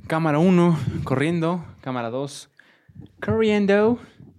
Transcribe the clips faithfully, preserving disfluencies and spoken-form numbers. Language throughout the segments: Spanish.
Cámara uno, corriendo. Cámara dos, corriendo.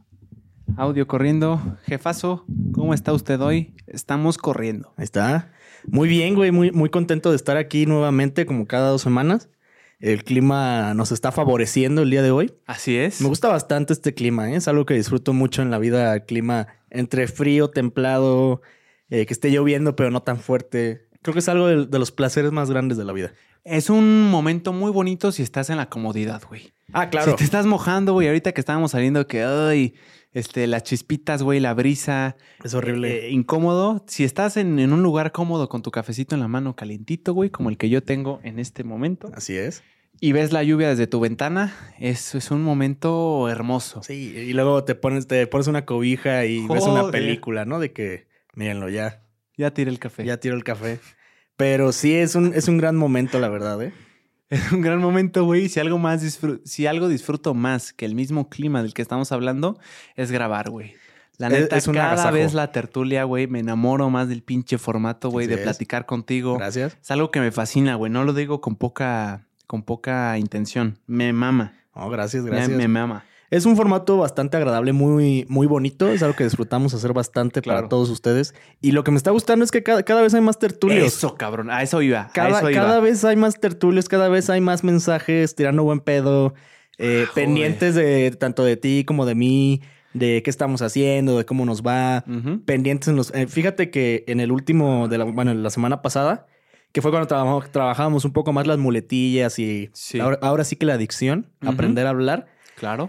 Audio corriendo. Jefazo, ¿cómo está usted hoy? Estamos corriendo. Ahí está. Muy bien, güey. Muy, muy contento de estar aquí nuevamente, como cada dos semanas. El clima nos está favoreciendo el día de hoy. Así es. Me gusta bastante este clima, ¿eh? Es algo que disfruto mucho en la vida. El clima entre frío, templado, eh, que esté lloviendo, pero no tan fuerte. Creo que es algo de, de los placeres más grandes de la vida. Es un momento muy bonito si estás en la comodidad, güey. Ah, claro. Si te estás mojando, güey, ahorita que estábamos saliendo que, ay, este, las chispitas, güey, la brisa. Es horrible. Eh, incómodo. Si estás en, en un lugar cómodo con tu cafecito en la mano calientito, güey, como el que yo tengo en este momento. Así es. Y ves la lluvia desde tu ventana, es, es un momento hermoso. Sí, y luego te pones, te pones una cobija y Joder. ves una película, ¿no? De que, mírenlo, ya. Ya tiré el café. Ya tiro el café. Pero sí, es un, es un gran momento, la verdad, ¿eh? Es un gran momento, güey. Si algo más disfruto, si algo disfruto más que el mismo clima del que estamos hablando, es grabar, güey. La neta, Es- es un cada agasajo. vez la tertulia, güey, me enamoro más del pinche formato, güey, Así de es. platicar contigo. Gracias. Es algo que me fascina, güey. No lo digo con poca, con poca intención. Me mama. Oh, gracias, Me, gracias. me mama. Es un formato bastante agradable, muy, muy bonito. Es algo que disfrutamos hacer bastante Claro. para todos ustedes. Y lo que me está gustando es que cada, cada vez hay más tertulios. Eso, cabrón. A eso iba. a Cada, eso iba. cada vez hay más tertulios, cada vez hay más mensajes, tirando buen pedo, eh, Joder. pendientes de tanto de ti como de mí, de qué estamos haciendo, de cómo nos va, Ujú. pendientes en los... eh, fíjate que en el último, de la, bueno, la semana pasada, que fue cuando trabajamos, trabajábamos un poco más las muletillas y Sí. ahora, ahora sí que la adicción, Ujú. aprender a hablar. Claro.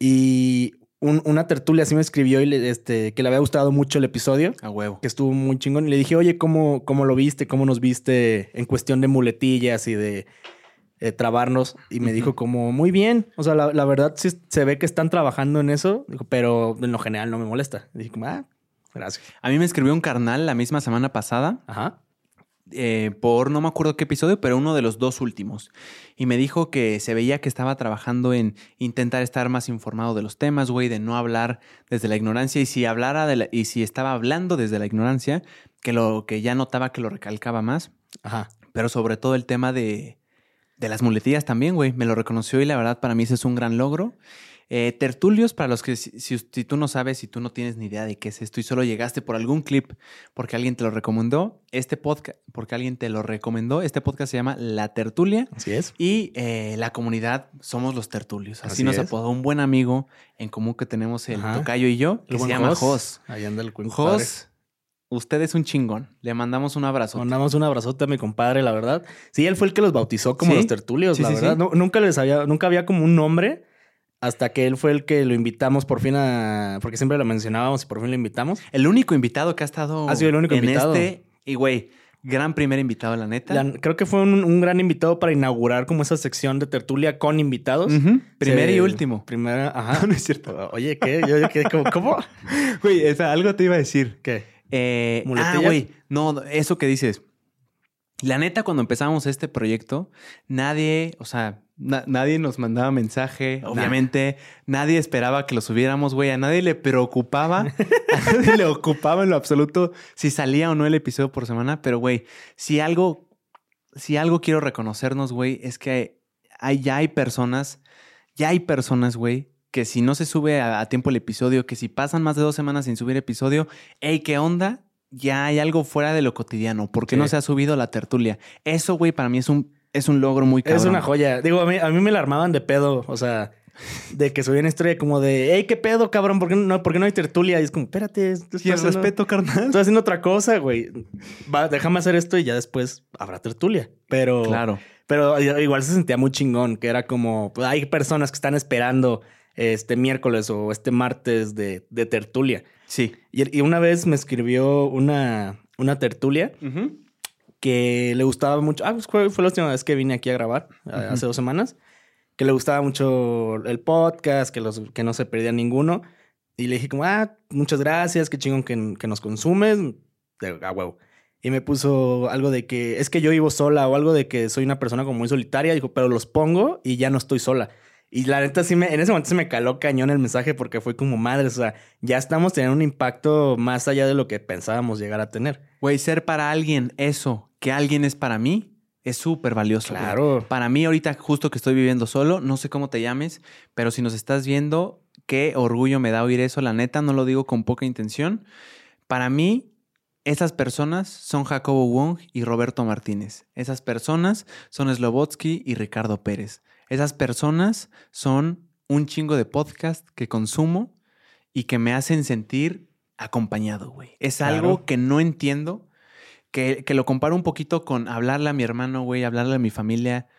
Y un- una tertulia así me escribió y le- este, que le había gustado mucho el episodio, A huevo. que estuvo muy chingón. Y le dije, oye, ¿cómo, cómo lo viste? ¿Cómo nos viste en cuestión de muletillas y de eh, trabarnos? Y me Ujú. dijo como, muy bien. O sea, la, la verdad sí se ve que están trabajando en eso, dijo, pero en lo general no me molesta. Y dije como, ah, gracias. A mí me escribió un carnal la misma semana pasada. Ajá. eh, por no me acuerdo qué episodio, pero uno de los dos últimos. Y me dijo que se veía que estaba trabajando en intentar estar más informado de los temas, güey, de no hablar desde la ignorancia. Y si hablara de la- y si estaba hablando desde la ignorancia, que lo que ya notaba que lo recalcaba más. Ajá. Pero sobre todo el tema de, de las muletillas también, güey. Me lo reconoció y la verdad para mí ese es un gran logro. Eh, tertulios, para los que si, si, si tú no sabes, si tú no tienes ni idea de qué es esto y solo llegaste por algún clip porque alguien te lo recomendó, este podcast, porque alguien te lo recomendó, este podcast se llama La Tertulia Así es. y eh, la comunidad somos los tertulios. Así, Así nos es. apodó un buen amigo en común que tenemos el Ajá. tocayo y yo, que El se buen llama Jos. Jos. Ahí anda el buen compadre. Jos, usted es un chingón. Le mandamos un abrazo. Mandamos un abrazote a mi compadre, la verdad. Sí, él fue el que los bautizó como ¿Sí? los tertulios, Sí, la sí, verdad. sí. Nu- nunca les había, nunca había como un nombre hasta que él fue el que lo invitamos por fin a... Porque siempre lo mencionábamos y por fin lo invitamos. El único invitado que ha estado Ha sido el único en invitado. este. Y güey, gran primer invitado, la neta. La- creo que fue un, un gran invitado para inaugurar como esa sección de tertulia con invitados. Ujú. Primero Se- y último. Primera, ajá. No, no es cierto. Oye, ¿qué? Yo, yo, ¿qué? ¿Cómo? ¿Cómo? Güey, espera, algo te iba a decir. ¿Qué? Eh, ah, ¿Muletillas? güey. No, no, eso que dices. La neta, cuando empezamos este proyecto, nadie, o sea, na- nadie nos mandaba mensaje. Nah. Obviamente, nadie esperaba que lo subiéramos, güey. A nadie le preocupaba. A nadie le ocupaba en lo absoluto si salía o no el episodio por semana. Pero, güey, si algo, si algo quiero reconocernos, güey, es que hay, ya hay personas, ya hay personas, güey, que si no se sube a, a tiempo el episodio, que si pasan más de dos semanas sin subir episodio, hey, ¿qué onda? Ya hay algo fuera de lo cotidiano. ¿Por qué Sí. no se ha subido la tertulia? Eso, güey, para mí es un, es un logro muy cabrón. Es una joya. Digo, a mí, a mí me la armaban de pedo. O sea, de que subían historia como de, hey, ¿qué pedo, cabrón? ¿Por qué no, por qué no hay tertulia? Y es como, espérate. esto Y el está haciendo- respeto, carnal. Estoy haciendo otra cosa, güey. Va, déjame hacer esto y ya después habrá tertulia. Pero, Claro. pero igual se sentía muy chingón, que era como, pues, hay personas que están esperando este miércoles o este martes de, de tertulia. Sí. Y, y una vez me escribió una, una tertulia Ujú. que le gustaba mucho. Ah, pues fue, fue la última vez que vine aquí a grabar, uh, Ujú. hace dos semanas. Que le gustaba mucho el podcast, que, los, que no se perdía ninguno. Y le dije como, ah, muchas gracias, qué chingón que, que nos consumes. De, a huevo. Y me puso algo de que es que yo vivo sola o algo de que soy una persona como muy solitaria. Dijo, pero los pongo y ya no estoy sola. Y la neta sí me, en ese momento se me caló cañón el mensaje porque fue como madre, o sea, ya estamos teniendo un impacto más allá de lo que pensábamos llegar a tener. Güey, ser para alguien eso, que alguien es para mí, es súper valioso. Claro. Güey. Para mí ahorita justo que estoy viviendo solo, no sé cómo te llames, pero si nos estás viendo, qué orgullo me da oír eso. La neta, no lo digo con poca intención. Para mí, esas personas son Jacobo Wong y Roberto Martínez. Esas personas son Slobodsky y Ricardo Pérez. Esas personas son un chingo de podcast que consumo y que me hacen sentir acompañado, güey. Es Claro. algo que no entiendo, que, que lo comparo un poquito con hablarle a mi hermano, güey, hablarle a mi familia.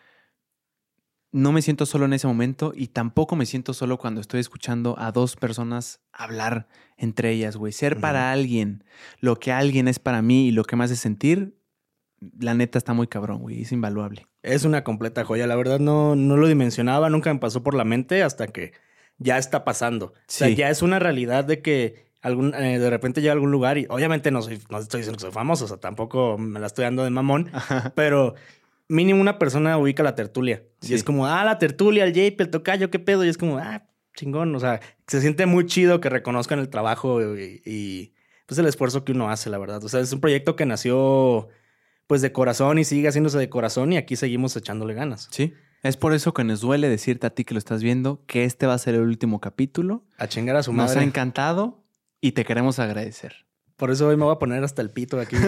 No me siento solo en ese momento y tampoco me siento solo cuando estoy escuchando a dos personas hablar entre ellas, güey. Ser Ujú. para alguien lo que alguien es para mí y lo que me hace sentir, la neta está muy cabrón, güey. Es invaluable. Es una completa joya. La verdad no, no lo dimensionaba, nunca me pasó por la mente hasta que ya está pasando. O sea, Sí. ya es una realidad de que algún, eh, de repente llega a algún lugar y obviamente no, soy, no estoy diciendo que soy famoso, o sea, tampoco me la estoy dando de mamón, pero mínimo una persona ubica la tertulia. Sí. Y es como, ah, la tertulia, el J P, el tocayo, qué pedo. Y es como, ah, chingón. O sea, se siente muy chido que reconozcan el trabajo y, y pues el esfuerzo que uno hace, la verdad. O sea, es un proyecto que nació pues de corazón y sigue haciéndose de corazón y aquí seguimos echándole ganas. Sí. Es por eso que nos duele decirte a ti que lo estás viendo que este va a ser el último capítulo. A chingar a su Nos madre. ha encantado y te queremos agradecer. Por eso hoy me voy a poner hasta el pito aquí.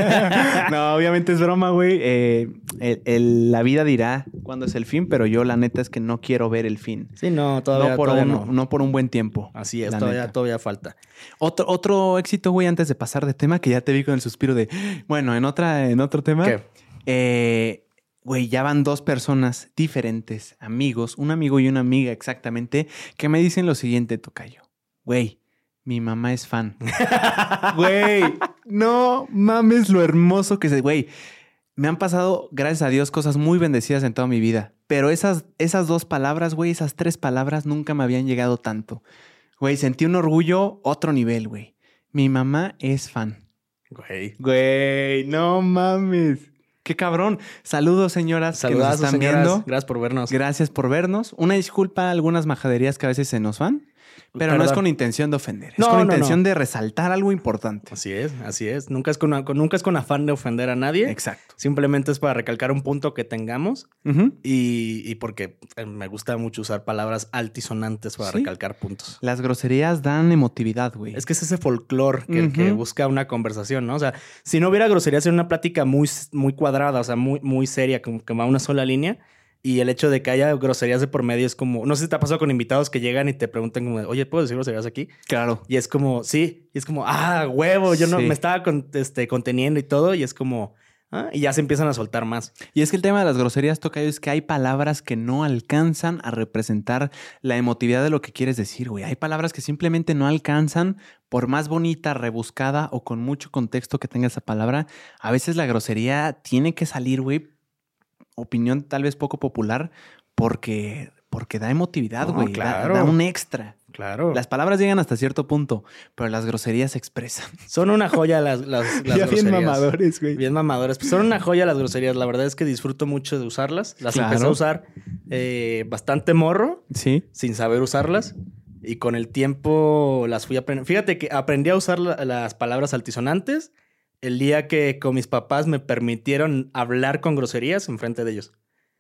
No, obviamente es broma, güey. Eh, el- el- la vida dirá cuándo es el fin, pero yo la neta es que no quiero ver el fin. Sí, no, todavía no, por todavía un, no. no por un buen tiempo. Así es, la todavía, neta. todavía falta. Otro, otro éxito, güey, antes de pasar de tema, que ya te vi con el suspiro de... Bueno, en, otra, en otro tema... ¿Qué? Eh, güey, ya van dos personas diferentes, amigos, un amigo y una amiga exactamente, que me dicen lo siguiente, tocayo. Güey, mi mamá es fan. Güey, no mames lo hermoso que es. Güey, me han pasado, gracias a Dios, cosas muy bendecidas en toda mi vida. Pero esas, esas dos palabras, güey, esas tres palabras nunca me habían llegado tanto. Güey, sentí un orgullo otro nivel, güey. Mi mamá es fan. Güey. Güey, no mames. Qué cabrón. Saludos, señoras que nos Saludazos, están señoras. viendo. Gracias por vernos. Gracias por vernos. Una disculpa a algunas majaderías que a veces se nos van, pero no es Perdón. con intención de ofender. Es No, con no, intención no. de resaltar algo importante. Así es, así es. Nunca es, con, con- nunca es con afán de ofender a nadie. Exacto. Simplemente es para recalcar un punto que tengamos Ujú. y, y porque eh, me gusta mucho usar palabras altisonantes para Sí. recalcar puntos. Las groserías dan emotividad, güey. Es que es ese folclore que, el que Ujú. busca una conversación, ¿no? O sea, si no hubiera groserías, sería una plática muy, muy cuadrada, o sea, muy, muy seria, como que va a una sola línea. Y el hecho de que haya groserías de por medio es como... No sé si te ha pasado con invitados que llegan y te preguntan como... de, oye, ¿puedo decir groserías aquí? Claro. Y es como... Sí. Y es como... Ah, huevo. Yo no Sí. me estaba con- este, conteniendo y todo. Y es como... Ah, y ya se empiezan a soltar más. Y es que el tema de las groserías, tocayo, es que hay palabras que no alcanzan a representar la emotividad de lo que quieres decir, güey. Hay palabras que simplemente no alcanzan, por más bonita, rebuscada o con mucho contexto que tenga esa palabra. A veces la grosería tiene que salir, güey. Opinión tal vez poco popular, porque, porque da emotividad, No, güey. Da- claro. Da, un extra. Claro. Las palabras llegan hasta cierto punto, pero las groserías se expresan. Son una joya las, las, las Ya bien groserías. mamadores, güey. Bien mamadores. Pues son una joya las groserías. La verdad es que disfruto mucho de usarlas. Las Claro. empecé a usar eh, bastante morro, Sí. sin saber usarlas. Y con el tiempo las fui aprendiendo. Fíjate que aprendí a usar la- las palabras altisonantes el día que con mis papás me permitieron hablar con groserías enfrente de ellos.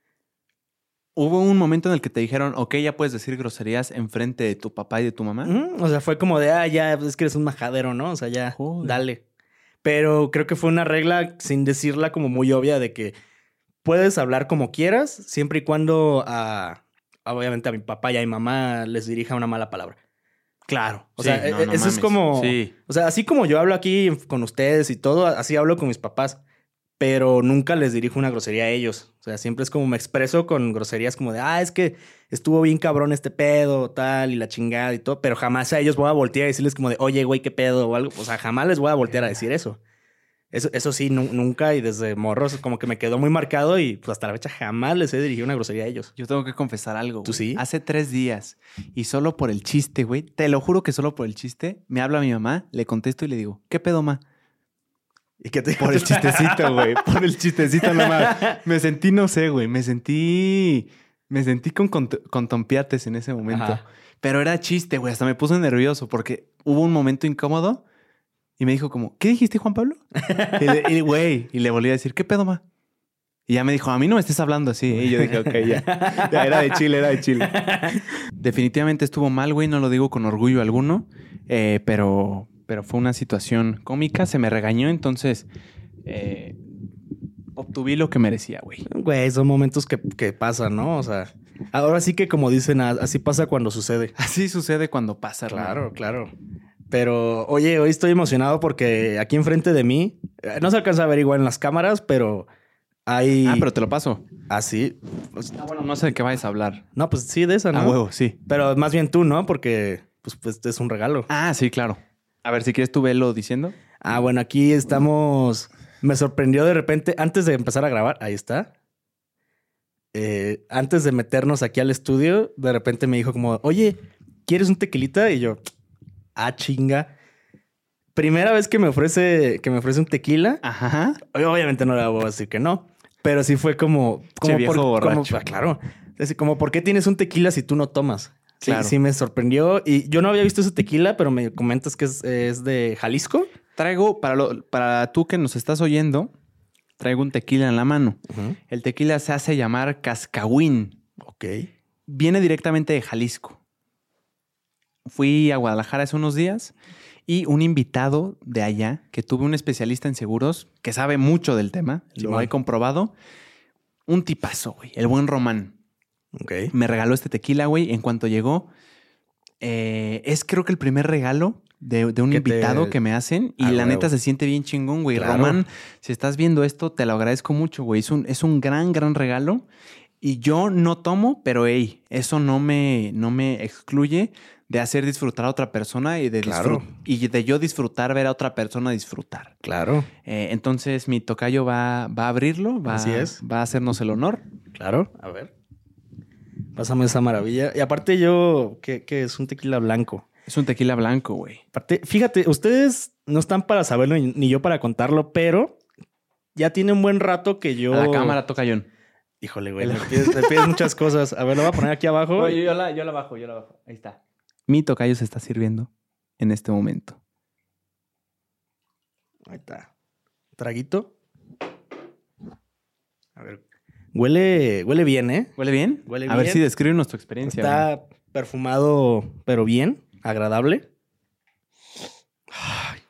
¿Hubo un momento en el que te dijeron, ok, ya puedes decir groserías enfrente de tu papá y de tu mamá? Ujú. O sea, fue como de, ah, ya, es que eres un majadero, ¿no? O sea, ya, Joder. dale. Pero creo que fue una regla sin decirla como muy obvia de que puedes hablar como quieras, siempre y cuando a, obviamente a mi papá y a mi mamá les dirija una mala palabra. Claro. O Sí, sea, no, e- no eso es mames. como... Sí. O sea, así como yo hablo aquí con ustedes y todo, así hablo con mis papás. Pero nunca les dirijo una grosería a ellos. O sea, siempre es como me expreso con groserías como de, ah, es que estuvo bien cabrón este pedo, tal, y la chingada y todo. Pero jamás a ellos voy a voltear a decirles como de, oye, güey, qué pedo o algo. O sea, jamás les voy a voltear a decir eso. Eso, eso sí, nu- nunca. Y desde morros como que me quedó muy marcado y pues hasta la fecha jamás les he dirigido una grosería a ellos. Yo tengo que confesar algo. ¿Tú güey. sí? Hace tres días y solo por el chiste, güey. Te lo juro que solo por el chiste me habla mi mamá, le contesto y le digo, ¿qué pedo, ma? ¿Y qué te Por el chistecito, güey. Por el chistecito nomás. Me sentí, no sé, güey. Me sentí... Me sentí con, con, con tompiates en ese momento. Ajá. Pero era chiste, güey. Hasta me puse nervioso porque hubo un momento incómodo y me dijo como, ¿qué dijiste, Juan Pablo? Y, le- y, güey, y le volví a decir, ¿qué pedo, ma? Y ya me dijo, a mí no me estés hablando así. Y yo dije, ok, ya. Ya era de Chile, era de Chile. Definitivamente estuvo mal, güey. No lo digo con orgullo alguno. Eh, pero, pero fue una situación cómica. Se me regañó, entonces eh, obtuví lo que merecía, güey. Güey, son momentos que, que pasan, ¿no? O sea, ahora sí que como dicen, así pasa cuando sucede. Así sucede cuando pasa, Claro, hermano. claro. Pero, oye, hoy estoy emocionado porque aquí enfrente de mí, eh, no se alcanza a ver igual en las cámaras, pero hay... Ah, pero te lo paso. Ah, sí. Ah, bueno, no sé de qué vayas a hablar. No, pues sí, de esa, ¿no? A huevo, sí. Pero más bien tú, ¿no? Porque pues, pues es un regalo. Ah, sí, claro. A ver, si quieres tú velo diciendo. Ah, bueno, aquí estamos... Me sorprendió de repente, antes de empezar a grabar, ahí está. Eh, antes de meternos aquí al estudio, de repente me dijo como, oye, ¿quieres un tequilita? Y yo, ah, chinga. Primera vez que me ofrece, que me ofrece un tequila. Ajá. Obviamente no le voy a decir que no. Pero sí fue como... como Che, viejo por, borracho. como- ah, claro. Es decir, como, ¿por qué tienes un tequila si tú no tomas? Sí, Claro. sí me sorprendió. Y yo no había visto ese tequila, pero me comentas que es, es de Jalisco. Traigo, para, lo, para tú que nos estás oyendo, traigo un tequila en la mano. Uh-huh. El tequila se hace llamar Cascahuín. Ok. Viene directamente de Jalisco. Fui a Guadalajara hace unos días y un invitado de allá, que tuve un especialista en seguros, que sabe mucho del tema, Simón. lo he comprobado. Un tipazo, güey. El buen Román. Ok. Me regaló este tequila, güey. En cuanto llegó, eh, es creo que el primer regalo de, de un Que te- invitado que me hacen. Y Ah, la huevo. neta se siente bien chingón, güey. Claro. Román, si estás viendo esto, te lo agradezco mucho, güey. Es un, es un gran, gran regalo. Y yo no tomo, pero hey, eso no me, no me excluye de hacer disfrutar a otra persona y de, Claro. disfrut- y de yo disfrutar ver a otra persona disfrutar. Claro. Eh, entonces mi tocayo va, va a abrirlo, va, Así es. va a hacernos el honor. Claro. A ver. Pásame esa maravilla. Y aparte yo, que, que es un tequila blanco. Es un tequila blanco, güey. Aparte, fíjate, ustedes no están para saberlo ni ni yo para contarlo, pero ya tiene un buen rato que yo... A la cámara, tocayón. Híjole, güey, me pides, me pides muchas cosas. A ver, lo voy a poner aquí abajo. yo, la, yo la bajo, yo la bajo. Ahí está. Mi tocayo se está sirviendo en este momento. Ahí está. Traguito. A ver. Huele, huele bien, ¿eh? ¿Huele bien? Huele A ver bien. si describe nuestra experiencia. güey. Está perfumado, pero bien, agradable. Ay.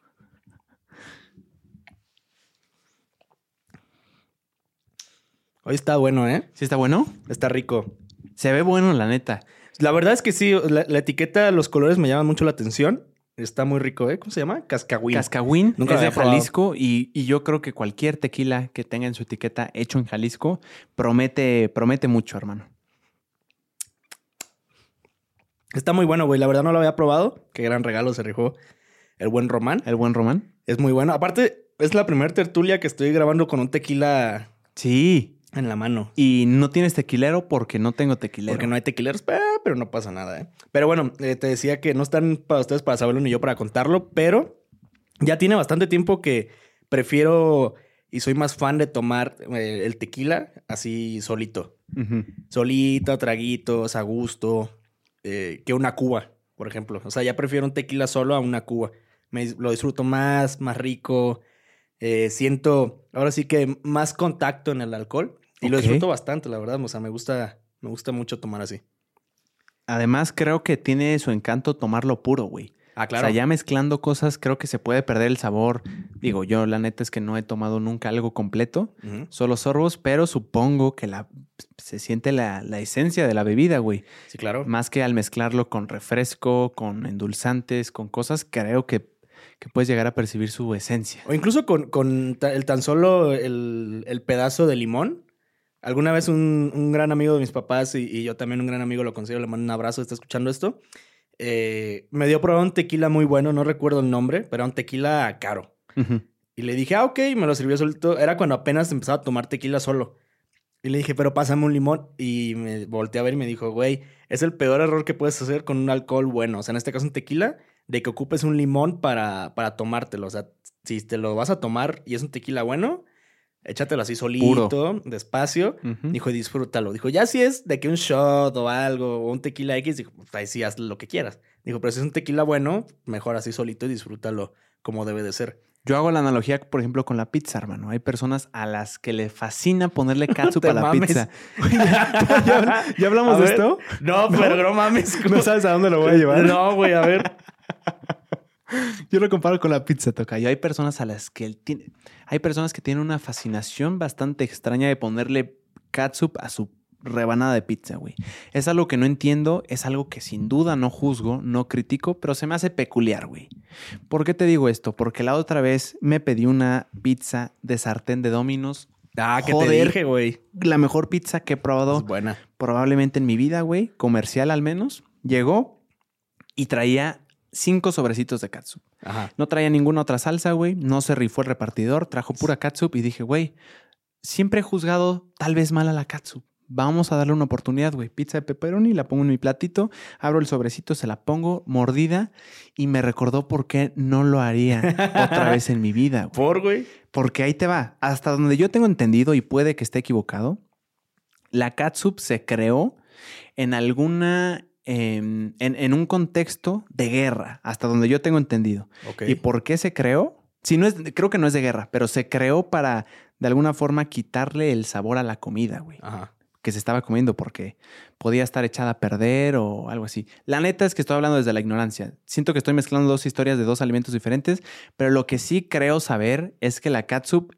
Hoy está bueno, ¿eh? ¿Sí está bueno? Está rico. Se ve bueno, la neta. La verdad es que sí, la, la etiqueta, los colores me llaman mucho la atención. Está muy rico, ¿eh? ¿Cómo se llama? Cascahuín. Cascahuín Nunca es lo de había probado. Jalisco y, y yo creo que cualquier tequila que tenga en su etiqueta hecho en Jalisco promete, promete mucho, hermano. Está muy bueno, güey. La verdad no lo había probado. Qué gran regalo se rifó el buen Román. El buen Román. Es muy bueno. Aparte, es la primera tertulia que estoy grabando con un tequila Sí. en la mano. Y no tienes tequilero porque no tengo tequilero. Porque no hay tequileros, eh, pero no pasa nada, ¿eh? Pero bueno, eh, te decía que no están para ustedes para saberlo ni yo para contarlo, pero ya tiene bastante tiempo que prefiero y soy más fan de tomar eh, el tequila así solito. Ujú. Solito, traguitos, a gusto, eh, que una cuba, por ejemplo. O sea, ya prefiero un tequila solo a una cuba. Me, lo disfruto más, más rico. Eh, siento, ahora sí que más contacto en el alcohol. Y lo Ok. disfruto bastante, la verdad. O sea, me gusta, me gusta mucho tomar así. Además, creo que tiene su encanto tomarlo puro, güey. Ah, O sea, ya mezclando cosas, creo que se puede perder el sabor. Digo, yo la neta es que no he tomado nunca algo completo, Ujú. solo sorbos, pero supongo que la, se siente la, la esencia de la bebida, güey. Sí, claro. Más que al mezclarlo con refresco, con endulzantes, con cosas, creo que, que puedes llegar a percibir su esencia. O incluso con, con ta- el tan solo el, el pedazo de limón. Alguna vez un, un gran amigo de mis papás y, y yo también un gran amigo, lo considero, le mando un abrazo, está escuchando esto. eh, me dio a probar un tequila muy bueno, no recuerdo el nombre, pero era un tequila caro. Ujú. Y le dije, ah, ok, me lo sirvió solito. Era cuando apenas empezaba a tomar tequila solo. Y le dije, pero pásame un limón. Y me volteé a ver y me dijo, güey, es el peor error que puedes hacer con un alcohol bueno. O sea, en este caso un tequila, de que ocupes un limón para, para tomártelo. O sea, si te lo vas a tomar y es un tequila bueno, échatelo así solito, despacio. Ujú. Dijo, y disfrútalo. Dijo, ya si es de que un shot o algo, o un tequila X, dijo, pues ahí sí haz lo que quieras. Dijo, pero si es un tequila bueno, mejor así solito y disfrútalo como debe de ser. Yo hago la analogía, por ejemplo, con la pizza, hermano. Hay personas a las que le fascina ponerle catsup Te a la mames. pizza. ¿Ya, ya- ya hablamos A de ver. esto? No, pero no mames. ¿No sabes a dónde lo voy a llevar? No, güey, a ver. Yo lo comparo con la pizza, tocayo. Hay personas a las que él tiene... Hay personas que tienen una fascinación bastante extraña de ponerle catsup a su rebanada de pizza, güey. Es algo que no entiendo, es algo que sin duda no juzgo, no critico, pero se me hace peculiar, güey. ¿Por qué te digo esto? Porque la otra vez me pedí una pizza de sartén de Domino's. Ah, que Joder. te dije, güey. La mejor pizza que he probado Es buena. probablemente en mi vida, güey. Comercial al menos. Llegó y traía cinco sobrecitos de catsup. Ajá. No traía ninguna otra salsa, güey. No se rifó el repartidor. Trajo pura catsup y dije, güey, siempre he juzgado tal vez mal a la catsup. Vamos a darle una oportunidad, güey. Pizza de pepperoni, la pongo en mi platito, abro el sobrecito, se la pongo, mordida, y me recordó por qué no lo haría otra vez en mi vida, güey. ¿Por, güey? Porque ahí te va. Hasta donde yo tengo entendido, y puede que esté equivocado, la catsup se creó en alguna... En, en, en un contexto de guerra, hasta donde yo tengo entendido. Ok. ¿Y por qué se creó? Si no es, creo que no es de guerra, pero se creó para de alguna forma quitarle el sabor a la comida, güey, Ajá. que se estaba comiendo porque podía estar echada a perder o algo así. La neta es que estoy hablando desde la ignorancia. Siento que estoy mezclando dos historias de dos alimentos diferentes, pero lo que sí creo saber es que la catsup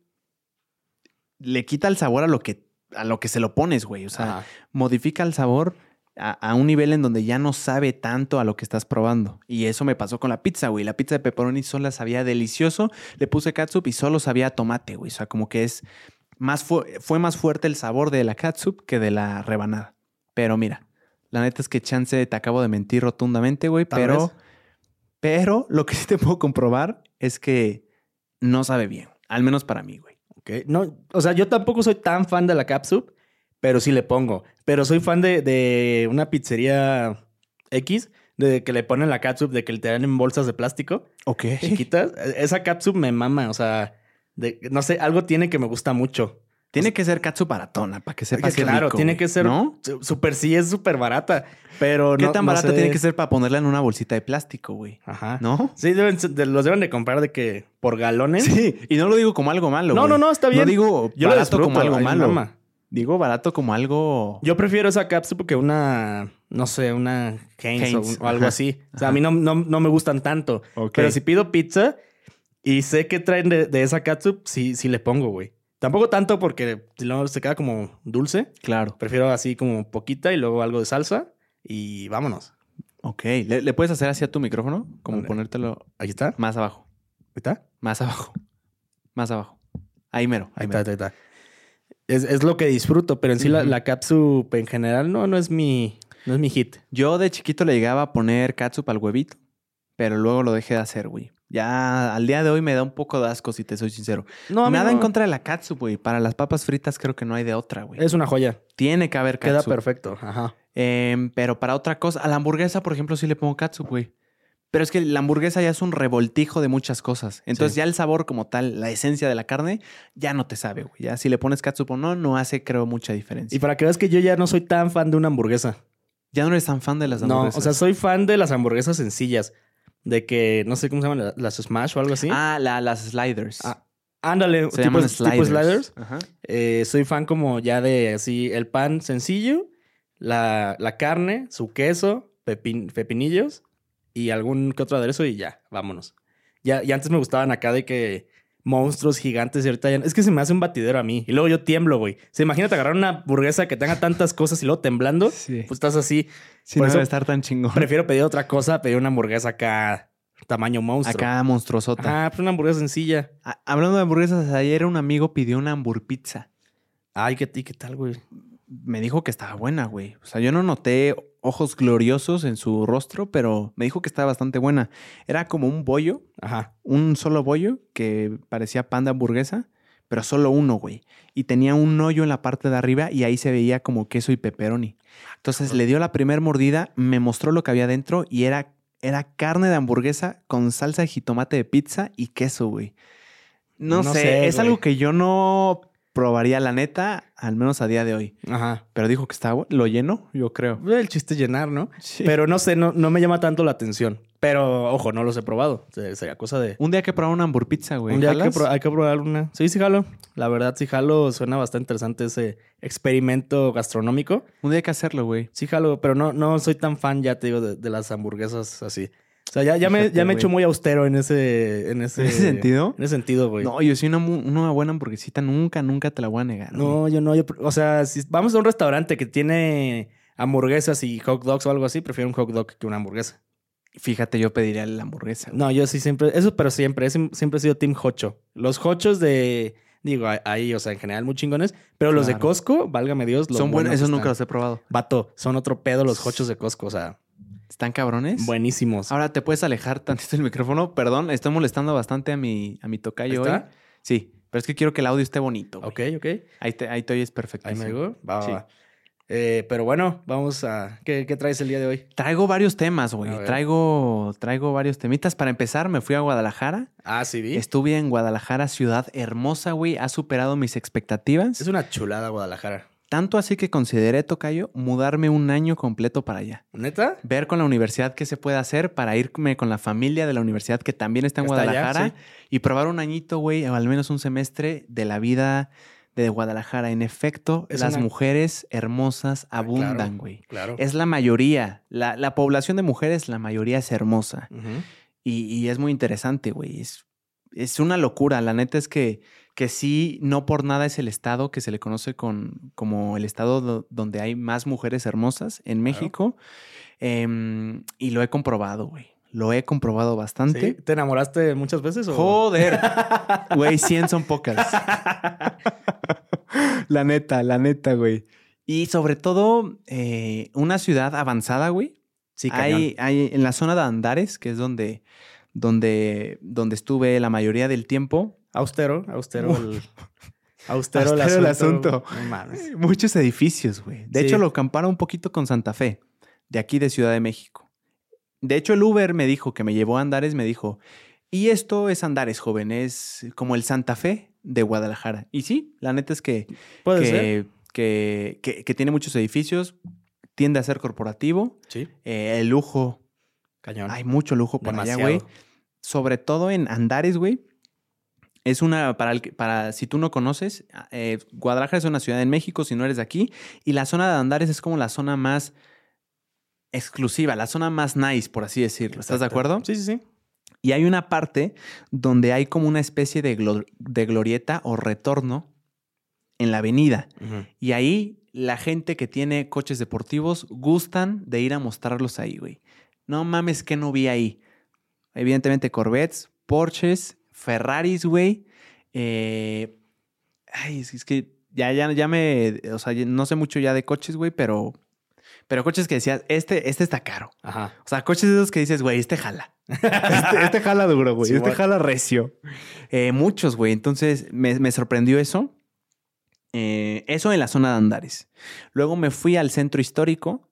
le quita el sabor a lo que, a lo que se lo pones, güey. O sea, Ajá. modifica el sabor a, a un nivel en donde ya no sabe tanto a lo que estás probando. Y eso me pasó con la pizza, güey. La pizza de pepperoni sola sabía delicioso. Le puse catsup y solo sabía a tomate, güey. O sea, como que es más fu- fue más fuerte el sabor de la catsup que de la rebanada. Pero mira, la neta es que chance te acabo de mentir rotundamente, güey. Tal Pero, vez. pero lo que sí te puedo comprobar es que no sabe bien. Al menos para mí, güey. Ok. No, o sea, yo tampoco soy tan fan de la catsup, pero sí le pongo. Pero soy fan de, de una pizzería X, de que le ponen la catsup, de que te dan en bolsas de plástico Ok. chiquitas. Esa catsup me mama, o sea, de- no sé, algo tiene que me gusta mucho. Tiene que ser catsup baratona para que sepa Que que claro, rico, tiene güey, que ser ¿no? su- súper, sí, es súper barata, pero ¿Qué no, tan no barata sé. tiene que ser para ponerla en una bolsita de plástico, güey? Ajá. ¿No? Sí, deben, ser- de- los deben de comprar de que por galones. Sí, y no lo digo como algo malo, No, güey. no, no, está bien. No digo Yo lo barato disfruto, como algo a mí me malo. mama. Digo barato como algo... Yo prefiero esa catsup que una, no sé, una Heinz, o, Heinz, o algo ajá, así. O sea, ajá. a mí no, no, no me gustan tanto. Ok. Pero si pido pizza y sé que traen de, de esa catsup, sí, sí le pongo, güey. Tampoco tanto porque si no se queda como dulce. Claro. Prefiero así como poquita y luego algo de salsa y vámonos. Ok. ¿Le, le puedes hacer así a tu micrófono? Como ¿Dónde? ponértelo Ahí está. Ahí más abajo. está. Más abajo. Más abajo. Ahí mero. Ahí Ahí está, mero. ahí está. Es, es lo que disfruto, pero en sí la, Ujú. la catsup en general no, no es mi, no es mi hit. Yo de chiquito le llegaba a poner catsup al huevito, pero luego lo dejé de hacer, güey. Ya al día de hoy me da un poco de asco, si te soy sincero. No, a mí Nada en no. contra de la catsup, güey. Para las papas fritas creo que no hay de otra, güey. Es una joya. Tiene que haber Queda catsup. perfecto. Ajá. Em, pero para otra cosa, a la hamburguesa, por ejemplo, sí le pongo catsup, güey. Pero es que la hamburguesa ya es un revoltijo de muchas cosas. Entonces Sí. ya el sabor como tal, la esencia de la carne, ya no te sabe, güey. Ya si le pones catsup o no, no hace, creo, mucha diferencia. Y para que veas que yo ya no soy tan fan de una hamburguesa. Ya no eres tan fan de las No, hamburguesas. o sea, soy fan de las hamburguesas sencillas. De que, no sé cómo se llaman, la- las Smash o algo así. Ah, la- las sliders. Ah, ándale, Se tipo, llaman tipo sliders. sliders. Ajá. Eh, soy fan como ya de así, el pan sencillo, la, la carne, su queso, pepin- pepinillos y algún que otro aderezo y ya, vámonos. Ya, y antes me gustaban acá de que monstruos gigantes y ahorita ya... Es que se me hace un batidero a mí. Y luego yo tiemblo, güey. Se imagínate agarrar una hamburguesa que tenga tantas cosas y luego temblando. Sí. Pues estás así. Sí, Por no eso debe estar tan chingón. prefiero pedir otra cosa, pedir una hamburguesa acá tamaño monstruo. Acá monstruosota. Ah, pues una hamburguesa sencilla. A- hablando de hamburguesas, ayer un amigo pidió una hamburpizza. Ay, ¿qué, y qué tal, güey? Me dijo que estaba buena, güey. O sea, yo no noté ojos gloriosos en su rostro, pero me dijo que estaba bastante buena. Era como un bollo, Ajá. un solo bollo que parecía pan de hamburguesa, pero solo uno, güey. Y tenía un hoyo en la parte de arriba y ahí se veía como queso y pepperoni. Entonces le dio la primera mordida, me mostró lo que había dentro y era, era carne de hamburguesa con salsa de jitomate de pizza y queso, güey. No, No sé, sé, es güey. algo que yo no probaría la neta, al menos a día de hoy. Ajá. Pero dijo que estaba bueno. Lo llenó, yo creo. El chiste es llenar, ¿no? Sí. Pero no sé, no, no me llama tanto la atención. Pero, ojo, no los he probado. Se- Sería cosa de... Un día hay que probar una hamburpizza, güey. Un día hay que, ¿Jalas? pro- hay que probar una. Sí, sí, jalo. La verdad, sí, jalo. Suena bastante interesante ese experimento gastronómico. Un día hay que hacerlo, güey. Sí, jalo, pero no, no soy tan fan, ya te digo, de, de las hamburguesas así. O sea, ya, ya me, Fíjate, ya me he güey. hecho muy austero en ese... ¿En ese, ¿En ese sentido? En ese sentido, güey. No, yo sí una, mu- una buena hamburguesita nunca, nunca te la voy a negar. güey. No, yo no. Yo, o sea, si vamos a un restaurante que tiene hamburguesas y hot dogs o algo así, prefiero un hot dog que una hamburguesa. Fíjate, yo pediría la hamburguesa. güey. No, yo sí siempre... Eso, pero siempre. es- Siempre he sido team hocho. Los hochos de... Digo, hay- ahí, o sea, en general muy chingones. Pero los de Claro. Costco, válgame Dios. Los Son buenos, buenos esos que nunca están. los he probado. Vato, son otro pedo los hochos de Costco. O sea, ¿Están cabrones? buenísimos. Ahora te puedes alejar tantito el micrófono. Perdón, estoy molestando bastante a mi, a mi tocayo hoy. ¿Está? Sí, pero es que quiero que el audio esté bonito. güey. Ok, ok. Ahí te, ahí te oyes perfecto. Ahí me digo. Va, va, Sí. va. Eh, pero bueno, vamos a... ¿Qué, ¿Qué traes el día de hoy? Traigo varios temas, güey. A ver. Traigo, traigo varios temitas. Para empezar, me fui a Guadalajara. Ah, sí, vi. Estuve en Guadalajara, ciudad hermosa, güey. Ha superado mis expectativas. Es una chulada Guadalajara. Tanto así que consideré, tocayo, mudarme un año completo para allá. ¿Neta? Ver con la universidad qué se puede hacer para irme con la familia de la universidad que también está en Está allá, Guadalajara sí. y probar un añito, güey, o al menos un semestre de la vida de Guadalajara. En efecto, Es las una- mujeres hermosas Ah, abundan, claro, güey. Claro. Es la mayoría. La, la población de mujeres, la mayoría es hermosa. Ujú. Y, y es muy interesante, güey. Es, es una locura. La neta es que, que sí, no por nada es el estado que se le conoce con, como el estado do- donde hay más mujeres hermosas en México. Em, y lo he comprobado, güey. Lo he comprobado bastante. ¿Sí? ¿Te enamoraste muchas veces o...? Joder. Güey, cien son pocas. La neta, la neta, güey. Y sobre todo, eh, una ciudad avanzada, güey. Sí, cañón. Hay, hay en la zona de Andares, que es donde, donde, donde estuve la mayoría del tiempo. Austero, austero Uf. el... Austero, Austero el asunto. No mames. Muchos edificios, güey. De Sí. hecho, lo comparo un poquito con Santa Fe, de aquí de Ciudad de México. De hecho, el Uber me dijo, que me llevó a Andares, me dijo, y esto es Andares, joven, es como el Santa Fe de Guadalajara. Y sí, la neta es que, Puede ser. que, que, que- que tiene muchos edificios, tiende a ser corporativo, Sí, eh, el lujo, cañón. hay mucho lujo por allá, Demasiado. güey. Sobre todo en Andares, güey. Es una, para, el, que- para si tú no conoces, eh, Guadalajara es una ciudad en México, si no eres de aquí, y la zona de Andares es como la zona más exclusiva, la zona más nice, por así decirlo. ¿Estás de Exacto. acuerdo? Sí, sí, sí. Y hay una parte donde hay como una especie de, glo- de glorieta o retorno en la avenida. Ujú. Y ahí la gente que tiene coches deportivos gustan de ir a mostrarlos ahí, güey. No mames, que no vi ahí. Evidentemente Corvettes, Porsches, Ferraris, güey. Eh, ay, es, es que ya, ya, ya me... O sea, no sé mucho ya de coches, güey, pero... Pero coches que decías, este, este está caro. Ajá. O sea, coches de esos que dices, güey, este jala. Este, este jala duro, güey. Sí, este güey. jala recio. Eh, muchos, güey. Entonces, me, me sorprendió eso. Eh, eso en la zona de Andares. Luego me fui al centro histórico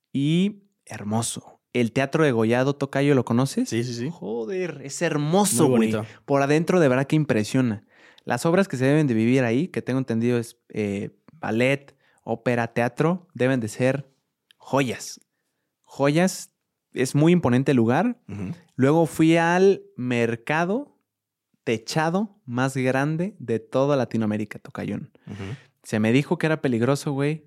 y hermoso. El Teatro de Gollado, tocayo, ¿lo conoces? Sí, sí, sí. Joder, es hermoso, Muy güey. bonito. Por adentro de verdad que impresiona. Las obras que se deben de vivir ahí, que tengo entendido es eh, ballet, ópera, teatro, deben de ser joyas. Joyas. Es muy imponente el lugar. Ujú. Luego fui al mercado techado más grande de toda Latinoamérica, tocayón. Ujú. Se me dijo que era peligroso, güey.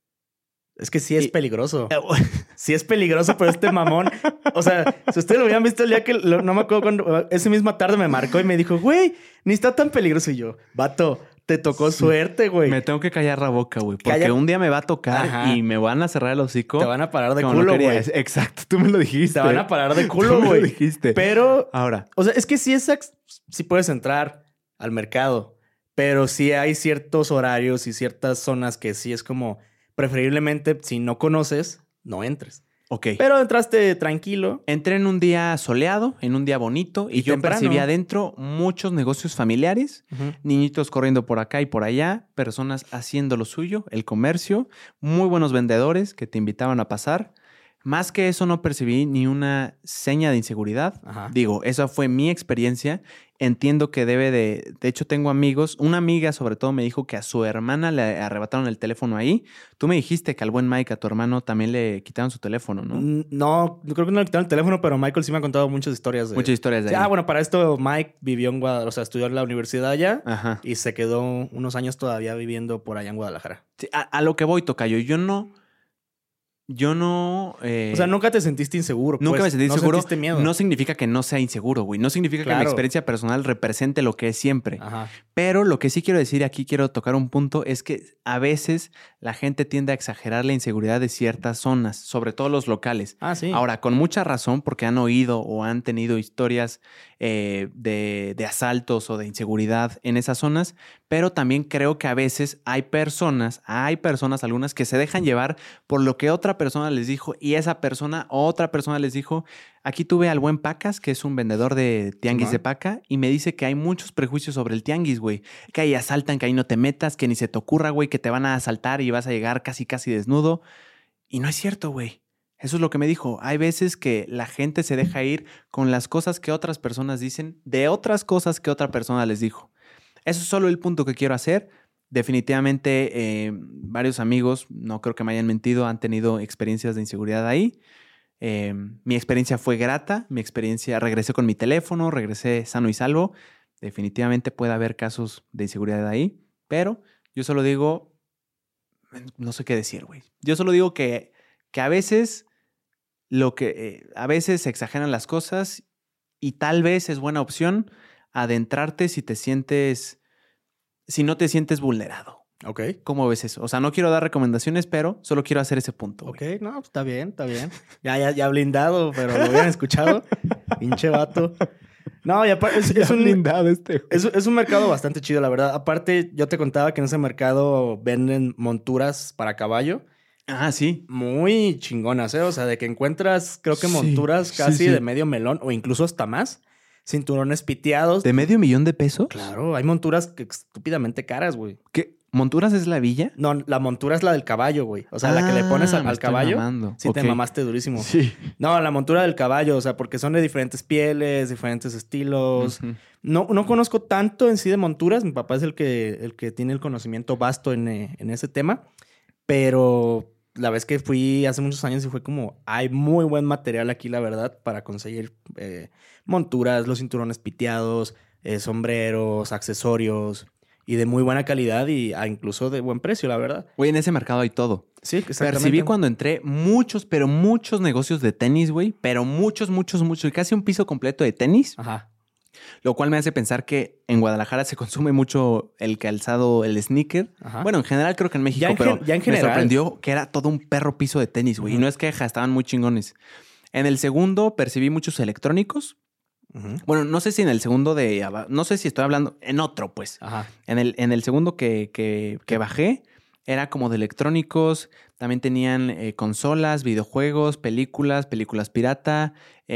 Es que sí es Y- peligroso. Sí es peligroso, pero este mamón... O sea, si ustedes lo hubieran visto el día que... lo- no me acuerdo cuando... Esa misma tarde me marcó y me dijo, güey, ni está tan peligroso. Y yo, vato, te tocó Sí. suerte, güey. Me tengo que callar la boca, güey. Porque Calla- un día me va a tocar Ajá. y me van a cerrar el hocico. Te van a parar de como no culo, quería. güey. Es- Exacto, tú me lo dijiste. Te van a parar de Tú culo, me lo güey. dijiste. Pero... Ahora, O sea, es que sí, es ex- sí puedes entrar al mercado, pero sí hay ciertos horarios y ciertas zonas que sí es como preferiblemente si no conoces, no entres. ok. Pero entraste tranquilo. Entré en un día soleado, en un día bonito, y, Y yo temprano. percibí adentro muchos negocios familiares, niñitos corriendo por acá y por allá, personas haciendo lo suyo, el comercio, muy buenos vendedores que te invitaban a pasar, Más que eso no percibí ni una seña de inseguridad. Ajá. Digo, esa fue mi experiencia. Entiendo que debe de... De hecho, tengo amigos. Una amiga, sobre todo, me dijo que a su hermana le arrebataron el teléfono ahí. Tú me dijiste que al buen Mike, a tu hermano, también le quitaron su teléfono, ¿no? Mm, No, creo que no le quitaron el teléfono, pero Michael sí me ha contado muchas historias de... Muchas historias de ahí. Ah, bueno, para esto Mike vivió en Guadalajara, o sea, estudió en la universidad allá Ajá. y se quedó unos años todavía viviendo por allá en Guadalajara. Sí, a, a lo que voy, tocayo. Yo no... Yo no... eh, O sea, nunca te sentiste inseguro. Nunca pues. me sentí no inseguro. sentiste miedo. No significa que no sea inseguro, güey. No significa que mi Claro. experiencia personal represente lo que es siempre. Ajá. Pero lo que sí quiero decir, aquí quiero tocar un punto, es que a veces la gente tiende a exagerar la inseguridad de ciertas zonas, sobre todo los locales. Ah, sí. Ahora, con mucha razón, porque han oído o han tenido historias eh, de, de asaltos o de inseguridad en esas zonas, pero también creo que a veces hay personas, hay personas algunas que se dejan llevar por lo que otra persona les dijo y esa persona, otra persona les dijo. Aquí tuve al buen Pacas, que es un vendedor de tianguis Ajá. de paca, y me dice que hay muchos prejuicios sobre el tianguis, güey. Que ahí asaltan, que ahí no te metas, que ni se te ocurra, güey, que te van a asaltar y vas a llegar casi, casi desnudo. Y no es cierto, güey. Eso es lo que me dijo. Hay veces que la gente se deja ir con las cosas que otras personas dicen de otras cosas que otra persona les dijo. Eso es solo el punto que quiero hacer. Definitivamente eh, varios amigos, no creo que me hayan mentido, han tenido experiencias de inseguridad ahí. Eh, mi experiencia fue grata, mi experiencia, regresé con mi teléfono, regresé sano y salvo. Definitivamente puede haber casos de inseguridad ahí, pero yo solo digo, no sé qué decir, güey. Yo solo digo que, que a veces lo que eh, a veces se exageran las cosas y tal vez es buena opción adentrarte si te sientes, si no te sientes vulnerado. Ok. ¿Cómo ves eso? O sea, no quiero dar recomendaciones, pero solo quiero hacer ese punto. Ok, güey. no, pues está bien, está bien. Ya, ya, ya blindado, pero lo hubieran escuchado. Pinche vato. No, y aparte es, es un blindado este. Es, es un mercado bastante chido, la verdad. Aparte, yo te contaba que en ese mercado venden monturas para caballo. Ah, sí. Muy chingonas, ¿eh? O sea, de que encuentras, creo que Sí, monturas sí, casi sí. de medio melón o incluso hasta más. Cinturones piteados. ¿De medio millón de pesos? Claro, hay monturas que estúpidamente caras, güey. ¿Qué? ¿Monturas es la villa? No, la montura es la del caballo, güey. O sea, la que le pones Ah, al, me al estoy caballo. mamando. Sí, te Ok. mamaste durísimo. Sí. No, la montura del caballo, o sea, porque son de diferentes pieles, diferentes estilos. Ujú. No, no conozco tanto en sí de monturas. Mi papá es el que, el que tiene el conocimiento vasto en, eh, en ese tema. Pero la vez que fui hace muchos años y fue como, hay muy buen material aquí, la verdad, para conseguir eh, monturas, los cinturones piteados, eh, sombreros, accesorios y de muy buena calidad y ah, incluso de buen precio, la verdad. Güey, en ese mercado hay todo. Sí, exactamente. Percibí cuando entré muchos, pero muchos negocios de tenis, güey. Pero muchos, muchos, muchos. Casi un piso completo de tenis. Ajá. Lo cual me hace pensar que en Guadalajara se consume mucho el calzado, el sneaker. Ajá. Bueno, en general creo que en México, Ya en pero gen- ya en me general. sorprendió que era todo un perro piso de tenis, güey. Ujú. Y no es queja, estaban muy chingones. En el segundo percibí muchos electrónicos. Ujú. Bueno, no sé si en el segundo de... aba- No sé si estoy hablando... En otro, pues. Ajá. En el, en el segundo que, que, que bajé era como de electrónicos. También tenían eh, consolas, videojuegos, películas, películas pirata.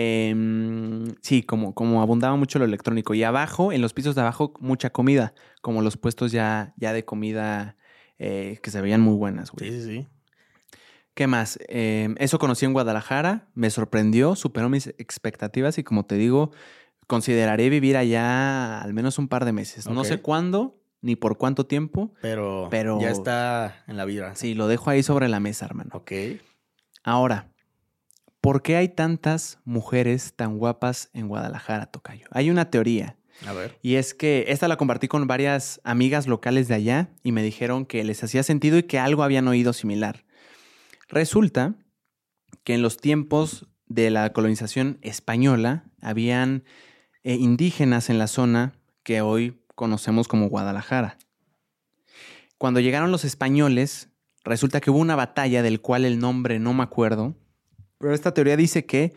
Eh, sí, como, como abundaba mucho lo electrónico. Y abajo, en los pisos de abajo, mucha comida. Como los puestos ya, ya de comida eh, que se veían muy buenas, güey. Sí, sí, sí. ¿Qué más? Eh, eso conocí en Guadalajara. Me sorprendió, superó mis expectativas. Y como te digo, consideraré vivir allá al menos un par de meses. No Ok. sé cuándo ni por cuánto tiempo. Pero, Pero- ya está en la vida. Sí, lo dejo ahí sobre la mesa, hermano. Ok. Ahora, ¿por qué hay tantas mujeres tan guapas en Guadalajara, tocayo? Hay una teoría, A ver. y es que esta la compartí con varias amigas locales de allá y me dijeron que les hacía sentido y que algo habían oído similar. Resulta que en los tiempos de la colonización española habían eh, indígenas en la zona que hoy conocemos como Guadalajara. Cuando llegaron los españoles, resulta que hubo una batalla del cual el nombre no me acuerdo, pero esta teoría dice que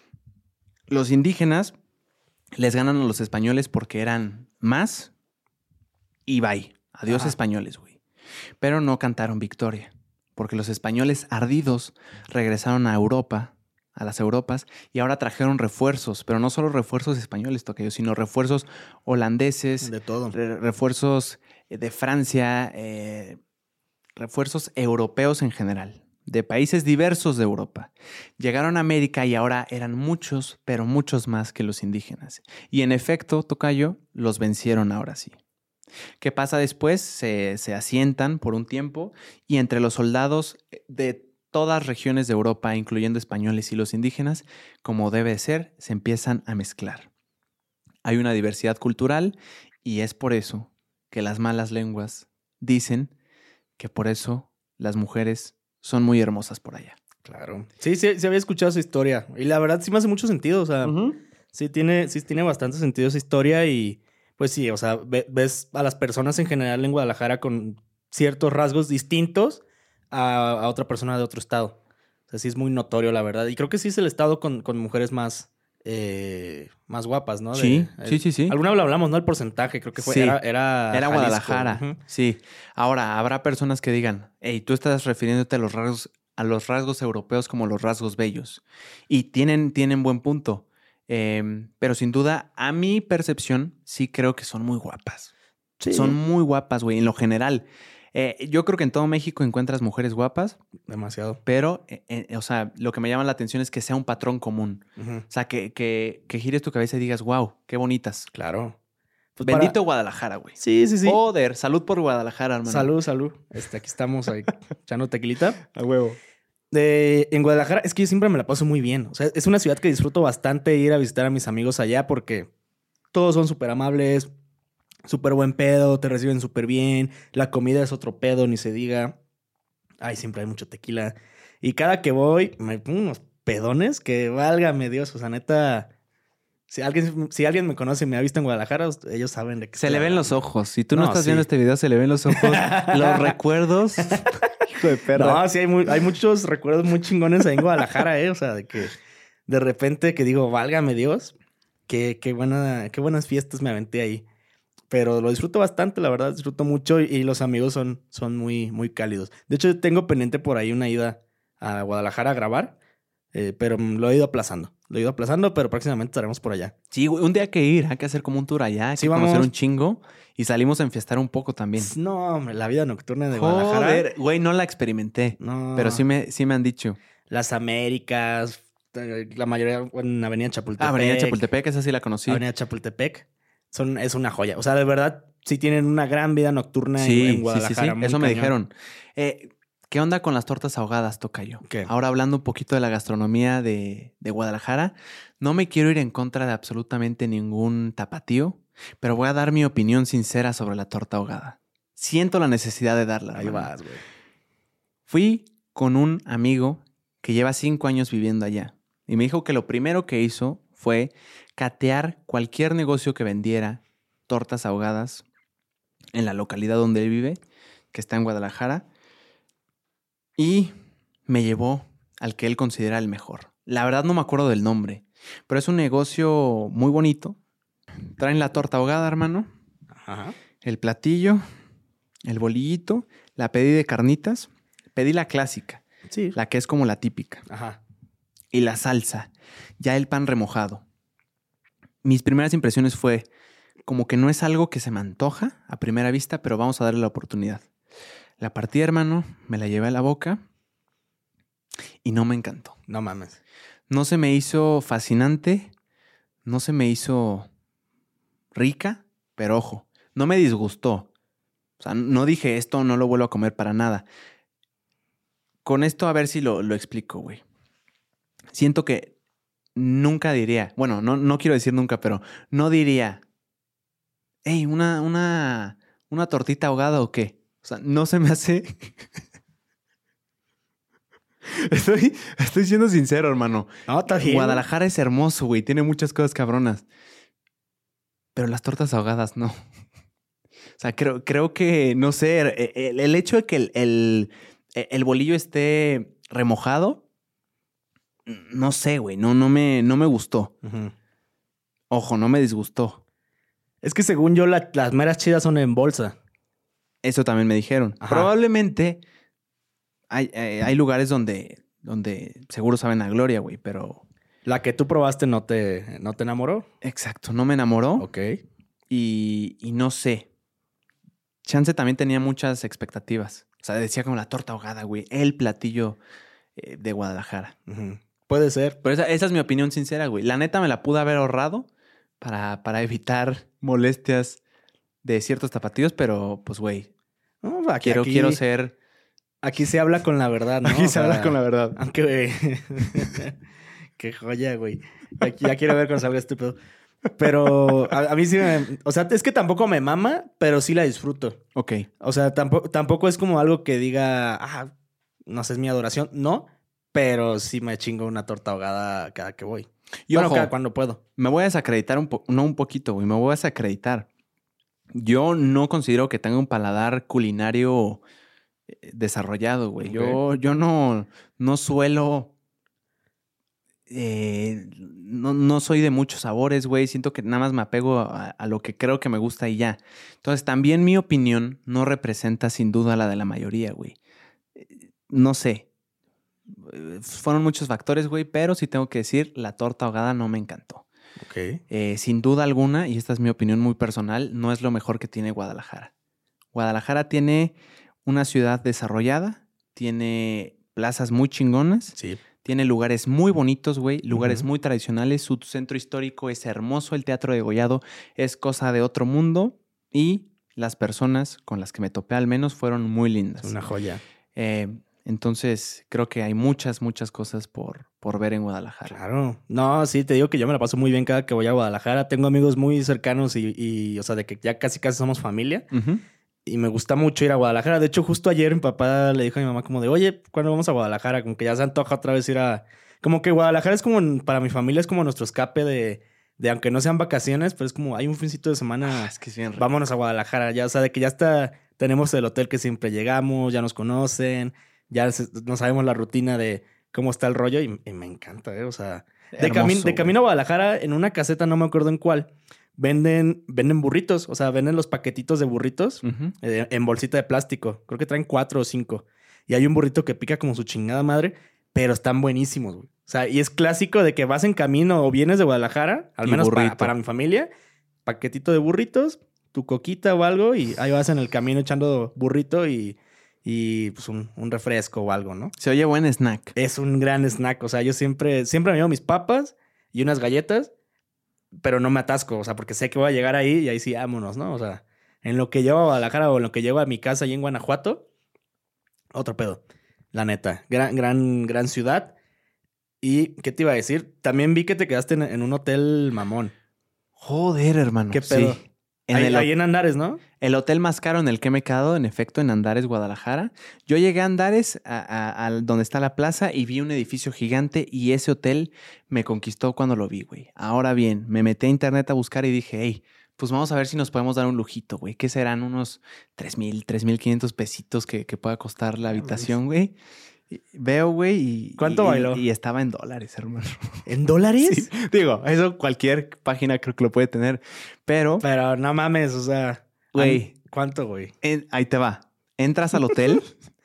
los indígenas les ganan a los españoles porque eran más y bye. Adiós Ajá. españoles, güey. Pero no cantaron victoria, porque los españoles ardidos regresaron a Europa, a las Europas, y ahora trajeron refuerzos, pero no solo refuerzos españoles, tocayo, sino refuerzos holandeses, De todo. re- refuerzos eh, de Francia, eh, refuerzos europeos en general. de países diversos de Europa. Llegaron a América y ahora eran muchos, pero muchos más que los indígenas. Y en efecto, tocayo, los vencieron ahora sí. ¿Qué pasa después? Se, se asientan por un tiempo y entre los soldados de todas regiones de Europa, incluyendo españoles y los indígenas, como debe ser, se empiezan a mezclar. Hay una diversidad cultural y es por eso que las malas lenguas dicen que por eso las mujeres son muy hermosas por allá. Claro. Sí, sí, sí había escuchado esa historia. Y la verdad sí me hace mucho sentido. O sea, uh-huh. sí, tiene, sí tiene bastante sentido esa historia. Y pues sí, o sea, ve, ves a las personas en general en Guadalajara con ciertos rasgos distintos a, a otra persona de otro estado. O sea, sí es muy notorio, la verdad. Y creo que sí es el estado con, con mujeres más, eh, más guapas, ¿no? De, sí, el, sí, sí, sí. Alguna vez lo hablamos, ¿no? El porcentaje, creo que fue. Sí. Era, era, era Guadalajara. Uh-huh. Sí. Ahora, habrá personas que digan, hey, tú estás refiriéndote a los rasgos, a los rasgos europeos como los rasgos bellos. Y tienen, tienen buen punto. Eh, pero sin duda, a mi percepción, sí creo que son muy guapas. Sí. Son muy guapas, güey, en lo general. Eh, yo creo que en todo México encuentras mujeres guapas. Demasiado. Pero, eh, eh, o sea, lo que me llama la atención es que sea un patrón común. Uh-huh. O sea, que, que, que gires tu cabeza y digas, wow, qué bonitas. Claro. Pues bendito para... Guadalajara, güey. Sí, sí, sí. Joder, salud por Guadalajara, hermano. Salud, salud. Este, aquí estamos ahí, echando tequilita. A huevo. De, en Guadalajara, es que yo siempre me la paso muy bien. O sea, es una ciudad que disfruto bastante ir a visitar a mis amigos allá porque todos son súper amables, súper buen pedo, te reciben súper bien. La comida es otro pedo, ni se diga. Ay, siempre hay mucho tequila. Y cada que voy, me pongo unos pedones que válgame Dios. O sea, neta, si alguien, si alguien me conoce y me ha visto en Guadalajara, ellos saben de qué. Se le ven los ojos. Si tú no, no estás sí. viendo este video, se le ven los ojos. Los recuerdos. Hijo de perra. No, sí, hay, muy, hay muchos recuerdos muy chingones ahí en Guadalajara, ¿eh? O sea, de que de repente que digo, válgame Dios, qué, qué, buena, qué buenas fiestas me aventé ahí. Pero lo disfruto bastante, la verdad, disfruto mucho y, y los amigos son, son muy, muy cálidos. De hecho, tengo pendiente por ahí una ida a Guadalajara a grabar, eh, pero lo he ido aplazando. Lo he ido aplazando, pero próximamente estaremos por allá. Sí, un día hay que ir, hay que hacer como un tour allá, hay sí, que vamos. conocer un chingo y salimos a enfiestar un poco también. No, hombre, la vida nocturna de Joder, Guadalajara. Güey, no la experimenté, no. pero sí me, sí me han dicho. Las Américas, la mayoría en Avenida Chapultepec. Ah, Avenida Chapultepec, esa sí la conocí. Avenida Chapultepec. Son, es una joya. O sea, de verdad, sí tienen una gran vida nocturna sí, en, en Guadalajara. Sí, sí, sí. Eso me cañón. dijeron. Eh, ¿Qué onda con las tortas ahogadas, tocayo? ¿Qué? Ahora hablando un poquito de la gastronomía de, de Guadalajara, no me quiero ir en contra de absolutamente ningún tapatío, pero voy a dar mi opinión sincera sobre la torta ahogada. Siento la necesidad de darla. Ahí hermano. vas, güey. Fui con un amigo que lleva cinco años viviendo allá y me dijo que lo primero que hizo fue catear cualquier negocio que vendiera tortas ahogadas en la localidad donde él vive, que está en Guadalajara, y me llevó al que él considera el mejor. La verdad no me acuerdo del nombre, pero es un negocio muy bonito. Traen la torta ahogada, hermano, Ajá. el platillo, el bolillito, la pedí de carnitas, pedí la clásica, sí. la que es como la típica. Ajá. Y la salsa, ya el pan remojado. Mis primeras impresiones fue como que no es algo que se me antoja a primera vista, pero vamos a darle la oportunidad. La partí, hermano, me la llevé a la boca y no me encantó. No mames. No se me hizo fascinante, no se me hizo rica, pero ojo, no me disgustó. O sea, no dije esto, no lo vuelvo a comer para nada. Con esto a ver si lo, lo explico, güey. Siento que nunca diría, bueno, no, no quiero decir nunca, pero no diría, hey, una, una, una tortita ahogada o qué. O sea, no se me hace... estoy, estoy siendo sincero, hermano. No, está bien. Guadalajara es hermoso, güey. Tiene muchas cosas cabronas. Pero las tortas ahogadas, no. O sea, creo, creo que, no sé, el, el hecho de que el, el, el bolillo esté remojado, no sé, güey. No, no, me, no me gustó. Uh-huh. Ojo, no me disgustó. Es que según yo, la, las meras chidas son en bolsa. Eso también me dijeron. Ajá. Probablemente hay, hay, hay lugares donde, donde seguro saben a gloria, güey, pero... La que tú probaste no te, no te enamoró. Exacto, no me enamoró. Ok. Y, y no sé. Chance también tenía muchas expectativas. O sea, decía como la torta ahogada, güey. El platillo eh, de Guadalajara. Uh-huh. Puede ser. Pero esa, esa es mi opinión sincera, güey. La neta me la pude haber ahorrado para, para evitar molestias de ciertos tapatíos, pero pues, güey, no, aquí, quiero, aquí, quiero ser... Aquí se habla con la verdad, ¿no? Aquí O se sea, habla con la verdad. Aunque, güey... Qué joya, güey. Ya, ya quiero ver cuando salga este pedo. Pero a, a mí sí me... O sea, es que tampoco me mama, pero sí la disfruto. Ok. O sea, tampoco, tampoco es como algo que diga... Ah, no sé, es mi adoración. No, pero sí me chingo una torta ahogada cada que voy. Y bueno, ojo, cada cuando puedo. Me voy a desacreditar un poco, no un poquito, güey, me voy a desacreditar. Yo no considero que tenga un paladar culinario eh, desarrollado, güey. Ok. Yo, yo no, no suelo... Eh, no, no soy de muchos sabores, güey. Siento que nada más me apego a, a lo que creo que me gusta y ya. Entonces, también mi opinión no representa sin duda la de la mayoría, güey. Eh, No sé. Eh, Fueron muchos factores, güey, pero sí tengo que decir, la torta ahogada no me encantó. Ok. Eh, sin duda alguna, y esta es mi opinión muy personal, no es lo mejor que tiene Guadalajara. Guadalajara tiene una ciudad desarrollada, tiene plazas muy chingonas, Sí. tiene lugares muy bonitos, güey, lugares Ujú. muy tradicionales, su centro histórico es hermoso, el Teatro de Gollado es cosa de otro mundo y las personas con las que me topé al menos fueron muy lindas. Es una joya. Eh, entonces, creo que hay muchas, muchas cosas por, por ver en Guadalajara. Claro. No, sí, te digo que yo me la paso muy bien cada que voy a Guadalajara. Tengo amigos muy cercanos y, y o sea, de que ya casi casi somos familia. Ujú. Y me gusta mucho ir a Guadalajara. De hecho, justo ayer mi papá le dijo a mi mamá como de, oye, ¿cuándo vamos a Guadalajara? Como que ya se antoja otra vez ir a... Como que Guadalajara es como, para mi familia es como nuestro escape de, de aunque no sean vacaciones, pero es como, hay un fincito de semana, Ah, es que es bien rico. vámonos a Guadalajara. Ya, o sea, de que ya está, tenemos el hotel que siempre llegamos, ya nos conocen, ya se- no sabemos la rutina de cómo está el rollo y, y me encanta, ¿eh? O sea, de, Hermoso, cami- de güey. camino a Guadalajara, en una caseta, no me acuerdo en cuál, venden, venden burritos, o sea, venden los paquetitos de burritos Ujú. eh, en bolsita de plástico. Creo que traen cuatro o cinco. Y hay un burrito que pica como su chingada madre, pero están buenísimos, güey. O sea, y es clásico de que vas en camino o vienes de Guadalajara, al Y menos para, burrito. para mi familia, paquetito de burritos, tu coquita o algo, y ahí vas en el camino echando burrito y, y pues un, un refresco o algo, ¿no? Se oye buen snack. Es un gran snack. O sea, yo siempre, siempre me llevo mis papas y unas galletas, pero no me atasco, o sea, porque sé que voy a llegar ahí y ahí sí, vámonos, ¿no? O sea, en lo que llevo a Guadalajara o en lo que llevo a mi casa ahí en Guanajuato, otro pedo. La neta, gran, gran, gran ciudad. ¿Y qué te iba a decir? También vi que te quedaste en, en un hotel mamón. Joder, hermano. ¿Qué pedo? Sí. En Ahí, el, ahí en Andares, ¿no? el hotel más caro en el que me he quedado, en efecto, en Andares, Guadalajara. Yo llegué a Andares, a, a- a donde está la plaza, y vi un edificio gigante y ese hotel me conquistó cuando lo vi, güey. Ahora bien, me metí a internet a buscar y dije, hey, pues vamos a ver si nos podemos dar un lujito, güey. ¿Qué serán unos tres mil, tres mil quinientos pesitos que, que pueda costar la habitación, güey? Y veo, güey, y... ¿Cuánto y- bailó? Y estaba en dólares, hermano. ¿En dólares? Sí, digo, eso cualquier página creo que lo puede tener. Pero, Pero no mames, o sea... güey, an- ¿Cuánto, güey? en- ahí te va. Entras al hotel,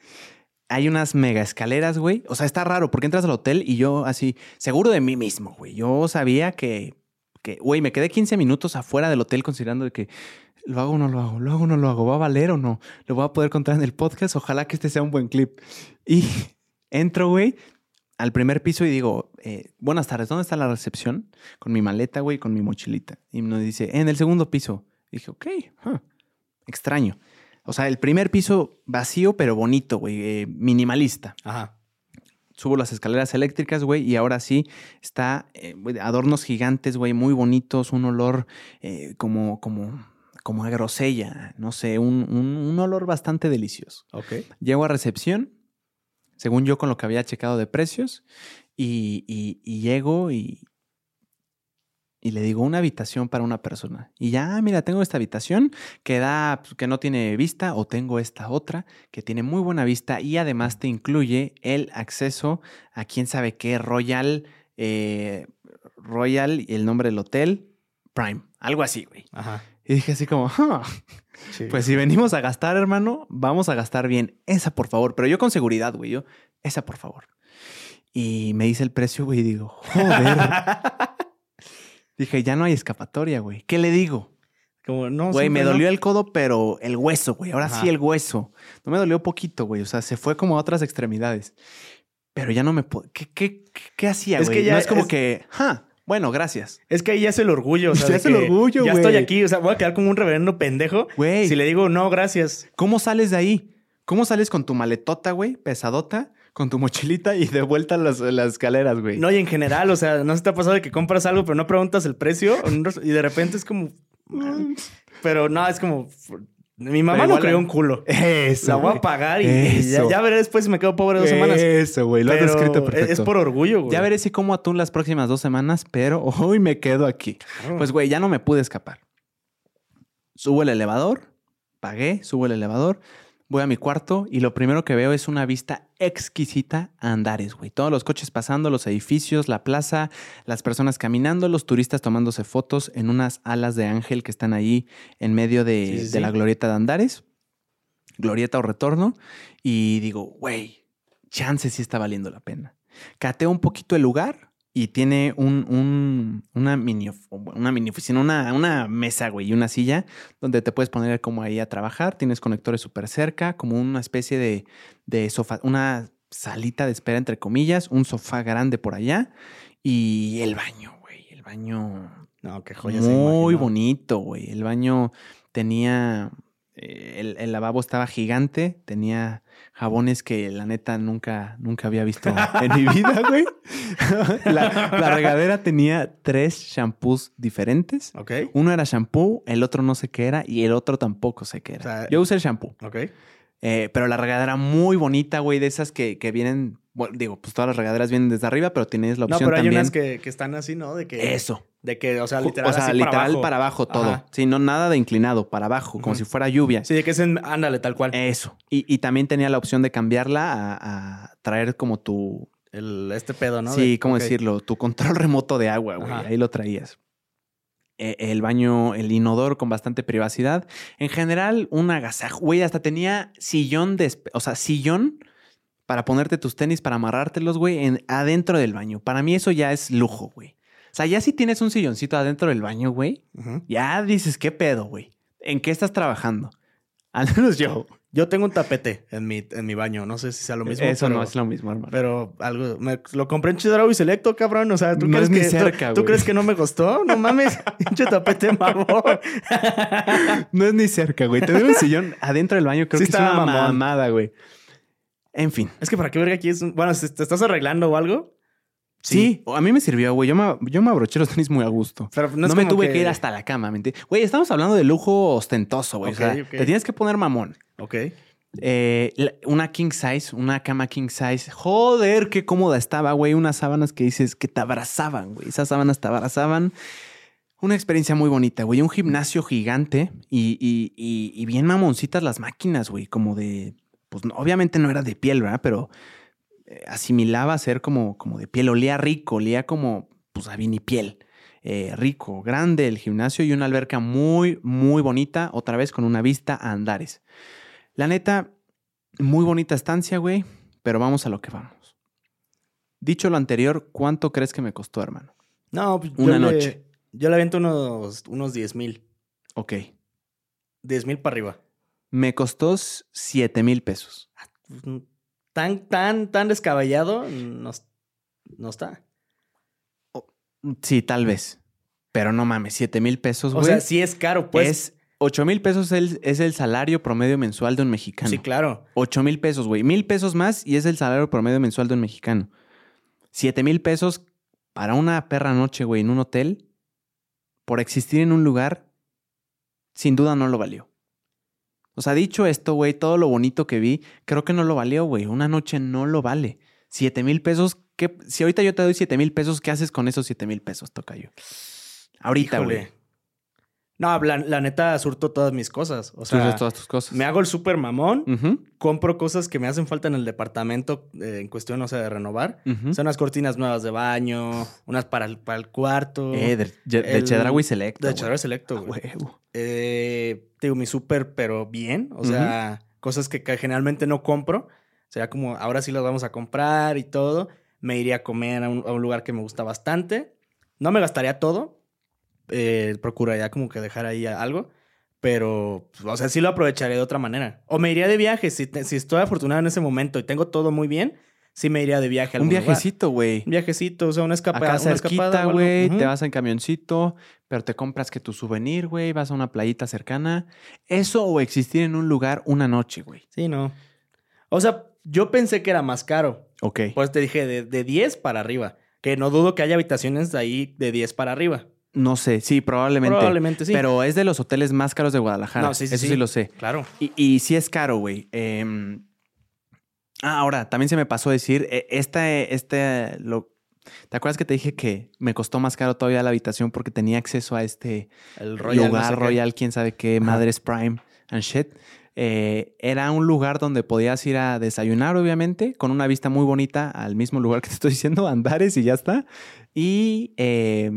hay unas mega escaleras, güey. O sea, está raro porque entras al hotel y yo así, seguro de mí mismo, güey. Yo sabía que, que, güey, me quedé quince minutos afuera del hotel considerando de que lo hago o no lo hago, lo hago o no lo hago, ¿va a valer o no? ¿Lo voy a poder contar en el podcast? Ojalá que este sea un buen clip. Y entro, güey, al primer piso y digo, eh, buenas tardes, ¿dónde está la recepción? Con mi maleta, güey, con mi mochilita. Y nos dice, en el segundo piso. Y dije, ok, huh, extraño. O sea, el primer piso vacío, pero bonito, güey, eh, minimalista. Ajá. Subo las escaleras eléctricas, güey, y ahora sí está eh, güey, adornos gigantes, güey, muy bonitos, un olor eh, como, como, como a grosella, no sé, un, un, un olor bastante delicioso. Ok. Llego a recepción, según yo con lo que había checado de precios, y, y, y llego y, y le digo una habitación para una persona. Y ya, mira, tengo esta habitación que da, que no tiene vista, o tengo esta otra que tiene muy buena vista y además te incluye el acceso a quién sabe qué, Royal, eh, Royal y el nombre del hotel, Prime, algo así, güey. Ajá. Y dije así como, "Ah, Sí. pues si venimos a gastar, hermano, vamos a gastar bien. Esa, por favor. Pero yo con seguridad, güey. Yo, esa, por favor. Y me dice el precio, güey. Y digo, joder. Dije, ya no hay escapatoria, güey. ¿Qué le digo? Como, no, Güey, me siempre dolió no. el codo, pero el hueso, güey. Ahora Ajá. sí el hueso. No me dolió poquito, güey. O sea, se fue como a otras extremidades. Pero ya no me puedo... ¿Qué, qué, qué, qué hacía, Es güey? que ya no es como es- que... Ja, bueno, gracias. Es que ahí ya es el orgullo. O sea, Ya de es el que orgullo, Ya güey. estoy aquí. O sea, voy a quedar como un reverendo pendejo. Güey. Si le digo, no, gracias. ¿Cómo sales de ahí? ¿Cómo sales con tu maletota, güey? Pesadota, con tu mochilita y de vuelta a las, a las escaleras, güey. No, y en general, o sea, ¿no se te ha pasado de que compras algo pero no preguntas el precio? Y de repente es como... Pero no, es como... Mi mamá Pero no igual creó la- un culo. Eso, La voy güey. a pagar y, y ya, Eso. ya veré después si me quedo pobre dos semanas. Eso, güey. Lo has Pero descrito es- perfecto. es por orgullo, güey. Ya veré si como atún las próximas dos semanas, pero hoy me quedo aquí. Claro. Pues, güey, ya no me pude escapar. Subo el elevador, pagué, subo el elevador, voy a mi cuarto y lo primero que veo es una vista exquisita a Andares, güey. Todos los coches pasando, los edificios, la plaza, las personas caminando, los turistas tomándose fotos en unas alas de ángel que están ahí en medio de, Sí, sí, de sí. la glorieta de Andares. Glorieta o retorno. Y digo, güey, chance sí está valiendo la pena. Cateo un poquito el lugar y tiene un, un- una, mini, of- una mini oficina, una, una mesa, güey, y una silla donde te puedes poner como ahí a trabajar. Tienes conectores súper cerca, como una especie de, de sofá, una salita de espera, entre comillas, un sofá grande por allá y el baño, güey. El baño No, qué joya se muy imaginó. bonito, güey. El baño tenía... eh, El, el lavabo estaba gigante, tenía jabones que la neta nunca, nunca había visto en mi vida, güey. La, la regadera tenía tres shampoos diferentes. Ok, Uno era shampoo, el otro no sé qué era y el otro tampoco sé qué era. O sea, Yo usé el shampoo, ok. eh, pero la regadera muy bonita, güey, de esas que, que vienen, bueno, digo, pues todas las regaderas vienen desde arriba, pero tienes la No, opción pero hay también. unas que, que están así, ¿no? De que... Eso. De que, o sea, literal, o sea, así literal para abajo. para abajo todo. Ajá. Sí, no nada de inclinado, para abajo, como Ujú. si fuera lluvia. Sí, de que es en... Ándale, tal cual. Eso. Y, y también tenía la opción de cambiarla a, a traer como tu... El, este pedo, ¿no? sí, De- ¿cómo ok. decirlo? Tu control remoto de agua, güey. Ajá. Ahí lo traías. Eh, el baño, el inodoro con bastante privacidad. En general, un agasajo. Güey, hasta tenía sillón de... espe- O sea, sillón para ponerte tus tenis, para amarrártelos, güey, en, adentro del baño. Para mí eso ya es lujo, güey. O sea, ya si tienes un silloncito adentro del baño, güey, Ujú. ya dices, ¿qué pedo, güey? ¿En qué estás trabajando? Al menos yo. Yo tengo un tapete en mi, en mi baño. No sé si sea lo mismo. Eso pero, no es lo mismo, hermano. Pero algo... Me, lo compré en Chedraui Selecto, cabrón. O sea, ¿tú, No crees, es ni que, cerca, ¿tú, ¿tú güey. crees que no me costó? No mames. Pinche tapete mamón. No es ni cerca, güey. Tener un sillón adentro del baño creo Sí que es estaba una mamón. mamada, güey. En fin. Es que para qué verga aquí es... un- Bueno, si te estás arreglando o algo... Sí, a mí me sirvió, güey. Yo me, yo me abroché los tenis muy a gusto. Pero no No, es me como tuve que- que... ir hasta la cama, ¿me entiendes? Güey, estamos hablando de lujo ostentoso, güey. Ok, o sea, ok. te tienes que poner mamón. Ok. Eh, la- una king size, una cama king size. Joder, qué cómoda estaba, güey. Unas sábanas que dices que te abrazaban, güey. Esas sábanas te abrazaban. Una experiencia muy bonita, güey. Un gimnasio gigante y, y- y- y bien mamoncitas las máquinas, güey. Como de... Pues no- obviamente no era de piel, ¿verdad? Pero eh, asimilaba a ser como, como de piel. Olía rico, olía como pues a vinipiel. Eh, rico, grande el gimnasio y una alberca muy, muy bonita. Otra vez con una vista a Andares. La neta, muy bonita estancia, güey. Pero vamos a lo que vamos. Dicho lo anterior, ¿cuánto crees que me costó, hermano? No, pues, Una yo noche. Le, yo le aviento unos, unos diez mil. Ok. diez mil para arriba. Me costó siete mil pesos. Pues, Tan, tan, tan descabellado no, no está. Sí, tal vez. Pero no mames, siete mil pesos, O güey. sea, sí es caro, pues. es ocho mil pesos el- es el salario promedio mensual de un mexicano. Sí, claro. ocho mil pesos, güey. Mil pesos más y es el salario promedio mensual de un mexicano. Siete mil pesos para una perra noche, güey, en un hotel, por existir en un lugar, sin duda no lo valió. O sea, dicho esto, güey, todo lo bonito que vi, creo que no lo valió, güey. Una noche no lo vale. Siete mil pesos, ¿qué? Si ahorita yo te doy siete mil pesos, ¿qué haces con esos siete mil pesos, tocayo? Ahorita, Híjole. güey. No, la, la neta surto todas mis cosas. O sea, Subes todas tus cosas. me hago el súper mamón. Ujú, Compro cosas que me hacen falta en el departamento eh, en cuestión, o sea, de renovar. ujú. O sea, unas cortinas nuevas de baño, unas para el, para el cuarto. Eh, de, de, de el- Chedraui Selecto. De güey. Chedraui Selecto, A güey. huevo. Eh, digo, mi súper, pero bien. O sea, cosas que, que generalmente no compro. Sería como, ahora sí las vamos a comprar y todo. Me iría a comer a un, a un lugar que me gusta bastante. No me gastaría todo, eh, procuraría como que dejar ahí algo. Pero, o sea, sí lo aprovecharé de otra manera. O me iría de viaje. Si, te, si estoy afortunado en ese momento y tengo todo muy bien, sí me iría de viaje a Un algún viajecito, güey. Un viajecito, o sea, una, escapa Acá una escapada. cerquita, güey. Uh-huh. Te vas en camioncito, pero te compras que tu souvenir, güey. Vas a una playita cercana. Eso o existir en un lugar una noche, güey. Sí, no. O sea, yo pensé que era más caro. Ok. Pues te dije de, de diez para arriba. Que no dudo que haya habitaciones de ahí de diez para arriba. No sé, sí, probablemente. Probablemente sí. Pero es de los hoteles más caros de Guadalajara. No, sí, sí, Eso sí, sí lo sé. Claro. Y, y sí es caro, güey. Eh, ah, ahora, también se me pasó decir, eh, este, este, lo, ¿te acuerdas que te dije que me costó más caro todavía la habitación porque tenía acceso a este El Royal, lugar no sé Royal, quién sabe qué, Ajá. Madres Prime and shit? Eh, era un lugar donde podías ir a desayunar, obviamente, con una vista muy bonita al mismo lugar que te estoy diciendo, Andares, y ya está. Y... Eh,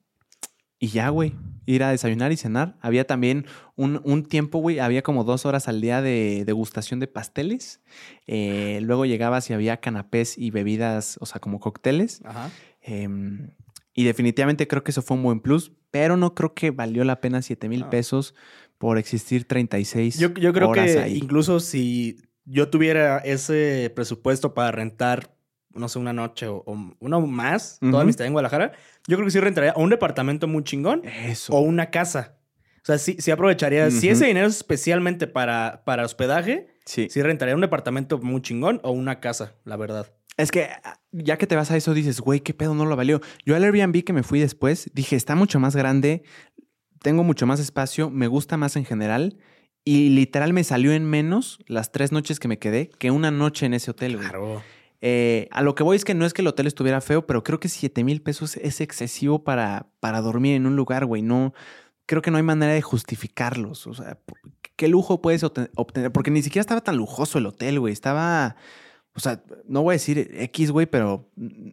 Y ya, güey, ir a desayunar y cenar. Había también un, un tiempo, güey, había como dos horas al día de degustación de pasteles. Eh, luego llegabas y había canapés y bebidas, o sea, como cócteles. Ajá. Eh, y definitivamente creo que eso fue un buen plus, pero no creo que valió la pena siete mil No. pesos por existir treinta y seis Yo, yo creo horas que ahí. incluso si yo tuviera ese presupuesto para rentar, no sé, una noche o, o uno más, Ujú. toda mi estadía en Guadalajara, yo creo que sí rentaría o un departamento muy chingón Eso. o una casa. O sea, sí, sí aprovecharía. Ujú. Si ese dinero es especialmente para, para hospedaje, Sí. sí rentaría un departamento muy chingón o una casa, la verdad. Es que ya que te vas a eso dices, güey, qué pedo, no lo valió. Yo al Airbnb que me fui después dije, está mucho más grande, tengo mucho más espacio, me gusta más en general y literal me salió en menos las tres noches que me quedé que una noche en ese hotel, güey. Claro. Eh, a lo que voy es que no es que el hotel estuviera feo, pero creo que siete mil pesos es excesivo para, para dormir en un lugar, güey. No, creo que no hay manera de justificarlos. O sea, ¿qué lujo puedes obtener? Porque ni siquiera estaba tan lujoso el hotel, güey. Estaba, o sea, no voy a decir X, güey, pero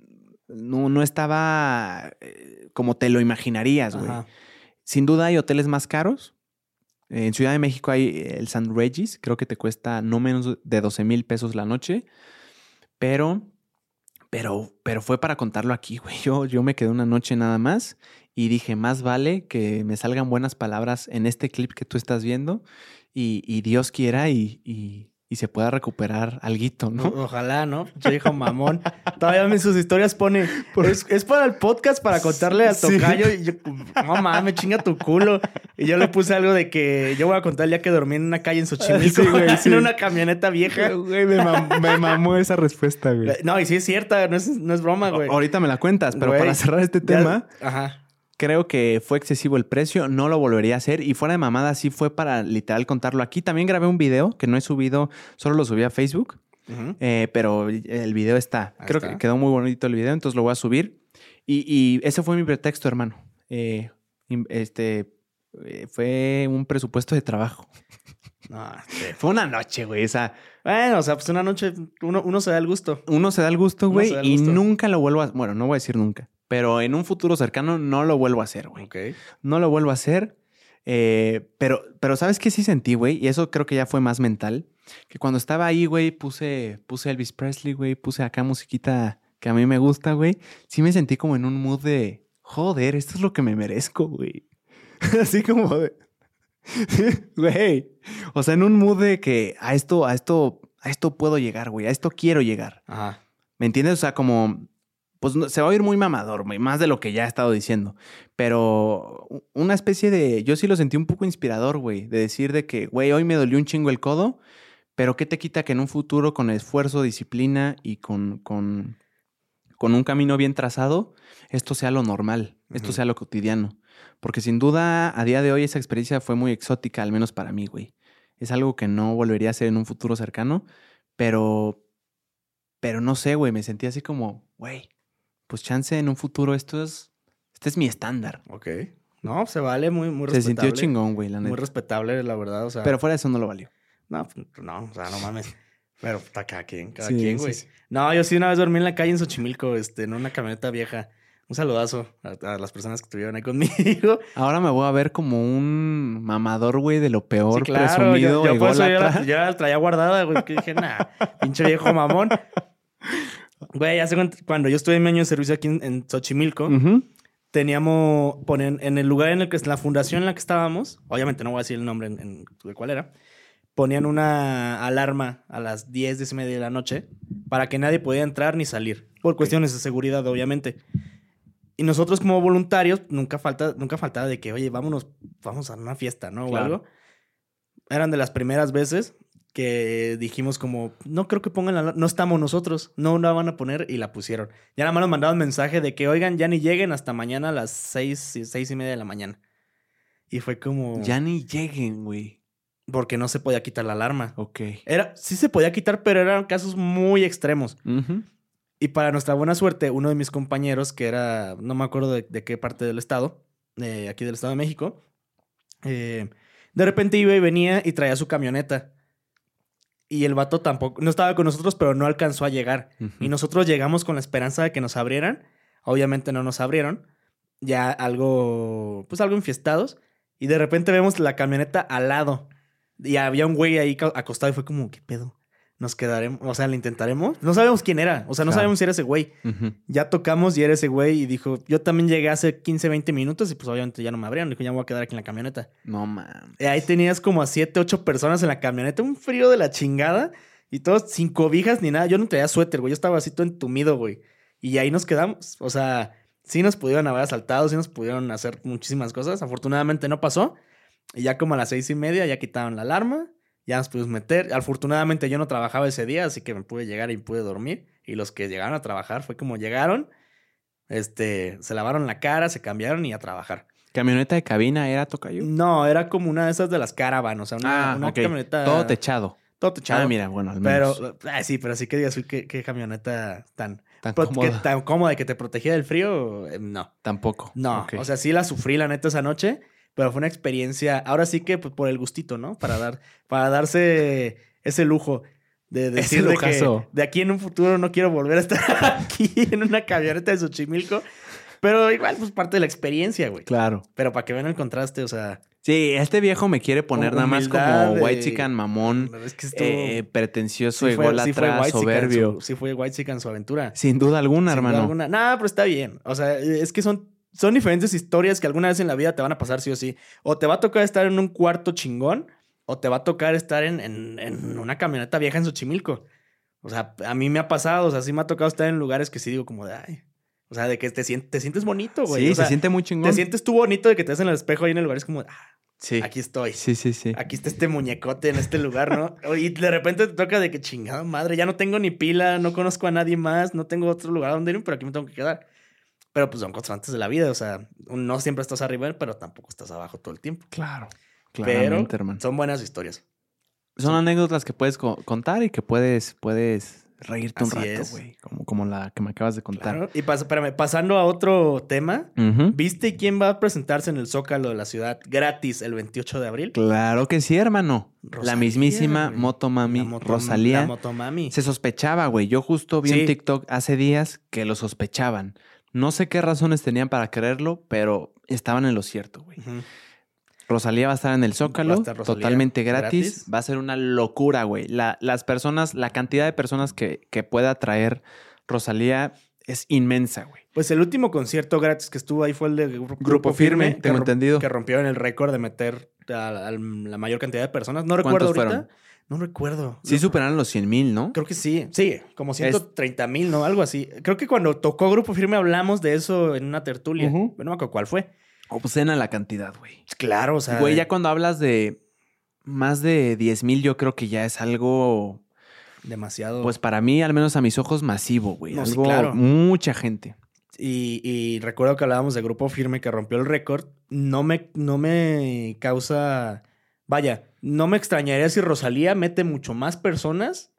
no, no estaba eh, como te lo imaginarías, güey. Ajá. Sin duda hay hoteles más caros. En Ciudad de México hay el San Regis, creo que te cuesta no menos de doce mil pesos la noche. Pero, pero, pero fue para contarlo aquí, güey. Yo, yo me quedé una noche nada más y dije, más vale que me salgan buenas palabras en este clip que tú estás viendo y, y Dios quiera y, y, y se pueda recuperar alguito, ¿no? O- ojalá, ¿no? Yo dijo mamón. Todavía en sus historias pone, es, es para el podcast para contarle al Sí. tocayo. Y yo, no mames, chinga tu culo. Y yo le puse algo de que yo voy a contar el día que dormí en una calle en Xochimilco, Sí, güey, sí. en una camioneta vieja. Güey, me, mam- me mamó esa respuesta, güey. No, y sí es cierta, no es, no es broma, güey. Ahorita me la cuentas, pero Güey, para cerrar este ya- tema... Ajá. Creo que fue excesivo el precio, no lo volvería a hacer y fuera de mamada sí fue para literal contarlo aquí. También grabé un video que no he subido, solo lo subí a Facebook, Uh-huh. eh, pero el video está. Ahí Creo está. que quedó muy bonito el video, entonces lo voy a subir. Y, y ese fue mi pretexto, hermano. Eh, este eh, fue un presupuesto de trabajo. No, sí. Fue una noche, güey. O sea, Bueno, o sea, pues una noche uno, uno se da el gusto. uno se da el gusto, Uno güey, se da el y gusto. nunca lo vuelvo a... Bueno, no voy a decir nunca, pero en un futuro cercano no lo vuelvo a hacer, güey. Ok. No lo vuelvo a hacer. Eh, pero, pero ¿sabes qué sí sentí, güey? Y eso creo que ya fue más mental. Que cuando estaba ahí, güey, puse, puse Elvis Presley, güey. Puse acá musiquita que a mí me gusta, güey. Sí me sentí como en un mood de... Joder, esto es lo que me merezco, güey. Así como de... Güey. O sea, en un mood de que a esto, a esto, a esto puedo llegar, güey. A esto quiero llegar. Ajá. ¿Me entiendes? O sea, como... Pues no- se va a oír muy mamador, güey, más de lo que ya he estado diciendo. Pero u- una especie de... Yo sí lo sentí un poco inspirador, güey. De decir de que, güey, hoy me dolió un chingo el codo, pero ¿qué te quita que en un futuro con esfuerzo, disciplina y con, con, con un camino bien trazado, esto sea lo normal, esto Ujú. sea lo cotidiano? Porque sin duda, a día de hoy esa experiencia fue muy exótica, al menos para mí, güey. Es algo que no volvería a hacer en un futuro cercano, pero... Pero no sé, güey, me sentí así como, güey, pues chance en un futuro esto es... Este es mi estándar. Ok. No, se vale, muy, muy Se respetable. sintió chingón, güey, la Muy neta. respetable, la verdad, o sea... Pero fuera de eso no lo valió. No, pues, no, o sea, no mames. Pero está cada quien, cada Sí, quien, sí, güey. sí. No, yo sí una vez dormí en la calle en Xochimilco, este, en una camioneta vieja. Un saludazo a, a las personas que estuvieron ahí conmigo. Ahora me voy a ver como un mamador, güey, de lo peor, Sí, claro, presumido, yo, yo por eso yo ególatra. la, yo la traía guardada, güey. Que dije, nah, pinche viejo mamón. Güey, hace cuando, cuando yo estuve en mi año de servicio aquí en, en Xochimilco, Ujú. teníamos, ponen, en el lugar en el que, la fundación en la que estábamos, obviamente no voy a decir el nombre en, en, de cuál era, ponían una alarma a las diez, diez y media de la noche para que nadie pudiera entrar ni salir, por cuestiones de seguridad, obviamente. Y nosotros como voluntarios, nunca, falta, nunca faltaba de que, oye, vámonos, vamos a una fiesta, ¿no? Claro. O algo. Eran de las primeras veces que dijimos como, no creo que pongan la... No estamos nosotros, no la van a poner, y la pusieron. Ya nada más nos mandaban mensaje de que, oigan, ya ni lleguen hasta mañana a las seis, seis y media de la mañana. Y fue como... Ya ni lleguen, güey. Porque no se podía quitar la alarma. Ok. Era, sí se podía quitar, pero eran casos muy extremos. Uh-huh. Y para nuestra buena suerte, uno de mis compañeros, que era, no me acuerdo de, de qué parte del estado, eh, aquí del Estado de México, eh, de repente iba y venía y traía su camioneta. Y el vato tampoco, no estaba con nosotros, pero no alcanzó a llegar. Uh-huh. Y nosotros llegamos con la esperanza de que nos abrieran. Obviamente no nos abrieron. Ya algo, pues algo enfiestados. Y de repente vemos la camioneta al lado. Y había un güey ahí acostado y fue como, ¿qué pedo? Nos quedaremos, o sea, ¿le intentaremos? No sabemos quién era, o sea, no claro. sabemos si era ese güey. Uh-huh. Ya tocamos y era ese güey y dijo, yo también llegué hace quince, veinte minutos y pues obviamente ya no me abrieron. Dijo, ya me voy a quedar aquí en la camioneta. No mames. Y ahí tenías como a siete, ocho personas en la camioneta, un frío de la chingada y todos sin cobijas ni nada. Yo no traía suéter, güey, yo estaba así todo entumido, güey. Y ahí nos quedamos, o sea, sí nos pudieron haber asaltado, sí nos pudieron hacer muchísimas cosas. Afortunadamente no pasó. Y ya como a las seis y media ya quitaron la alarma. Ya nos pudimos meter. Afortunadamente yo no trabajaba ese día, así que me pude llegar y pude dormir. Y los que llegaron a trabajar fue como llegaron, este, se lavaron la cara, se cambiaron y a trabajar. ¿Camioneta de cabina era, tocayo? No, era como una de esas de las Caravan, o sea, una, ah, una okay. camioneta... Todo techado. Todo techado. Ah, mira, bueno, al menos. Pero, ah, sí, pero sí que digas, qué, qué camioneta tan... Tan pro- cómoda. que, tan cómoda que te protegía del frío, eh, no. Tampoco. No, okay. O sea, sí la sufrí la neta esa noche. Pero fue una experiencia, ahora sí que pues, por el gustito, ¿no? Para dar, para darse ese lujo de decir de que de aquí en un futuro no quiero volver a estar aquí en una camioneta de Xochimilco. Pero igual, pues parte de la experiencia, güey. Claro. Pero para que vean el contraste, o sea... Sí, este viejo me quiere poner nada más como de... white chican mamón, es que estuvo... eh, pretencioso, sí fue, ególatra, sí soberbio. Su, sí fue white chican su aventura. Sin duda alguna, Sin hermano. Sin duda alguna. Nah, pero está bien. O sea, es que son... Son diferentes historias que alguna vez en la vida te van a pasar sí o sí. O te va a tocar estar en un cuarto chingón, o te va a tocar estar en, en, en una camioneta vieja en Xochimilco. O sea, a mí me ha pasado, o sea, sí me ha tocado estar en lugares que sí digo como de, ay... O sea, de que te, sientes, te sientes bonito, güey. Sí, o sea, se siente muy chingón. Te sientes tú bonito de que te ves en el espejo ahí en el lugar. Es como, ah, sí. Aquí estoy. Sí, sí, sí. Aquí está este muñecote en este lugar, ¿no? Y de repente te toca de que chingada madre, ya no tengo ni pila, no conozco a nadie más, no tengo otro lugar donde ir, pero aquí me tengo que quedar. Pero pues son constantes de la vida, o sea, no siempre estás arriba, pero tampoco estás abajo todo el tiempo. Claro, claramente, pero hermano. Son buenas historias. Son sí. anécdotas que puedes co- contar y que puedes, puedes reírte Así un rato, güey. Como, como la que me acabas de contar. Claro. Y pas- espérame, pasando a otro tema, uh-huh. ¿viste quién va a presentarse en el Zócalo de la ciudad gratis el veintiocho de abril? Claro que sí, hermano. Rosalía, la mismísima güey. Motomami la moto, Rosalía. La Motomami. Se sospechaba, güey. Yo justo vi sí. un TikTok hace días que lo sospechaban. No sé qué razones tenían para creerlo, pero estaban en lo cierto, güey. Uh-huh. Rosalía va a estar en el Zócalo, totalmente gratis. gratis. Va a ser una locura, güey. La, las personas, la cantidad de personas que, que pueda traer Rosalía es inmensa, güey. Pues el último concierto gratis que estuvo ahí fue el de Grupo, Grupo Firme, Firme tengo que entendido. Que rompieron el récord de meter a, a la mayor cantidad de personas. No recuerdo ahorita. Fueron? No recuerdo. Sí superaron los cien mil, ¿no? Creo que sí. Sí, como ciento treinta mil, ¿no? Algo así. Creo que cuando tocó Grupo Firme hablamos de eso en una tertulia. Uh-huh. Pero no me acuerdo cuál fue. O pues en la cantidad, güey. Claro, o sea... Güey, ya cuando hablas de más de diez mil, yo creo que ya es algo... Demasiado... Pues para mí, al menos a mis ojos, masivo, güey. No, algo... Sí, claro. Mucha gente. Y, y recuerdo que hablábamos de Grupo Firme que rompió el récord. No me, no me causa... Vaya, no me extrañaría si Rosalía mete mucho más personas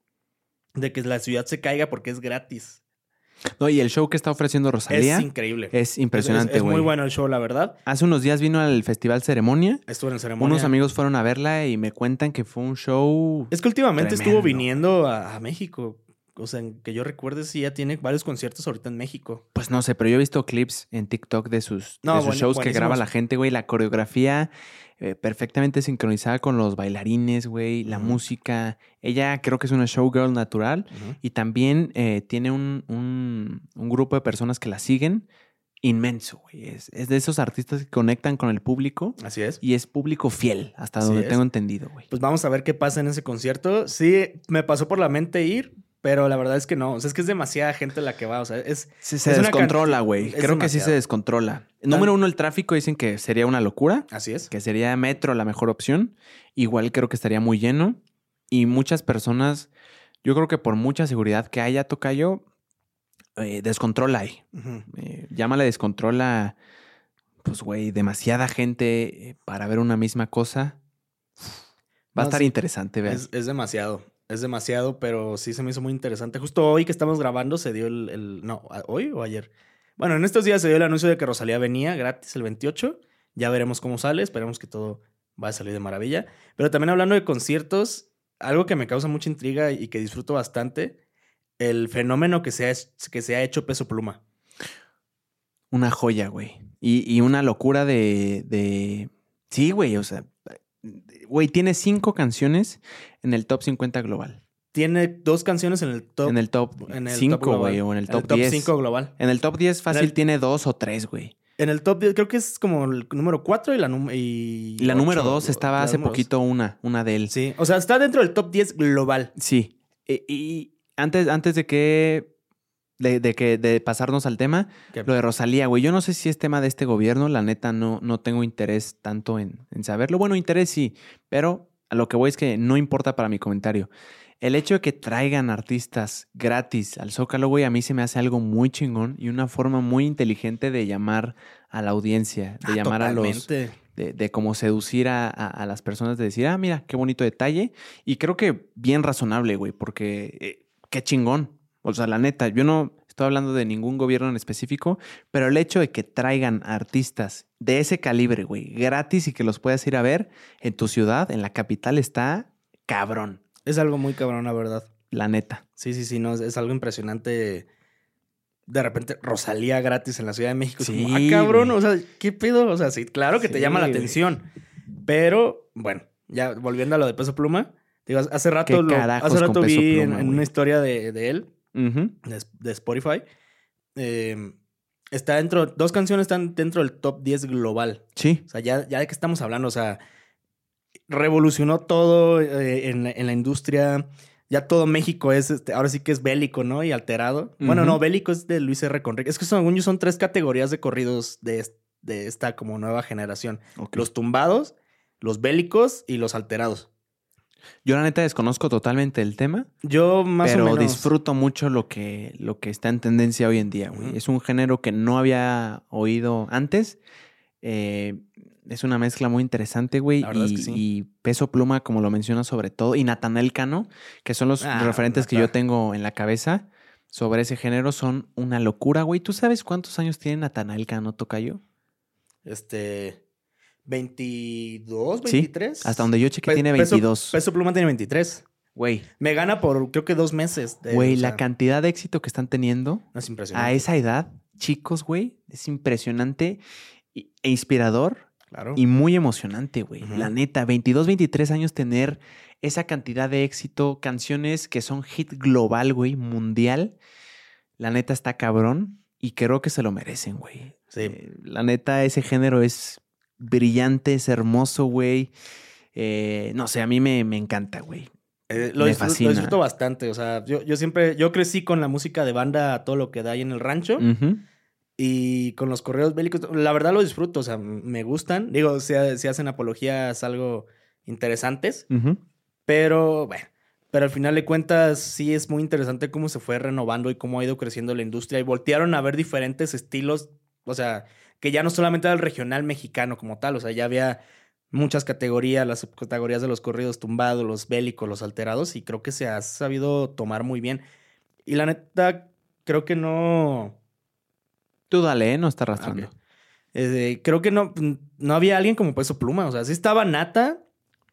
de que la ciudad se caiga porque es gratis. No, y el show que está ofreciendo Rosalía... Es increíble. Es impresionante, güey. Es, es, es muy bueno el show, la verdad. Hace unos días vino al Festival Ceremonia. Estuvo en el Ceremonia. Unos amigos fueron a verla y me cuentan que fue un show... Es que últimamente tremendo. Estuvo viniendo a, a México. O sea, que yo recuerde, sí, ya tiene varios conciertos ahorita en México. Pues no sé, pero yo he visto clips en TikTok de sus, no, de sus buen, shows buenísimos. que graba la gente, güey. La coreografía eh, perfectamente sincronizada con los bailarines, güey. La uh-huh. música. Ella creo que es una showgirl natural. Uh-huh. Y también eh, tiene un, un, un grupo de personas que la siguen inmenso, güey. Es, es de esos artistas que conectan con el público. Así es. Y es público fiel, hasta Así donde es. tengo entendido, güey. Pues vamos a ver qué pasa en ese concierto. Sí, me pasó por la mente ir, pero la verdad es que no. O sea, es que es demasiada gente la que va. O sea, es... Se, se es una descontrola, cantidad- güey. es Creo que sí demasiado. se descontrola. Número uno, el tráfico dicen que sería una locura. Así es. Que sería metro la mejor opción. Igual creo que estaría muy lleno. Y muchas personas, yo creo que por mucha seguridad que haya, tocayo, eh, descontrola ahí. Ujú. Eh, llámale descontrola, pues, güey, demasiada gente eh, para ver una misma cosa. Va a No, estar sí. interesante, ver. Es, es demasiado. Es demasiado, pero sí se me hizo muy interesante. Justo hoy que estamos grabando se dio el... el- no, ¿hoy o ayer? Bueno, en estos días se dio el anuncio de que Rosalía venía gratis el veintiocho. Ya veremos cómo sale. Esperemos que todo vaya a salir de maravilla. Pero también hablando de conciertos, algo que me causa mucha intriga y que disfruto bastante, el fenómeno que se ha, que se ha hecho Peso Pluma. Una joya, güey. Y, y una locura de, de... Sí, güey, o sea... Güey, tiene cinco canciones en el top cincuenta global. Tiene dos canciones en el top... en el top en el top cinco, global. güey, o en el En top el top diez. cinco global. En el top diez fácil En el- tiene dos o tres, güey. En el top diez creo que es como el número cuatro y la, num- y Y la número ocho, dos estaba la hace número dos. poquito una, una de él. Sí, o sea, está dentro del top diez global. Sí. E- Y, antes, antes de que... De, de que de pasarnos al tema, ¿Qué? lo de Rosalía, güey. Yo no sé si es tema de este gobierno. La neta, no, no tengo interés tanto en, en saberlo. Bueno, interés sí, pero a lo que voy es que no importa para mi comentario. El hecho de que traigan artistas gratis al Zócalo, güey, a mí se me hace algo muy chingón y una forma muy inteligente de llamar a la audiencia, de Ah, llamar a los... totalmente. De, de cómo seducir a, a, a las personas, de decir, ah, mira, qué bonito detalle. Y creo que bien razonable, güey, porque eh, qué chingón. O sea, la neta, yo no estoy hablando de ningún gobierno en específico, pero el hecho de que traigan artistas de ese calibre, güey, gratis y que los puedas ir a ver en tu ciudad, en la capital, está cabrón, Es algo muy cabrón, la verdad. la neta. Sí, sí, sí, no, es, es algo impresionante. De repente, Rosalía gratis en la Ciudad de México. Es Sí, como, ah, cabrón, güey. o sea, ¿qué pedo? O sea, sí, claro que te Sí, llama la güey. atención. Pero, bueno, ya volviendo a lo de Peso Pluma, digo, hace rato, ¿Qué lo- carajos hace rato con Peso vi en, Pluma, en güey? una historia de, de él, Ujú. de, de Spotify, eh, está dentro, dos canciones están dentro del top diez global. Sí, O sea, ya, ya de qué estamos hablando, o sea, revolucionó todo eh, en, la- en la industria. Ya todo México es, este, ahora sí que es bélico, ¿no? Y alterado. Bueno, Ujú. no, bélico es de Luis R. Conríquez. Es que según yo son tres categorías de corridos de, es- de esta como nueva generación. ok. Los tumbados, los bélicos y los alterados. Yo la neta desconozco totalmente el tema, Yo más pero o menos... disfruto mucho lo que, lo que está en tendencia hoy en día, güey. Ujú. Es un género que no había oído antes. Eh, es una mezcla muy interesante, güey. La verdad Y, es que sí. y Peso Pluma, como lo menciona sobre todo, y Natanael Cano, que son los Ah, referentes que Nata. yo tengo en la cabeza sobre ese género, son una locura, güey. ¿Tú sabes cuántos años tiene Natanael Cano, tocayo? Este... veintidós, Sí, veintitrés. hasta donde yo chequé Pe- tiene Peso- veintidós. Peso Pluma tiene veintitrés. Güey, Me gana por creo que dos meses. de- güey, o sea, la cantidad de éxito que están teniendo no es impresionante. a esa edad, chicos, güey, es impresionante y- e inspirador Claro. y muy emocionante, güey. Ujú. La neta, veintidós, veintitrés años tener esa cantidad de éxito, canciones que son hit global, güey, mundial. La neta está cabrón y creo que se lo merecen, güey. Sí. Eh, la neta, ese género es brillante, es hermoso, güey. Eh, no sé, a mí me, me encanta, güey. Eh, lo, Me disfruto, fascina. lo disfruto bastante. O sea, yo, yo siempre, yo crecí con la música de banda a todo lo que da ahí en el rancho Ujú. y con los correos bélicos. La verdad lo disfruto, o sea, m- me gustan. Digo, se, se hacen apologías algo interesantes, Ujú. pero bueno. Pero al final de cuentas sí es muy interesante cómo se fue renovando y cómo ha ido creciendo la industria y voltearon a ver diferentes estilos, o sea, que ya no solamente era el regional mexicano como tal, o sea, ya había muchas categorías, las subcategorías de los corridos tumbados, los bélicos, los alterados, y creo que se ha sabido tomar muy bien. Y la neta, creo que no... Tú dale, ¿eh? No está Ah, arrastrando. ok. Eh, creo que no, no había alguien como Peso Pluma, o sea, sí estaba Nata,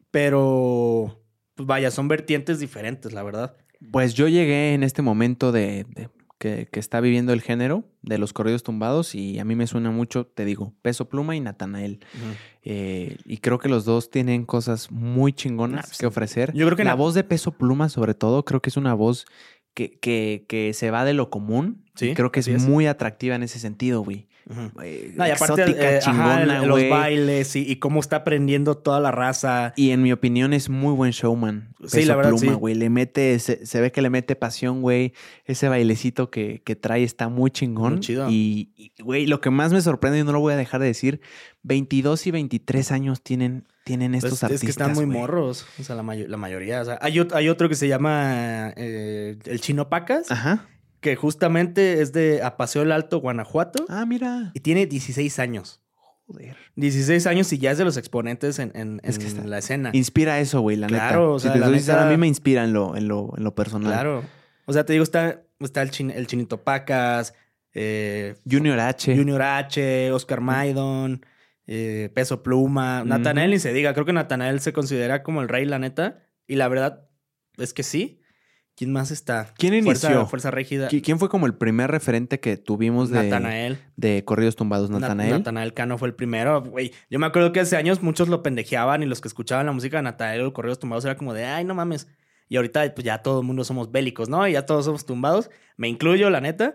pero pues vaya, son vertientes diferentes, la verdad. Pues yo llegué en este momento de, de- que, que está viviendo el género de los corridos tumbados y a mí me suena mucho, te digo, Peso Pluma y Natanael. Eh, y creo que los dos tienen cosas muy chingonas Ah, pues, que ofrecer. yo creo que la Nat- voz de Peso Pluma, sobre todo, creo que es una voz que, que, que se va de lo común. Sí, Y creo que es, así es. muy atractiva en ese sentido, güey. Uh-huh. eh, No, y aparte, exótica, eh, chingona, ajá, los güey. bailes y, y cómo está aprendiendo toda la raza. Y en mi opinión es muy buen showman. Sí, Peso la verdad, Pluma, sí. güey. Le mete, se, se ve que le mete pasión, güey. Ese bailecito que, que trae está muy chingón. Muy chido. Y, y, güey, lo que más me sorprende, y no lo voy a dejar de decir, veintidós y veintitrés años tienen, tienen estos Pues, artistas, es que están muy güey. morros. O sea, la, mayo- la mayoría. O sea, hay, ot- hay otro que se llama eh, el Chino Pacas, Ajá. que justamente es de Apaseo el Alto, Guanajuato. Ah, mira. Y tiene dieciséis años. Joder. dieciséis años y ya es de los exponentes en, en, Es que en está- la escena. Inspira eso, güey, la Claro, neta. o sea, si te la soy sincero, neta- a mí me inspira en lo, en lo, en lo personal. Claro. O sea, te digo, está, está el, chin- el Chinito Pacas, eh, Junior H. Junior H, Oscar Maidon, eh, Peso Pluma. Natanael Ujú. ni se diga. Creo que Natanael se considera como el rey, la neta. Y la verdad es que sí. ¿Quién más está? ¿Quién Fuerza, inició? Fuerza Régida. ¿Qui- ¿Quién fue como el primer referente que tuvimos de, Natanael. de corridos tumbados? Na- Natanael. Natanael Cano fue el primero, güey. Yo me acuerdo que hace años muchos lo pendejeaban y los que escuchaban la música de Natanael o corridos tumbados era como de, ay, no mames. Y ahorita pues ya todo el mundo somos bélicos, ¿no? Y ya todos somos tumbados. Me incluyo, la neta.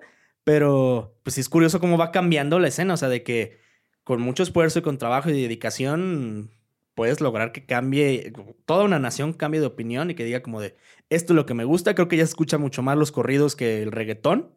Pero pues sí es curioso cómo va cambiando la escena. O sea, de que con mucho esfuerzo y con trabajo y dedicación puedes lograr que cambie, toda una nación cambie de opinión y que diga como de, esto es lo que me gusta. Creo que ya se escucha mucho más los corridos que el reggaetón.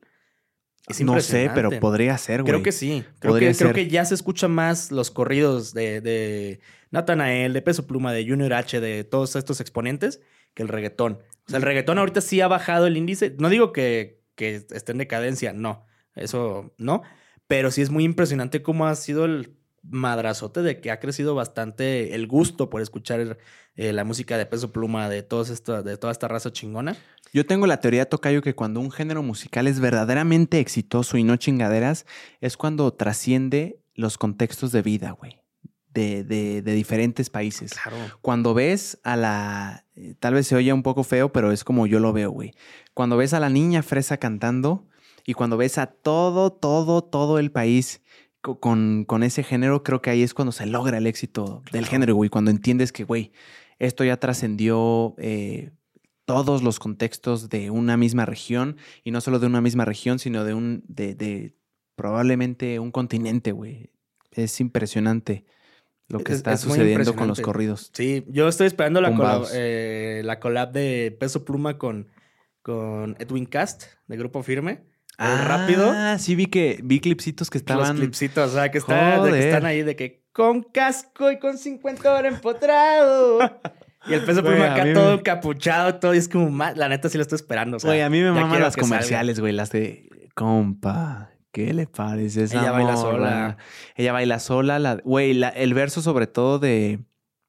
Es No sé, impresionante. pero podría ser, güey. Creo que sí. Creo Podría que, creo ser. que ya se escucha más los corridos de, de Natanael, de Peso Pluma, de Junior H, de todos estos exponentes, que el reggaetón. O sea, el reggaetón ahorita sí ha bajado el índice. No digo que, que esté en decadencia, no. Eso no. Pero sí es muy impresionante cómo ha sido el madrazote de que ha crecido bastante el gusto por escuchar eh, la música de Peso Pluma, de, todos esto, de toda esta raza chingona. Yo tengo la teoría, tocayo, que cuando un género musical es verdaderamente exitoso y no chingaderas, es cuando trasciende los contextos de vida, güey. De, de, de diferentes países. Claro. Cuando ves a la... eh, Tal vez se oye un poco feo, pero es como yo lo veo, güey. Cuando ves a la niña fresa cantando y cuando ves a todo, todo, todo el país co- con, con ese género, creo que ahí es cuando se logra el éxito del Claro. género, güey. Cuando entiendes que, güey, esto ya trascendió eh, todos los contextos de una misma región y no solo de una misma región, sino de un... de, de probablemente un continente, güey. Es impresionante lo que Es- está es muy sucediendo con los impresionante. corridos. Sí, yo estoy esperando la, Tumbados. colab- eh, la collab de Peso Pluma con, con Edwin Cast, de Grupo Firme. El rápido. Ah, sí vi que vi clipsitos que estaban. Los clipsitos, o sea, que, está, de que Joder. están ahí de que con casco y con cincuenta horas empotrado. Y el Peso Güey, Pluma a acá mí todo me- encapuchado, todo. Y es como, ma- la neta sí lo estoy esperando. O sea, Güey, a mí me ya maman quiero las que salga. comerciales, güey, las de compa. ¿Qué le parece esa Ella baila morra? sola. Ella baila sola. La, güey, la- el verso sobre todo de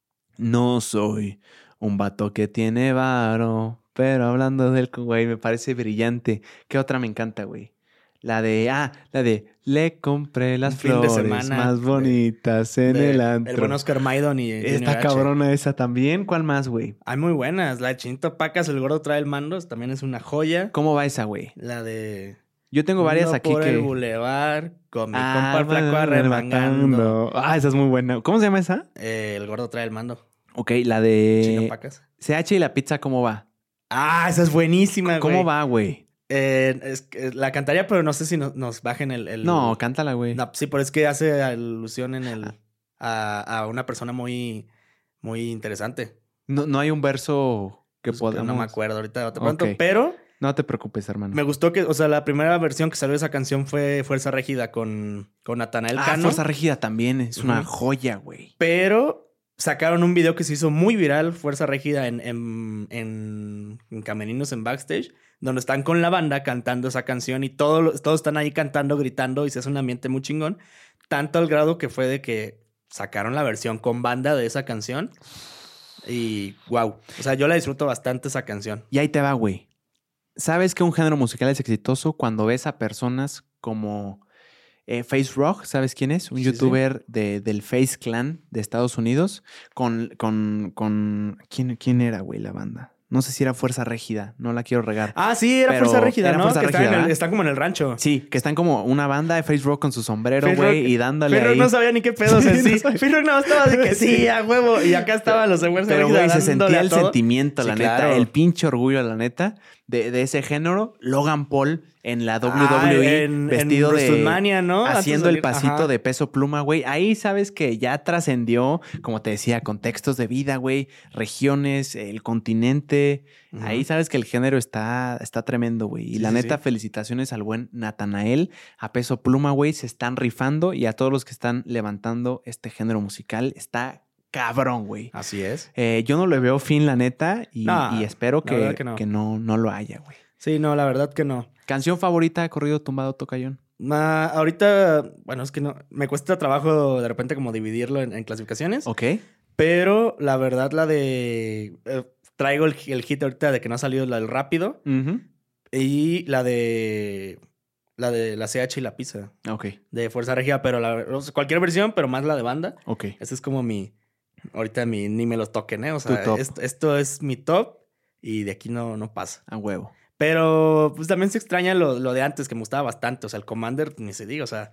no soy un vato que tiene varo, pero hablando del güey, me parece brillante. ¿Qué otra me encanta, güey? La de, ah, la de le compré las Un fin de flores semana más de- bonitas en De- el antro. El buen Oscar Maidon y Junior Esta H. cabrona esa también. ¿Cuál más, güey? Hay muy buenas. La de Chinito Pacas, el gordo trae el mando, también es una joya. ¿Cómo va esa, güey? La de... Yo tengo varias Ando aquí por que... el bulevar con mi Ah, compa el flaco bueno, arremangando. arremangando. Ah, esa es muy buena. ¿Cómo se llama esa? Eh, el gordo trae el mando. Ok, la Chino de Pacas. C H y la pizza, ¿cómo va? Ah, esa es buenísima, güey. ¿Cómo va, güey? Eh, es que la cantaría, pero no sé si nos, nos bajen el... el- No, cántala, güey. No, sí, pero es que hace alusión en el... A, a una persona muy... Muy interesante. No, no hay un verso que Pues, podamos... No me acuerdo ahorita te cuento, Ok. pero... No te preocupes, hermano. Me gustó que, o sea, la primera versión que salió de esa canción fue Fuerza Régida con, con Natanael Ah, Cano. Fuerza Rígida también. Es una Ujú. joya, güey. Pero sacaron un video que se hizo muy viral, Fuerza Régida, en, en, en, en Camerinos, en backstage, donde están con la banda cantando esa canción y todo, lo- todos están ahí cantando, gritando y se hace un ambiente muy chingón. Tanto al grado que fue de que sacaron la versión con banda de esa canción. Y wow. O sea, yo la disfruto bastante esa canción. Y ahí te va, güey. ¿Sabes que un género musical es exitoso cuando ves a personas como eh, Face Rock? ¿Sabes quién es? Un Sí, sí. youtuber de, del Face Clan de Estados Unidos. Con... con, con ¿quién, ¿Quién era, güey, la banda? No sé si era Fuerza Régida. No la quiero regar. Ah, sí, era Pero Fuerza Régida, era ¿no? Fuerza que están, Régida, en el- ¿verdad? están como en el rancho. Sí, que están como una banda de Face Rock con su sombrero, Face güey, Rock- y dándole Face Rock ahí. no sabía ni qué pedo, o sea, Sí, sí. no sabía. Face Rock no estaba de que sí, a huevo. Y acá estaban los de Fuerza Pero, Régida güey, se dándole sentía a el todo. sentimiento, Sí, la neta, claro. el pinche orgullo, la neta, de, de ese género. Logan Paul en la W W E ah, en, vestido en de... WrestleMania, ¿no? Haciendo de el pasito Ajá. de Peso Pluma, güey. Ahí sabes que ya trascendió, como te decía, contextos de vida, güey, regiones, el continente. Uh-huh. Ahí sabes que el género está, está tremendo, güey. Y sí, la sí, neta, sí. felicitaciones al buen Natanael, a Peso Pluma, güey. Se están rifando y a todos los que están levantando este género musical. Está cabrón, güey. Así es. Eh, yo no le veo fin, la neta, y, no, y espero que, que, no. que no, no lo haya, güey. Sí, no, la verdad que no. ¿Canción favorita de corrido tumbado, Tocayón? Ma, ahorita, bueno, es que no. Me cuesta trabajo de repente como dividirlo en, en clasificaciones. Ok. Pero la verdad, la de. Eh, traigo el, el hit ahorita de que no ha salido la del rápido. Uh-huh. Y la de. La de la C H y la pizza. Ok. De Fuerza Regia, pero la, cualquier versión, pero más la de banda. Ok. Ese es como mi. Ahorita mi, ni me los toquen, ¿eh? O sea, esto, esto es mi top y de aquí no, no pasa. A huevo. Pero pues también se extraña lo, lo de antes, que me gustaba bastante. O sea, el Commander, ni se diga. O sea,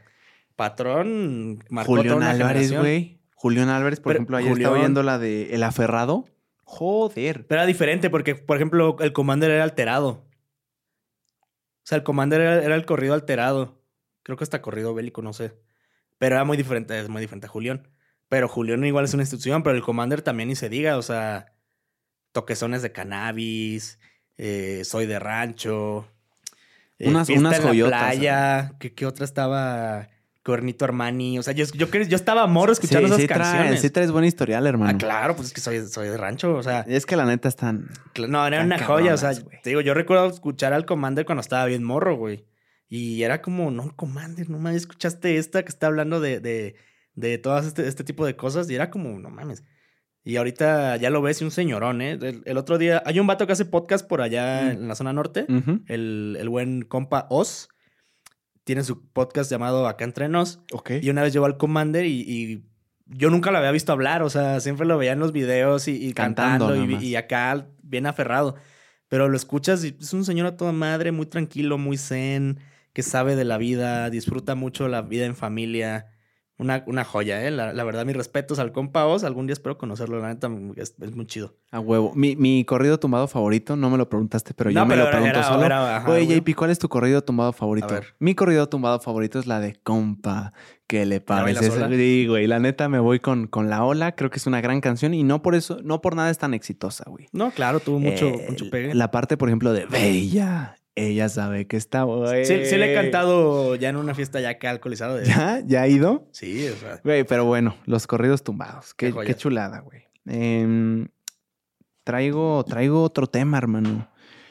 Patrón marcó Julián toda una Álvarez, generación. güey. Julián Álvarez, por Pero, ejemplo, ayer Julián... estaba oyendo la de El Aferrado. Joder. Pero era diferente porque, por ejemplo, el Commander era alterado. O sea, el Commander era, era el corrido alterado. Creo que hasta corrido bélico, no sé. Pero era muy diferente, es muy diferente a Julián. Pero Julián igual es una institución, pero el Commander también ni se diga. O sea, toquezones de cannabis... Eh, soy de rancho. Eh, unas unas en joyotas. La playa. ¿Qué, ¿Qué otra estaba? Cuernito Armani. O sea, yo, yo, yo estaba morro escuchando sí, esas sí canciones. Trae, sí traes buen historial, hermano. Ah, claro, pues es que soy, soy de rancho. O sea, es que la neta están. No, era una joya. O sea, wey. Te digo, yo recuerdo escuchar al Commander cuando estaba bien morro, güey. Y era como, no, Commander, no mames, escuchaste esta que está hablando de, de, de todas este, este tipo de cosas. Y era como, no mames. Y ahorita ya lo ves y un señorón, ¿eh? El, el otro día... Hay un vato que hace podcast por allá mm. en la zona norte. Uh-huh. El, el buen compa Oz. Tiene su podcast llamado Acá Entre Nos. Ok. Y una vez llevó al Commander y, y yo nunca lo había visto hablar. O sea, siempre lo veía en los videos y, y cantando. cantando y, y acá bien aferrado. Pero lo escuchas y es un señor a toda madre, muy tranquilo, muy zen, que sabe de la vida, disfruta mucho la vida en familia... Una, una joya, ¿eh? La, la verdad, mis respetos al compa Oz. Algún día espero conocerlo. La neta, es, es muy chido. A huevo. Mi, mi corrido tumbado favorito, no me lo preguntaste, pero no, yo pero me lo era, pregunto era, solo. Era, ajá, Oye, J P, ¿cuál es tu corrido tumbado favorito? Mi corrido tumbado favorito es la de compa. ¿Qué le parece? Sí, güey. La neta, me voy con, con La Ola. Creo que es una gran canción y no por eso, no por nada es tan exitosa, güey. No, claro, tuvo mucho, eh, mucho pegue. La parte, por ejemplo, de Bella. Ella sabe que está, güey. Sí, sí le he cantado ya en una fiesta ya que alcoholizado. De... ¿Ya? ¿Ya ha ido? Sí, o sea. Güey, pero bueno, los corridos tumbados. Qué, qué, qué chulada, güey. Eh, traigo, traigo otro tema, hermano.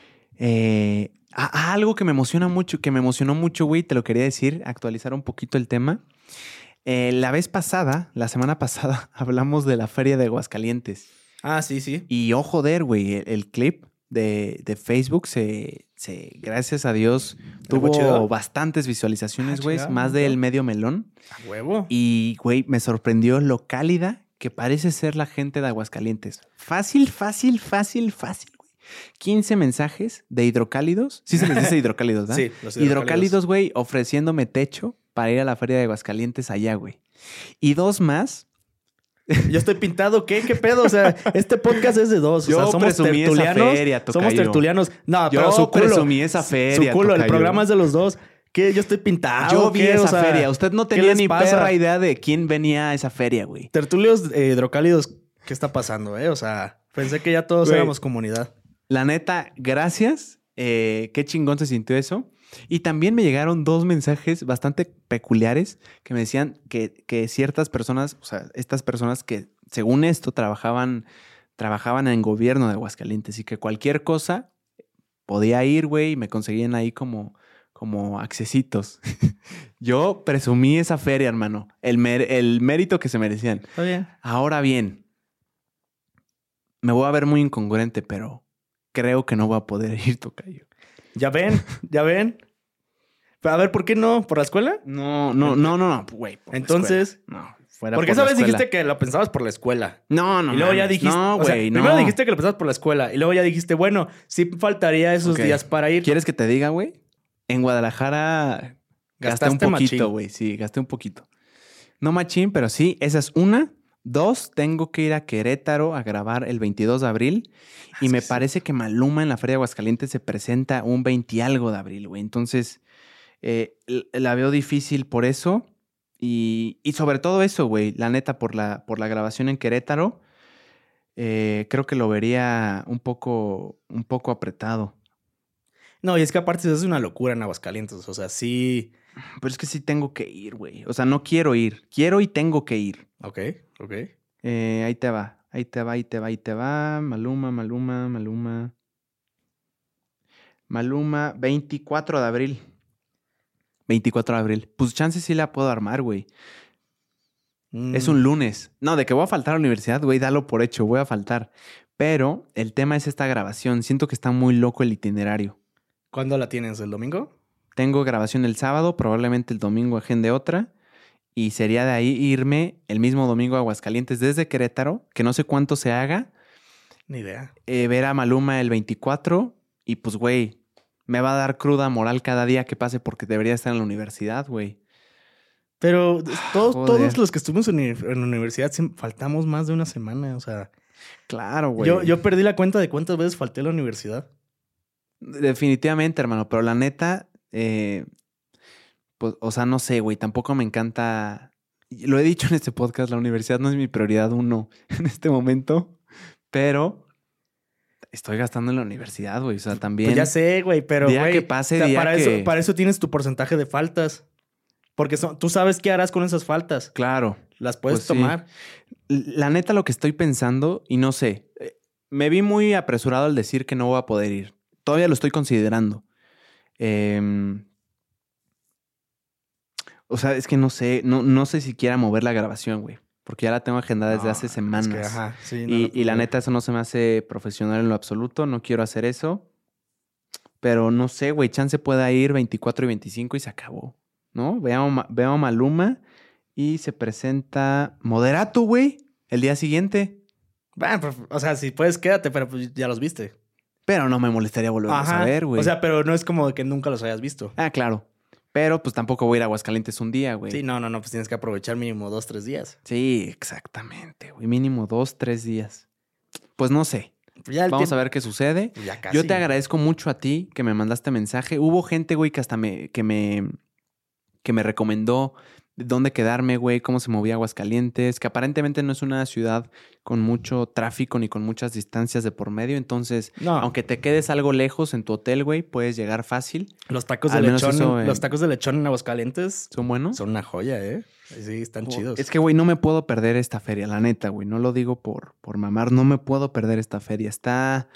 Eh, a, a algo que me emociona mucho, que me emocionó mucho, güey. Te lo quería decir, actualizar un poquito el tema. Eh, la vez pasada, la semana pasada, hablamos de la Feria de Aguascalientes. Ah, sí, sí. Y oh, joder, güey, el, el clip de, de Facebook se, se, gracias a Dios, tuvo bastantes visualizaciones, güey. Ah, más del medio melón. A huevo. Y, güey, me sorprendió lo cálida que parece ser la gente de Aguascalientes. Fácil, fácil, fácil, fácil, güey. quince mensajes de hidrocálidos. Sí se les dice hidrocálidos, ¿verdad? Sí, los hidrocálidos. Hidrocálidos, güey, ofreciéndome techo para ir a la Feria de Aguascalientes allá, güey. Y dos más... Yo estoy pintado, ¿qué? ¿Qué pedo? O sea, este podcast es de dos. O Yo sea, somos presumí tertulianos. Esa feria, tocayo. Somos tertulianos. No, Yo pero su culo. presumí esa feria, Su culo, tocayo. El programa es de los dos. ¿Qué? Yo estoy pintado. Yo vi ¿qué? esa o sea, feria. Usted no tenía ni pasa? perra idea de quién venía a esa feria, güey. Tertulios eh, hidrocálidos, ¿qué está pasando, eh? O sea, pensé que ya todos güey, éramos comunidad. La neta, gracias. Eh, qué chingón se sintió eso. Y también me llegaron dos mensajes bastante peculiares que me decían que, que ciertas personas, o sea, estas personas que según esto trabajaban, trabajaban en gobierno de Aguascalientes y que cualquier cosa podía ir, güey, y me conseguían ahí como, como accesitos. Yo presumí esa feria, hermano. El, mer- el mérito que se merecían. Está bien. Ahora bien, me voy a ver muy incongruente, pero creo que no voy a poder ir, tocayo. Ya ven, ya ven. Pero a ver, ¿por qué no? ¿Por la escuela? No, no, no, no, no, güey. Entonces, no, fuera porque por esa vez escuela. dijiste que lo pensabas por la escuela. No, no, Y luego mames. ya dijiste, no, o sea, güey, no. primero dijiste que lo pensabas por la escuela y luego ya dijiste, bueno, sí faltaría esos okay. días para ir. ¿Quieres que te diga, güey? En Guadalajara gasté un poquito, güey. Sí, gasté un poquito. No machín, pero sí, esa es una. Dos, tengo que ir a Querétaro a grabar el veintidós de abril. Y me parece que Maluma en la Feria de Aguascalientes se presenta un veinte algo de abril, güey. Entonces, eh, la veo difícil por eso. Y, y sobre todo eso, güey. La neta, por la, por la grabación en Querétaro, eh, creo que lo vería un poco, un poco apretado. No, y es que aparte es una locura en Aguascalientes. O sea, sí. Pero es que sí tengo que ir, güey. O sea, no quiero ir. Quiero y tengo que ir. Ok, ok. Eh, ahí te va. Ahí te va, ahí te va, ahí te va. Maluma, Maluma, Maluma. Maluma, veinticuatro de abril. veinticuatro de abril. Pues chance sí la puedo armar, güey. Mm. Es un lunes. No, de que voy a faltar a la universidad, güey, dalo por hecho, voy a faltar. Pero el tema es esta grabación. Siento que está muy loco el itinerario. ¿Cuándo la tienes? ¿El domingo? Tengo grabación el sábado, probablemente el domingo agende otra. Y sería de ahí irme el mismo domingo a Aguascalientes desde Querétaro, que no sé cuánto se haga. Ni idea. Eh, ver a Maluma el veinticuatro y pues, güey, me va a dar cruda moral cada día que pase porque debería estar en la universidad, güey. Pero todos, Joder. todos los que estuvimos en, en la universidad faltamos más de una semana, o sea... Claro, güey. Yo, yo perdí la cuenta de cuántas veces falté a la universidad. Definitivamente, hermano, pero la neta, eh, pues, o sea, no sé, güey, tampoco me encanta... Lo he dicho en este podcast, la universidad no es mi prioridad uno en este momento, pero estoy gastando en la universidad, güey, o sea, también... Pues ya sé, güey, pero, día güey... que pase, o sea, día para que... Eso, para eso tienes tu porcentaje de faltas. Porque son, tú sabes qué harás con esas faltas. Claro. Las puedes Pues sí. tomar. La neta, lo que estoy pensando, y no sé, eh, me vi muy apresurado al decir que no voy a poder ir. Todavía lo estoy considerando. Eh, o sea, es que no sé, no, no sé si quiera mover la grabación, güey. Porque ya la tengo agendada desde No, hace es semanas. que, ajá, sí, no y, lo y puedo la ver. neta, eso no se me hace profesional en lo absoluto. No quiero hacer eso. Pero no sé, güey, chance pueda ir veinticuatro y veinticinco y se acabó. ¿No? Veo, Ma- veo a Maluma y se presenta Moderato, güey, el día siguiente. Bueno, pues, o sea, si puedes, quédate, pero pues ya los viste. Pero no me molestaría volverlos a ver, güey. O sea, pero no es como que nunca los hayas visto. Ah, claro. Pero pues tampoco voy a ir a Aguascalientes un día, güey. Sí, no, no, no, pues tienes que aprovechar mínimo dos, tres días. Sí, exactamente, güey. Mínimo dos, tres días. Pues no sé. Pues ya el Vamos tiempo- a ver qué sucede. Ya casi. Yo te agradezco mucho a ti que me mandaste mensaje. Hubo gente, güey, que hasta me, que me, que me recomendó dónde quedarme, güey, cómo se movía Aguascalientes, que aparentemente no es una ciudad con mucho tráfico ni con muchas distancias de por medio. Entonces, No. aunque te quedes algo lejos en tu hotel, güey, puedes llegar fácil. Los tacos de Al menos lechón, eso, eh, los tacos de lechón en Aguascalientes ¿Son buenos? son una joya, ¿eh? Sí, están chidos. Es que, güey, no me puedo perder esta feria, la neta, güey. No lo digo por, por mamar, no me puedo perder esta feria. Está...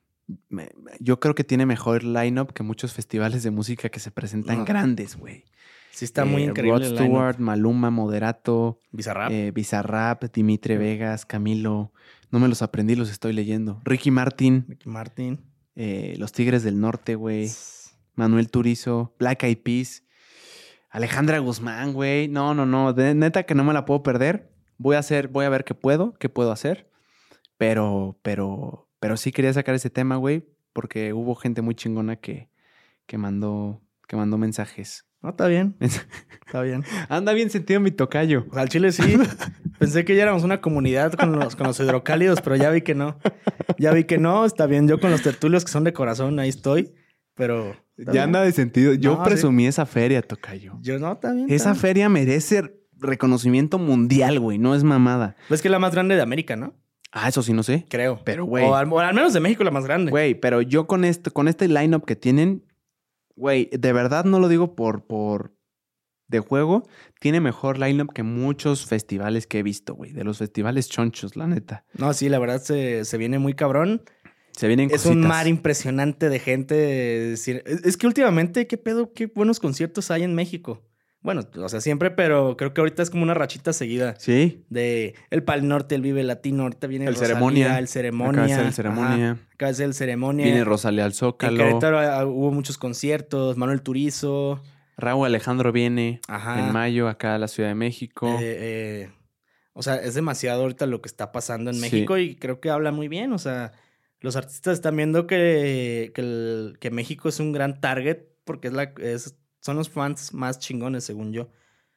me- yo creo que tiene mejor line-up que muchos festivales de música que se presentan No. grandes, güey. Sí, está muy Eh, increíble. Rod el line-up. Stewart, Maluma, Moderato, Bizarrap. eh, Bizarrap, Dimitri Vegas, Camilo. No me los aprendí, los estoy leyendo. Ricky Martin, Ricky Martin. eh, Los Tigres del Norte, güey. Manuel Turizo, Black Eyed Peas, Alejandra Guzmán, güey. No, no, no. De neta que no me la puedo perder. Voy a hacer, voy a ver qué puedo, qué puedo hacer. Pero, pero, pero sí quería sacar ese tema, güey, porque hubo gente muy chingona que, que mandó, que mandó mensajes. No, está bien. Está bien. Anda bien sentido mi tocayo. O sea, al chile sí. Pensé que ya éramos una comunidad con los, con los hidrocálidos, pero ya vi que no. Ya vi que no. Está bien. Yo con los tertulios que son de corazón, ahí estoy. Pero... está Ya bien. anda de sentido. Yo No, presumí esa feria, tocayo. Yo no, está bien. está Esa bien. feria merece reconocimiento mundial, güey. No es mamada. Pues que es la más grande de América, ¿no? Ah, eso sí no sé. Creo. Pero, güey. O al, o al menos de México la más grande. Güey, pero yo con este, con este lineup que tienen, güey, de verdad no lo digo por, por de juego, tiene mejor lineup que muchos festivales que he visto, güey. De los festivales chonchos, la neta. No, sí, la verdad se, se viene muy cabrón. Se vienen Es cositas. un mar impresionante de gente. Es decir, es, es que últimamente, qué pedo, qué buenos conciertos hay en México. Bueno, o sea, siempre, pero creo que ahorita es como una rachita seguida. Sí. De el Pal Norte, el Vive Latino, ahorita viene El Rosalía, Ceremonia. el Ceremonia. Acaba de ser el Ceremonia. Ajá, acaba de ser el Ceremonia. Viene Rosalía al En Zócalo. Querétaro ah, hubo muchos conciertos. Manuel Turizo. Raúl Alejandro viene Ajá. en mayo acá a la Ciudad de México. Eh, eh, o sea, es demasiado ahorita lo que está pasando en Sí. México y creo que habla muy bien. O sea, los artistas están viendo que, que, el- que México es un gran target porque es la, es, son los fans más chingones, según yo.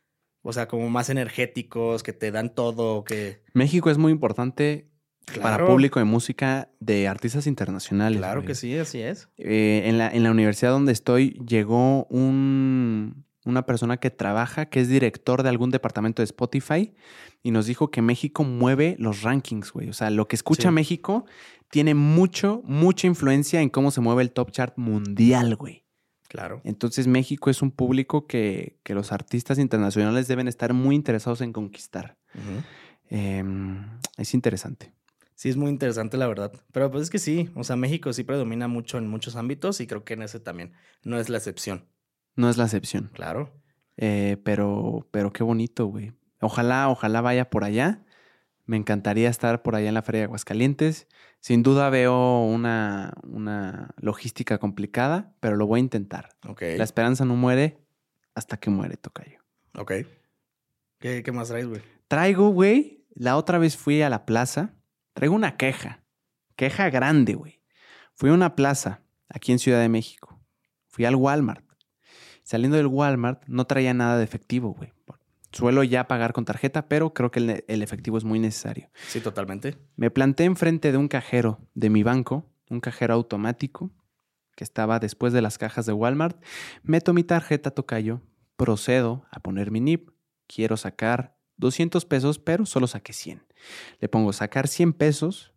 O sea, como más energéticos, que te dan todo, que... México es muy importante Claro. para público de música de artistas internacionales. Claro güey. que sí, así es. Eh, en, la, en la universidad donde estoy llegó un, una persona que trabaja, que es director de algún departamento de Spotify y nos dijo que México mueve los rankings, güey. O sea, lo que escucha Sí. México tiene mucho, mucha influencia en cómo se mueve el top chart mundial, güey. Claro. Entonces México es un público que, que los artistas internacionales deben estar muy interesados en conquistar. Uh-huh. Eh, es interesante. Sí, es muy interesante, la verdad. Pero pues es que sí, o sea, México sí predomina mucho en muchos ámbitos y creo que en ese también no es la excepción. No es la excepción. Claro. Eh, pero, pero qué bonito, güey. Ojalá, ojalá vaya por allá. Me encantaría estar por allá en la Feria de Aguascalientes. Sin duda veo una, una logística complicada, pero lo voy a intentar. Ok. La esperanza no muere hasta que muere, tocayo. Ok. ¿Qué, qué más traes, güey? Traigo, güey, la otra vez fui a la plaza. Traigo una queja. Queja grande, güey. Fui a una plaza aquí en Ciudad de México. Fui al Walmart. Saliendo del Walmart no traía nada de efectivo, güey. Suelo ya pagar con tarjeta, pero creo que el, el efectivo es muy necesario. Sí, totalmente. Me planté enfrente de un cajero de mi banco, un cajero automático que estaba después de las cajas de Walmart. Meto mi tarjeta, tocayo, procedo a poner mi N I P. Quiero sacar doscientos pesos, pero solo saqué cien. Le pongo sacar cien pesos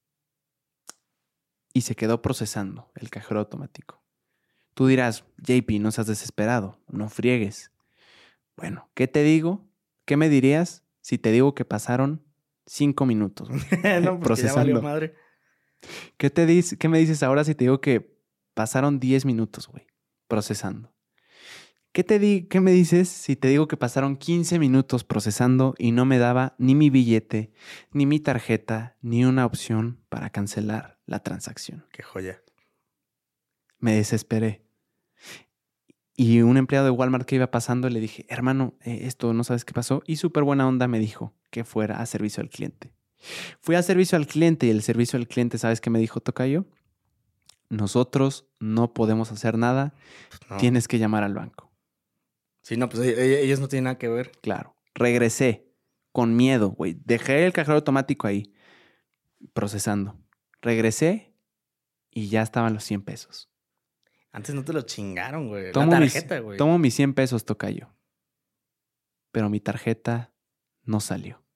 y se quedó procesando el cajero automático. Tú dirás, J P, no seas desesperado, no friegues. Bueno, ¿qué te digo? ¿Qué me dirías si te digo que pasaron cinco minutos no, procesando? Ya valió madre. ¿Qué, te dice, ¿Qué me dices ahora si te digo que pasaron diez minutos, güey, procesando? ¿Qué, te di, ¿Qué me dices si te digo que pasaron quince minutos procesando y no me daba ni mi billete, ni mi tarjeta, ni una opción para cancelar la transacción? Qué joya. Me desesperé. Y un empleado de Walmart que iba pasando le dije, hermano, eh, esto no sabes qué pasó. Y súper buena onda me dijo que fuera a servicio al cliente. Fui a servicio al cliente y el servicio al cliente, ¿sabes qué me dijo, tocayo? Nosotros no podemos hacer nada. Pues no. Tienes que llamar al banco. Sí, no, pues ellos no tienen nada que ver. Claro. Regresé con miedo, güey. Dejé el cajero automático ahí, procesando. Regresé y ya estaban los cien pesos. Antes no te lo chingaron, güey. Tomo La tarjeta, güey. Tomo mis cien pesos, tocayo. Pero mi tarjeta no salió.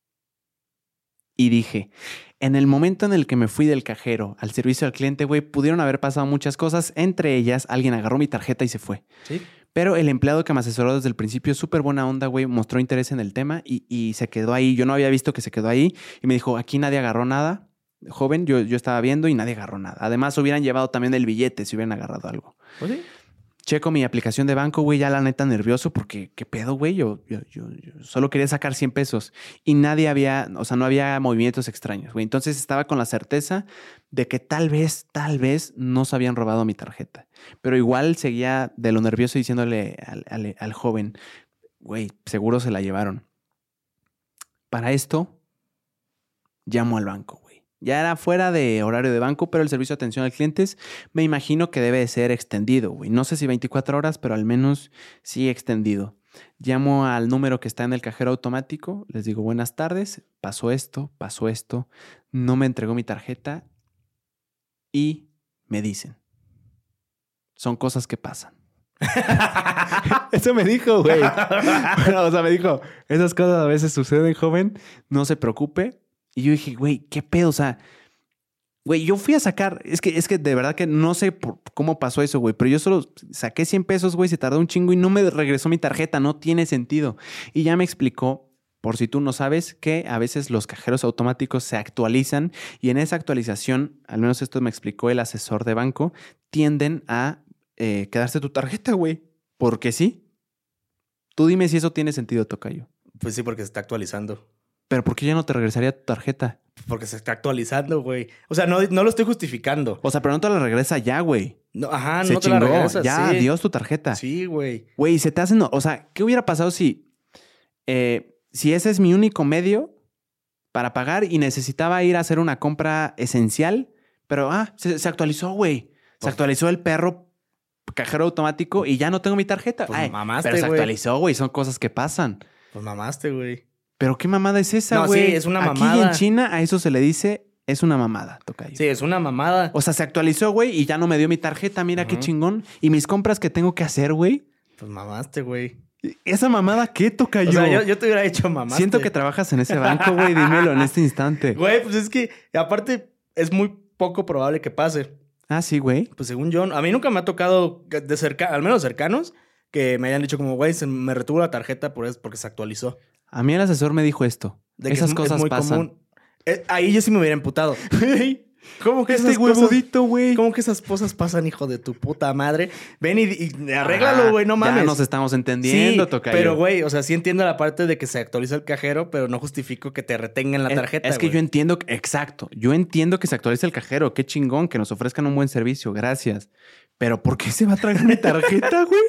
Y dije, en el momento en el que me fui del cajero al servicio al cliente, güey, pudieron haber pasado muchas cosas. Entre ellas, alguien agarró mi tarjeta y se fue. Sí. Pero el empleado que me asesoró desde el principio, súper buena onda, güey, mostró interés en el tema y, y se quedó ahí. Yo no había visto que se quedó ahí y me dijo, aquí nadie agarró nada. Joven, yo, yo estaba viendo y nadie agarró nada. Además, hubieran llevado también el billete si hubieran agarrado algo. Pues sí. Checo mi aplicación de banco, güey, ya la neta nervioso porque, ¿qué pedo, güey? Yo, yo, yo, yo solo quería sacar cien pesos y nadie había, o sea, no había movimientos extraños, güey. Entonces estaba con la certeza de que tal vez, tal vez no se habían robado mi tarjeta. Pero igual seguía de lo nervioso diciéndole al, al, al joven, güey, seguro se la llevaron. Para esto, llamo al banco, güey. Ya era fuera de horario de banco, pero el servicio de atención al clientes me imagino que debe de ser extendido, güey. No sé si veinticuatro horas, pero al menos sí extendido. Llamo al número que está en el cajero automático, les digo buenas tardes, pasó esto, pasó esto, no me entregó mi tarjeta y me dicen, son cosas que pasan. Eso me dijo, güey. Bueno, o sea, me dijo, esas cosas a veces suceden, joven, no se preocupe. Y yo dije, güey, ¿qué pedo? O sea, güey, yo fui a sacar... Es que, es que de verdad que no sé por cómo pasó eso, güey. Pero yo solo saqué cien pesos, güey. Se tardó un chingo y no me regresó mi tarjeta. No tiene sentido. Y ya me explicó, por si tú no sabes, que a veces los cajeros automáticos se actualizan. Y en esa actualización, al menos esto me explicó el asesor de banco, tienden a eh, quedarse tu tarjeta, güey. Porque sí. Tú dime si eso tiene sentido, tocayo. Pues sí, porque se está actualizando. ¿Pero por qué ya no te regresaría tu tarjeta? Porque se está actualizando, güey. O sea, no, no lo estoy justificando. O sea, pero no te la regresa ya, güey. No, ajá, se no chingó. te la regresas. Ya, sí. adiós tu tarjeta. Sí, güey. Güey, se te hacen... O sea, ¿qué hubiera pasado si... Eh, si ese es mi único medio para pagar y necesitaba ir a hacer una compra esencial, pero ah, se, se actualizó, güey. Se actualizó el perro cajero automático y ya no tengo mi tarjeta. Pues Ay, mamaste, pero se güey. actualizó, güey. Son cosas que pasan. Pues mamaste, güey. ¿Pero qué mamada es esa, güey? No, sí, es una Aquí mamada. en China a eso se le dice, es una mamada, tocayo. Sí, es una mamada. O sea, se actualizó, güey, y ya no me dio mi tarjeta. Mira Ujú. qué chingón. Y mis compras que tengo que hacer, güey. Pues mamaste, güey. ¿Esa mamada qué, tocayo? O sea, yo, yo te hubiera hecho mamaste. Siento que trabajas en ese banco, güey. Dímelo en este instante. Güey, pues es que aparte es muy poco probable que pase. Ah, sí, güey. Pues según yo, a mí nunca me ha tocado de cerca, al menos cercanos, que me hayan dicho como, güey, se me retuvo la tarjeta por eso, porque se actualizó. A mí el asesor me dijo esto. De que Esas es, cosas es muy pasan. común. Eh, ahí yo sí me hubiera emputado. ¿Cómo que Este esas cosas- huevudito, güey. ¿Cómo que esas cosas pasan, hijo de tu puta madre? Ven y, y arréglalo, güey, no Ah, mames. Ya nos estamos entendiendo, Sí, tocayo. pero güey, o sea, sí entiendo la parte de que se actualiza el cajero, pero no justifico que te retengan la Es- tarjeta, Es, que güey. yo entiendo, que- exacto. Yo entiendo que se actualice el cajero. Qué chingón, que nos ofrezcan un buen servicio. Gracias. Pero ¿por qué se va a tragar mi tarjeta, güey?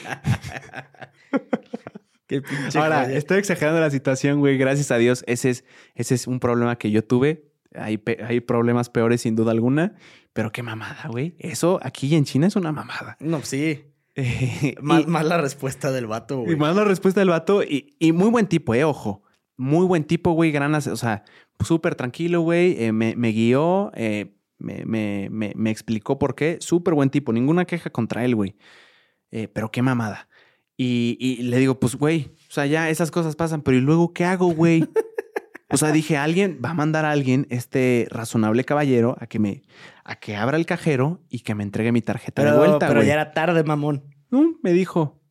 Qué pinche Ahora, joya. estoy exagerando la situación, güey. Gracias a Dios. Ese es, ese es un problema que yo tuve. Hay, pe- hay problemas peores, sin duda alguna. Pero qué mamada, güey. Eso aquí en China es una mamada. No, sí. Eh, Más, y- más la respuesta del vato, Y güey. más la respuesta del vato. Y, y muy buen tipo, eh, ojo. Muy buen tipo, güey. Gran, ase- o sea, súper tranquilo, güey. Eh, me, me guió, eh, me, me, me, me explicó por qué. Súper buen tipo. Ninguna queja contra él, güey. Eh, pero qué mamada. Y, y le digo, pues, güey, o sea, ya esas cosas pasan, pero ¿y luego qué hago, güey? O sea, dije, alguien va a mandar a alguien, este razonable caballero, a que me, a que abra el cajero y que me entregue mi tarjeta Pero, de vuelta, pero güey. ya era tarde, mamón. No, me dijo,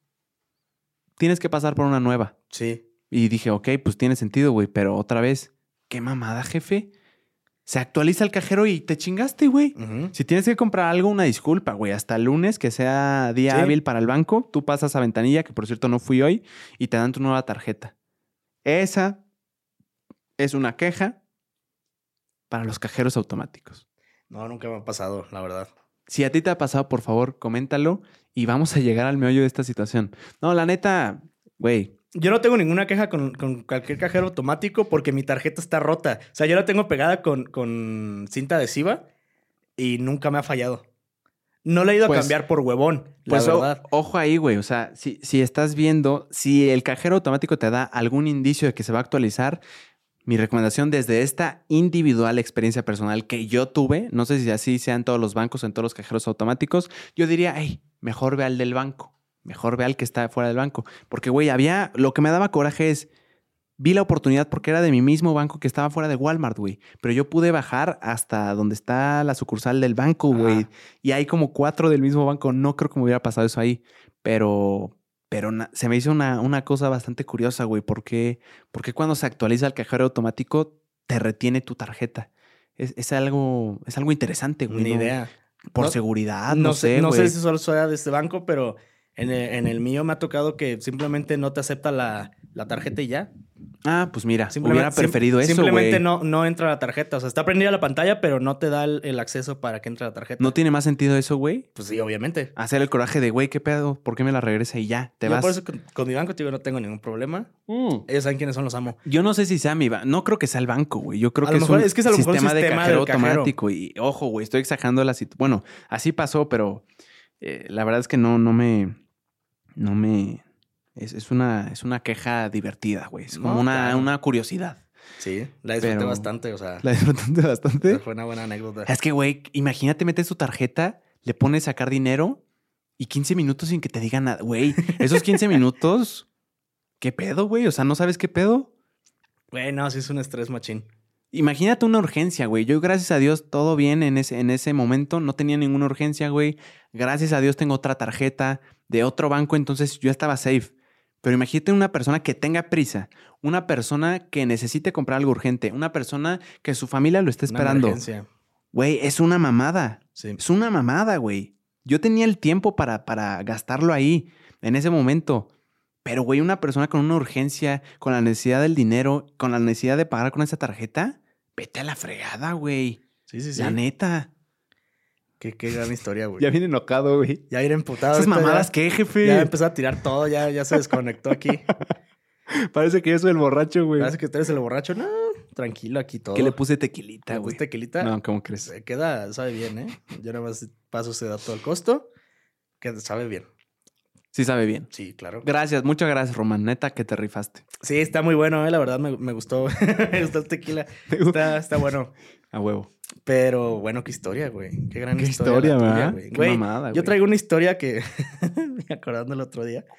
tienes que pasar por una nueva. Sí. Y dije, ok, pues tiene sentido, güey. Pero otra vez, qué mamada, jefe. Se actualiza el cajero y te chingaste, güey. Ujú. Si tienes que comprar algo, una disculpa, güey. Hasta el lunes, que sea día Sí. hábil para el banco, tú pasas a ventanilla, que por cierto no fui hoy, y te dan tu nueva tarjeta. Esa es una queja para los cajeros automáticos. No, nunca me ha pasado, la verdad. Si a ti te ha pasado, por favor, coméntalo y vamos a llegar al meollo de esta situación. No, la neta, güey. Yo no tengo ninguna queja con, con cualquier cajero automático porque mi tarjeta está rota. O sea, yo la tengo pegada con, con cinta adhesiva y nunca me ha fallado. No la he ido Pues- a cambiar por huevón, Pues la o- verdad. ojo ahí, güey. O sea, si, si estás viendo, si el cajero automático te da algún indicio de que se va a actualizar, mi recomendación desde esta individual experiencia personal que yo tuve, no sé si así sean todos los bancos, en todos los cajeros automáticos, yo diría, hey, mejor ve al del banco. Mejor ve al que está fuera del banco. Porque, güey, había... Lo que me daba coraje es... Vi la oportunidad porque era de mi mismo banco que estaba fuera de Walmart, güey. Pero yo pude bajar hasta donde está la sucursal del banco, güey. Ajá. Y hay como cuatro del mismo banco. No creo que me hubiera pasado eso ahí. Pero... Pero na- se me hizo una, una cosa bastante curiosa, güey. ¿Por qué? Porque cuando se actualiza el cajero automático, te retiene tu tarjeta. Es, es algo... Es algo interesante, güey. Ni ¿no? idea. Por No- seguridad, no, no, sé, No güey. sé si solo sea de este banco, pero en el, en el mío me ha tocado que simplemente no te acepta la, la tarjeta y ya. Ah, pues mira, Simplemente- hubiera preferido sim- eso, Simplemente güey. no, no entra la tarjeta. O sea, está prendida la pantalla, pero no te da el, el acceso para que entre la tarjeta. ¿No tiene más sentido eso, güey? Pues sí, obviamente. Hacer el coraje de, güey, ¿qué pedo? ¿Por qué me la regresa y ya? Te Yo vas. por eso con, con mi banco, te digo, no tengo ningún problema. Mm. Ellos saben quiénes son, los amo. Yo no sé si sea mi banco. No creo que sea el banco, güey. Yo creo A que lo es mejor- un es que es a lo mejor sistema, de sistema cajero del cajero. automático. Y ojo, güey, estoy exagerando la situación. Bueno, así pasó, pero eh, la verdad es que no, no me... No me... Es, es, una, es una queja divertida, güey. Es como No, una, claro. una curiosidad. Sí, la disfruté Pero- bastante, o sea, La disfrutaste bastante. fue una buena anécdota. Es que, güey, imagínate, metes tu tarjeta, le pones sacar dinero y quince minutos sin que te digan nada. Güey, esos quince minutos, ¿qué pedo, güey? O sea, ¿no sabes qué pedo? Güey, no, sí es un estrés machín. Imagínate una urgencia, güey. Yo, gracias a Dios, todo bien en ese, en ese momento. No tenía ninguna urgencia, güey. Gracias a Dios tengo otra tarjeta de otro banco, entonces yo estaba safe. Pero imagínate una persona que tenga prisa, una persona que necesite comprar algo urgente, una persona que su familia lo esté Una esperando. emergencia. Güey, es una mamada. Sí. Es una mamada, güey. Yo tenía el tiempo para, para gastarlo ahí, en ese momento. Pero, güey, una persona con una urgencia, con la necesidad del dinero, con la necesidad de pagar con esa tarjeta, vete a la fregada, güey. Sí, sí, sí. La neta. Qué, qué gran historia, güey. Ya viene enojado, güey. Ya ir emputado. ¿Esas ahorita mamadas ya, qué, jefe? ya empezó a tirar todo, ya, ya se desconectó aquí. Parece que yo soy el borracho, güey. Parece que tú eres el borracho. No, tranquilo aquí todo. Que le puse tequilita, ¿Le güey. puse tequilita? No, ¿cómo crees? Se queda, sabe bien, ¿eh? Yo nada más paso ese dato al costo. Que sabe bien. Sí sabe bien. Sí, claro. Gracias, muchas gracias, Román. Neta que te rifaste. Sí, está muy bueno, eh. La verdad me, me gustó. Me gustó el tequila. Está, está bueno. A huevo. Pero bueno, qué historia, güey. Qué gran Qué historia, historia, la tuya, ¿verdad? güey. Qué Güey, mamada, yo güey. traigo una historia que me acordando el otro día.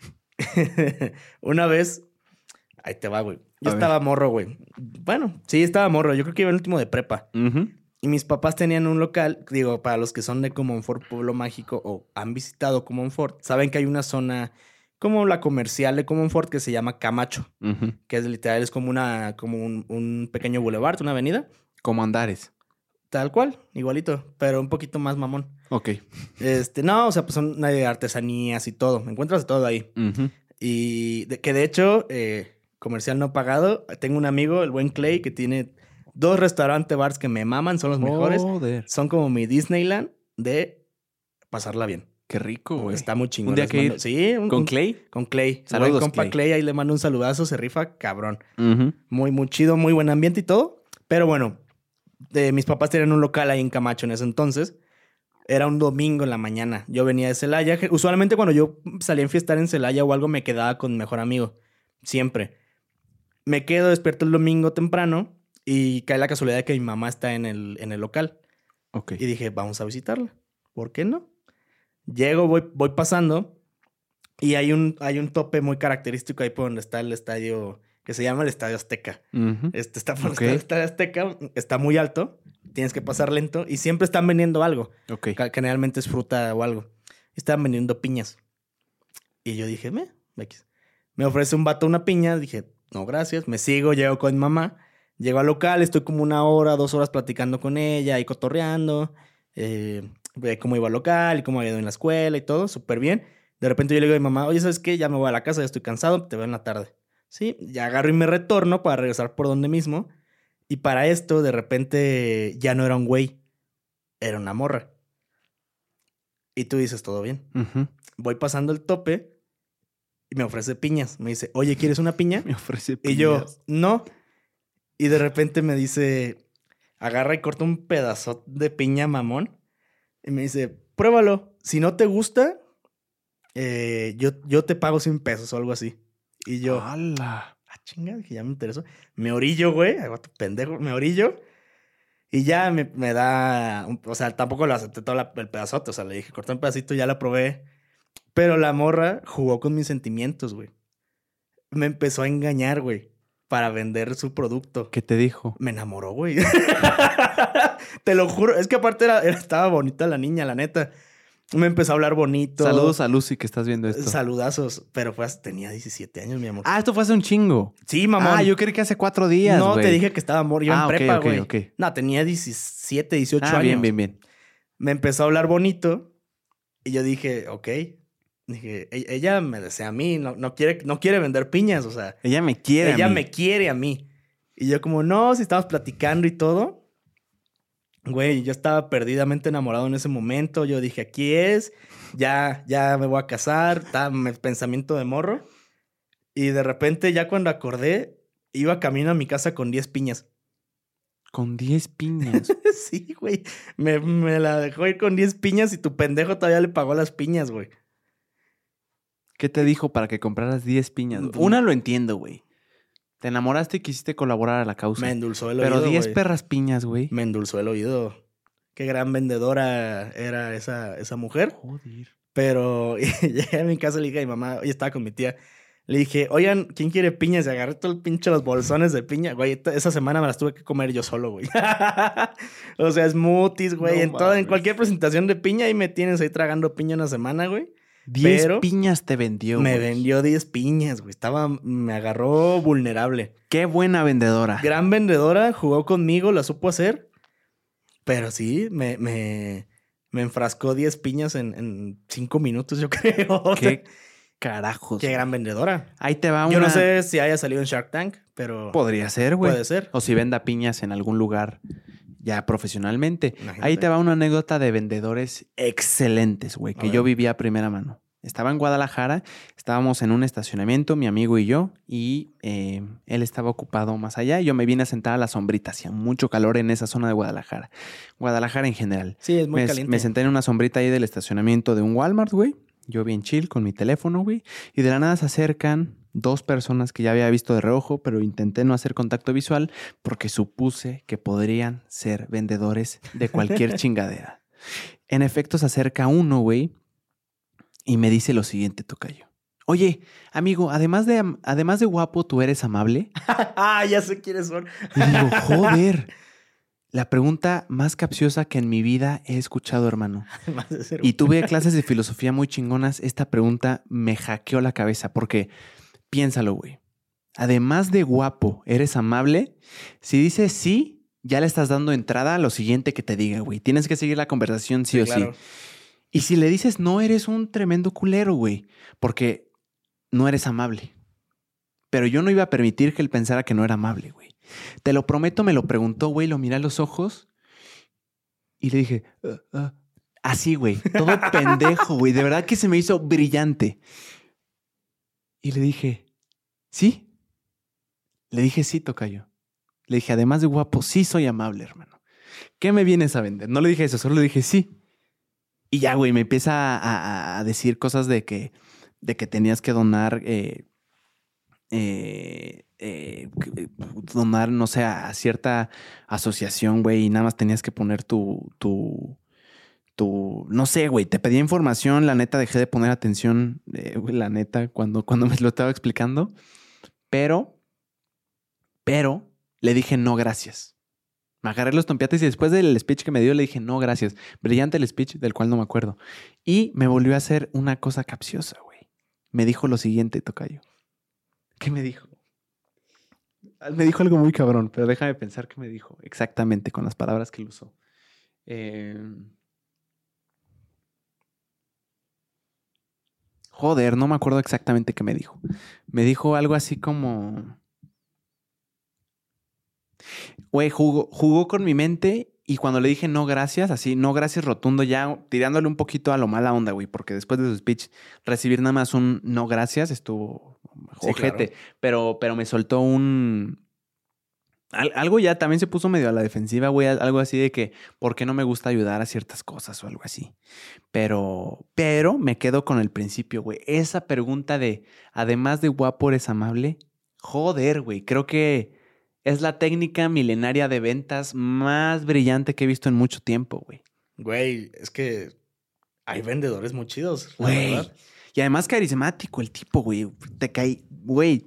Una vez, ahí te va, güey. Yo A estaba morro, güey. Bueno, sí, estaba morro. Yo creo que iba el último de prepa. Ujú. Y mis papás tenían un local, digo, para los que son de Comonfort, Pueblo Mágico, o han visitado Comonfort, saben que hay una zona como la comercial de Comonfort que se llama Camacho, Ujú. que es literal, es como una, como un, un pequeño boulevard, una avenida, Como Andares. tal cual, igualito, pero un poquito más mamón. Ok. Este, no, o sea, pues son eh, artesanías y todo, encuentras de todo ahí. Ujú. Y de- que de hecho, eh, comercial no pagado, tengo un amigo, el buen Clay, que tiene dos restaurantes bars que me maman, son los mejores. Joder. Son como mi Disneyland de pasarla bien. Qué rico, güey. Está muy chingón. Un día les que mando- ir. Sí, un- ¿Con un- Clay? Con Clay. Saludos, Buen compa Clay. Clay. Ahí le mando un saludazo, se rifa, cabrón. Ujú. Muy, muy chido, muy buen ambiente y todo. Pero bueno, de, mis papás tenían un local ahí en Camacho en ese entonces. Era un domingo en la mañana. Yo venía de Celaya. Je- Usualmente cuando yo salía a enfiestar en Celaya o algo, me quedaba con mi mejor amigo. Siempre. Me quedo despierto el domingo temprano y cae la casualidad de que mi mamá está en el, en el local. Ok. Y dije, vamos a visitarla. ¿Por qué no? Llego, voy, voy pasando y hay un, hay un tope muy característico ahí por donde está el estadio que se llama el Estadio Azteca. Ujú. Este está por Ok. donde está el Estadio Azteca, está muy alto, tienes que pasar lento y siempre están vendiendo algo. Ok. Ca- Generalmente es fruta o algo. Estaban vendiendo piñas. Y yo dije, me, X. Me ofrece un vato una piña. Dije, no, gracias. Me sigo, llego con mi mamá. Llego al local, estoy como una hora, dos horas platicando con ella y cotorreando. Eh, de cómo iba al local y cómo había ido en la escuela y todo, súper bien. De repente yo le digo a mi mamá, oye, ¿sabes qué? Ya me voy a la casa, ya estoy cansado, te veo en la tarde. Sí, ya agarro y me retorno para regresar por donde mismo. Y para esto, de repente, ya no era un güey, era una morra. Y tú dices, todo bien. Ujú. Voy pasando el tope y me ofrece piñas. Me dice, oye, ¿quieres una piña? Me ofrece Y yo, piñas. no. Y de repente me dice, agarra y corta un pedazo de piña mamón. Y me dice, pruébalo. Si no te gusta, eh, yo, yo te pago cien pesos o algo así. Y yo, ah, ¡Hala! chinga, que ya me interesó. Me orillo, güey. Ay, vato pendejo, me orillo. Y ya me, me da, un- o sea, tampoco lo acepté todo la- el pedazote. O sea, le dije, corté un pedacito, ya la probé. Pero la morra jugó con mis sentimientos, güey. Me empezó a engañar, güey, para vender su producto. ¿Qué te dijo? Me enamoró, güey. Te lo juro. Es que aparte era, era- estaba bonita la niña, la neta. Me empezó a hablar bonito. Saludos a Lucy que estás viendo esto. Saludazos. Pero fue hace- tenía diecisiete años, mi amor. Ah, esto fue hace un chingo. Sí, mamón. Ah, yo creí que hace cuatro días, No, güey. te dije que estaba amor. Iba Ah, en ok, prepa, ok, güey. ok. No, tenía diecisiete, dieciocho Ah, años. bien, bien, bien. Me empezó a hablar bonito. Y yo dije, ok. Dije, "E- ella me desea a mí. No, no, quiere, no quiere vender piñas, o sea. Ella me quiere a Ella mí. me quiere a mí. Y yo como, no, si estábamos platicando y todo. Güey, yo estaba perdidamente enamorado en ese momento. Yo dije, aquí es. Ya, ya me voy a casar. Estaba mi pensamiento de morro. Y de repente, ya cuando acordé, iba camino a mi casa con diez piñas. Con diez piñas. Sí, güey. Me, me la dejó ir con diez piñas y tu pendejo todavía le pagó las piñas, güey. ¿Qué te dijo para que compraras diez piñas? Mm. Una lo entiendo, güey. Te enamoraste y quisiste colaborar a la causa. Me endulzó el Pero oído, diez güey. perras piñas, güey. Me endulzó el oído. Qué gran vendedora era esa, esa mujer. Joder. Pero llegué a mi casa y le dije a mi mamá, oye, estaba con mi tía. Le dije, oigan, ¿quién quiere piñas? Y agarré todo el pinche los bolsones de piña. Güey, t- esa semana me las tuve que comer yo solo, güey. O sea, smoothies, güey. No en, todo, en mames. cualquier presentación de piña, ahí me tienes ahí tragando piña una semana, güey. Diez Pero piñas te vendió, Me güey. vendió diez piñas, güey. Estaba, me agarró vulnerable. Qué buena vendedora. Gran vendedora, jugó conmigo, la supo hacer. Pero sí, me, me, me enfrascó diez piñas en, en cinco minutos, yo creo. Qué carajos. Qué gran vendedora. Ahí te va una... Yo no sé si haya salido en Shark Tank, pero Podría ser, güey. puede ser. O si venda piñas en algún lugar ya profesionalmente. Imagínate. Ahí te va una anécdota de vendedores excelentes, güey, A que ver. yo viví a primera mano. Estaba en Guadalajara, estábamos en un estacionamiento, mi amigo y yo, y eh, él estaba ocupado más allá. Y yo me vine a sentar a la sombrita, hacía mucho calor en esa zona de Guadalajara. Guadalajara en general. Sí, es muy me, caliente. Me senté en una sombrita ahí del estacionamiento de un Walmart, güey. Yo bien chill con mi teléfono, güey. Y de la nada se acercan dos personas que ya había visto de reojo, pero intenté no hacer contacto visual porque supuse que podrían ser vendedores de cualquier chingadera. En efecto, se acerca uno, güey. Y me dice lo siguiente, tocayo. Oye, amigo, además de, además de guapo, ¿tú eres amable? Ah, ya sé quiénes son. Y digo, joder, la pregunta más capciosa que en mi vida he escuchado, hermano. Además de ser Y tuve clases de filosofía muy chingonas. Esta pregunta me hackeó la cabeza porque, piénsalo, güey. Además de guapo, ¿eres amable? Si dices sí, ya le estás dando entrada a lo siguiente que te diga, güey. Tienes que seguir la conversación sí, sí o claro. sí. Y si le dices no, eres un tremendo culero, güey. Porque no eres amable. Pero yo no iba a permitir que él pensara que no era amable, güey. Te lo prometo, me lo preguntó, güey. Lo miré a los ojos y le dije... Uh, uh. Así, güey. Todo pendejo, güey. De verdad que se me hizo brillante. Y le dije... ¿Sí? Le dije sí, tocayo. Le dije, además de guapo, sí soy amable, hermano. ¿Qué me vienes a vender? No le dije eso, solo le dije sí. Y ya, güey, me empieza a, a, a decir cosas de que, de que tenías que donar, eh, eh, eh, donar, no sé, a cierta asociación, güey, y nada más tenías que poner tu, tu, tu, no sé, güey, te pedía información, la neta dejé de poner atención, eh, güey, la neta, cuando, cuando me lo estaba explicando, pero, pero le dije no, gracias. Me agarré los tompiates y después del speech que me dio le dije, no, gracias. Brillante el speech del cual no me acuerdo. Y me volvió a hacer una cosa capciosa, güey. Me dijo lo siguiente, tocayo. ¿Qué me dijo? Me dijo algo muy cabrón, pero déjame pensar qué me dijo exactamente con las palabras que él usó. Eh... Joder, no me acuerdo exactamente qué me dijo. Me dijo algo así como... Güey, jugó, jugó con mi mente y cuando le dije no gracias, así, no gracias rotundo, ya tirándole un poquito a lo mala onda, güey, porque después de su speech recibir nada más un no gracias estuvo ojete, sí, claro. pero, pero me soltó un... Al, algo ya también se puso medio a la defensiva, güey, algo así de que, ¿por qué no me gusta ayudar a ciertas cosas o algo así? Pero, pero me quedo con el principio, güey. Esa pregunta de, además de guapo, ¿eres amable? Joder, güey, creo que... es la técnica milenaria de ventas más brillante que he visto en mucho tiempo, güey. Güey, es que hay vendedores muy chidos, la güey. verdad. Y además carismático el tipo, güey. Te caí, güey.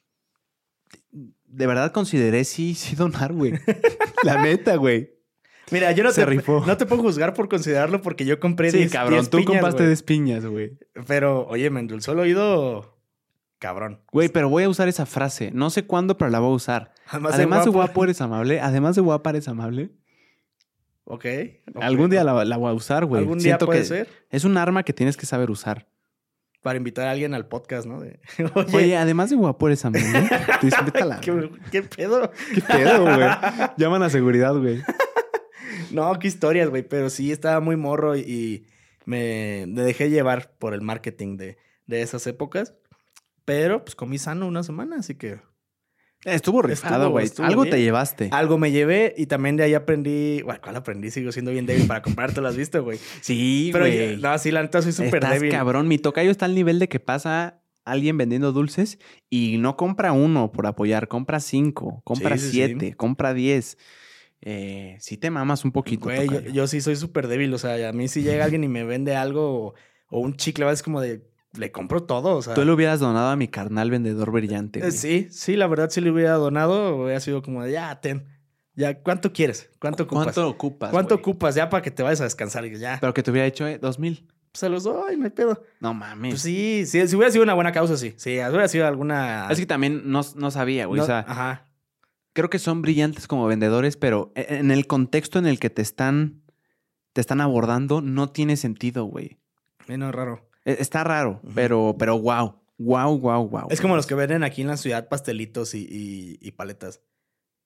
De verdad consideré sí, sí donar, güey. La neta, güey. Mira, yo no Se te, rifó. no te puedo juzgar por considerarlo porque yo compré sí, diez, cabrón, diez tú piñas, compraste güey. diez piñas, güey. Pero, oye, me endulzó el oído... cabrón. Güey, pero voy a usar esa frase. No sé cuándo, pero la voy a usar. Además, Además de, de guapo. guapo eres amable. Además de guapa eres amable. Ok. okay. Algún día la, la voy a usar, güey. Algún Siento día puede que ser. Es un arma que tienes que saber usar. Para invitar a alguien al podcast, ¿no? De, oye, oye, además de guapo eres amable. ¿Qué, ¿Qué pedo? ¿Qué pedo, güey? Llaman a seguridad, güey. No, qué historias, güey. Pero sí, estaba muy morro y me, me dejé llevar por el marketing de, de esas épocas. Pero, pues, comí sano una semana, así que... Estuvo rifado, güey. Algo bien. Te llevaste. Algo me llevé y también de ahí aprendí... Bueno, ¿cuál aprendí? Sigo siendo bien débil para comprarte, ¿lo has visto, güey? Sí, pero güey. No, sí, la neta soy súper débil. Cabrón. Mi tocayo está al nivel de que pasa alguien vendiendo dulces y no compra uno por apoyar. Compra cinco, compra sí, siete, sí. compra diez. Eh, sí te mamas un poquito, güey, yo, yo sí soy súper débil. O sea, a mí si llega alguien y me vende algo o, o un chicle, es como de... Le compro todo, o sea... Tú le hubieras donado a mi carnal vendedor brillante, güey. Sí, sí, la verdad, si le hubiera donado, hubiera sido como de, ya, ten. Ya, ¿cuánto quieres? ¿Cuánto ocupas? ¿Cuánto ocupas, ¿Cuánto güey? ocupas? Ya para que te vayas a descansar y ya. Pero que te hubiera hecho, ¿eh? Dos mil. Pues se los doy, no hay pedo. No mames. Pues sí, sí, si hubiera sido una buena causa, sí. Sí, si hubiera sido alguna... Es que también no, no sabía, güey. No, o sea, ajá. Creo que son brillantes como vendedores, pero en el contexto en el que te están, te están abordando, no tiene sentido, güey. No, es raro. Está raro, uh-huh. pero, pero wow. Wow, wow, wow. Es como los que venden aquí en la ciudad pastelitos y, y, y paletas.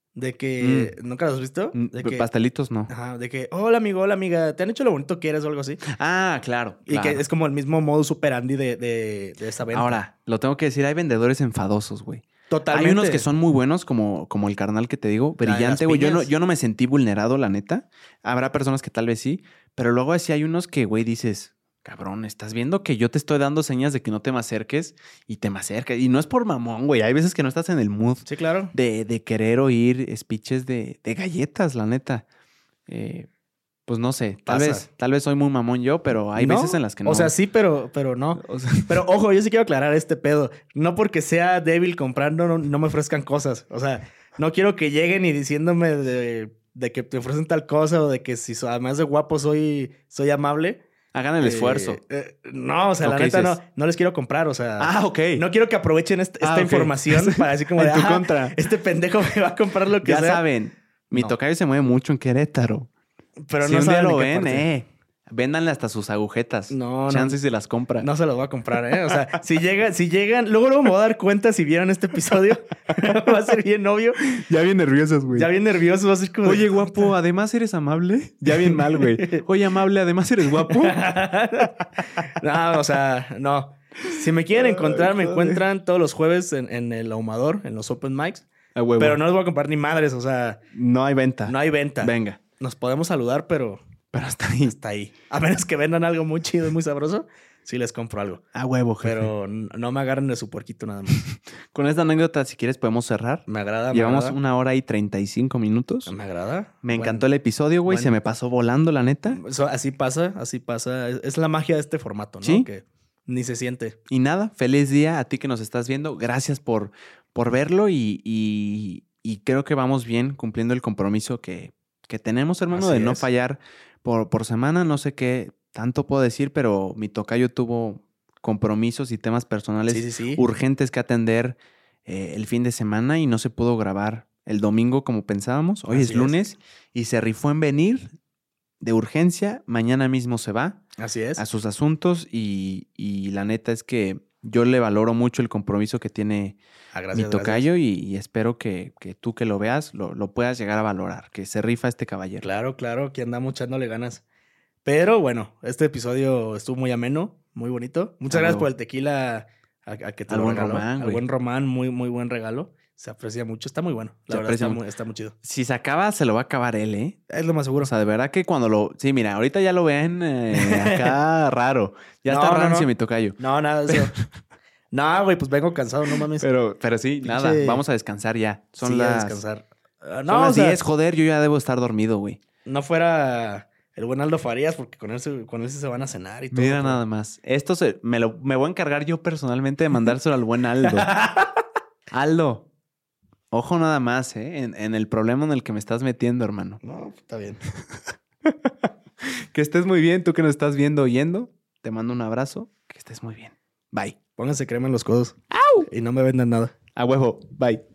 De que... Mm. ¿Nunca los has visto? De que, pastelitos, no. Ajá, de que... Hola, amigo, hola, amiga. ¿Te han hecho lo bonito que eres o algo así? Ah, claro. Y claro. que es como el mismo modus operandi de, de, de esa venta. Ahora, lo tengo que decir, hay vendedores enfadosos, güey. Totalmente. Hay unos que son muy buenos, como, como el carnal que te digo, brillante, güey. Yo no, yo no me sentí vulnerado, la neta. Habrá personas que tal vez sí, pero luego así hay unos que, güey, dices, cabrón, estás viendo que yo te estoy dando señas de que no te me acerques y te me acercas. Y no es por mamón, güey. Hay veces que no estás en el mood. Sí, claro. De, de querer oír speeches de, de galletas, la neta. Eh, pues no sé, tal Pasa. vez, tal vez soy muy mamón yo, pero hay ¿No? veces en las que no. O sea, sí, pero, pero no. O sea... Pero ojo, yo sí quiero aclarar este pedo. No porque sea débil comprando, no, no me ofrezcan cosas. O sea, no quiero que lleguen y diciéndome de, de que te ofrecen tal cosa o de que si además de guapo soy, soy amable. Hagan el eh, esfuerzo. Eh, no, o sea, la ¿Qué neta dices? no, no les quiero comprar. O sea, ah, ok. No quiero que aprovechen este, esta ah, okay. información para decir como en de, tu ah, contra. Este pendejo me va a comprar lo que ya sea. Ya saben, mi no. tocayo se mueve mucho en Querétaro. Pero si no un día saben lo de qué ven, parte. eh. Véndanle hasta sus agujetas. No, Chance no. si las compra. No se los voy a comprar, ¿eh? O sea, si llegan, si llegan, luego, luego me voy a dar cuenta si vieron este episodio. Va a ser bien obvio. Ya bien nerviosos, güey. Ya bien nervioso, va a ser como. Oye, de... guapo, además eres amable. Ya bien mal, güey. Oye, amable, además eres guapo. No, o sea, no. Si me quieren encontrar, Ay, me encuentran todos los jueves en, en el Ahumador, en los open mics. A huevo. Pero no les voy a comprar ni madres, o sea. No hay venta. No hay venta. Venga. Nos podemos saludar, pero. Pero hasta ahí. Hasta ahí. A menos que vendan algo muy chido y muy sabroso, sí les compro algo. A huevo, jefe. Pero no me agarren de su puerquito nada más. Con esta anécdota, si quieres, podemos cerrar. Me agrada, Llevamos me agrada. una hora y treinta y cinco minutos. Me agrada. Me bueno, encantó el episodio, güey. bueno. Se me pasó volando, la neta. Eso, así pasa, así pasa. Es, es la magia de este formato, ¿no? Sí. Que ni se siente. Y nada, feliz día a ti que nos estás viendo. Gracias por, por verlo y, y, y creo que vamos bien cumpliendo el compromiso que, que tenemos, hermano, Así de no es. fallar por, por semana. No sé qué tanto puedo decir, pero mi tocayo tuvo compromisos y temas personales Sí, sí, sí. urgentes que atender eh, el fin de semana y no se pudo grabar el domingo como pensábamos. Hoy Así es lunes y se rifó en venir de urgencia. Mañana mismo se va Así es. a sus asuntos y, y la neta es que yo le valoro mucho el compromiso que tiene Ah, gracias, mi tocayo y, y espero que, que tú que lo veas lo, lo puedas llegar a valorar, que se rifa este caballero. Claro, claro, aquí andamos echándole ganas. Pero bueno, este episodio estuvo muy ameno, muy bonito. Muchas Ah, gracias no. por el tequila a, a que te Al lo buen regaló. Román, Al güey. buen Román, muy, muy buen regalo. Se aprecia mucho, está muy bueno. La Se verdad aprecia está mu- muy, está muy chido. Si se acaba, se lo va a acabar él, ¿eh? Es lo más seguro. O sea, de verdad que cuando lo... Sí, mira, ahorita ya lo ven eh, acá raro. Ya No, está no, rancio no. mi tocayo. No, nada de eso. No, güey, pues vengo cansado, no mames. Pero, pero sí, Pinche- nada. Vamos a descansar ya. Son Sí, a las... descansar. Ah, Son no, las o sea, diez, joder. Yo ya debo estar dormido, güey. no fuera el buen Aldo Farías, porque con él, se, con él sí se van a cenar y todo. Mira pero- nada más. Esto se, me, lo, me voy a encargar yo personalmente de mandárselo al buen Aldo. Aldo, ojo nada más, ¿eh? En, en el problema en el que me estás metiendo, hermano. No, está bien. Que estés muy bien, tú que nos estás viendo, oyendo. Te mando un abrazo. Que estés muy bien. Bye. Pónganse crema en los codos. ¡Au! Y no me vendan nada. A huevo. Bye.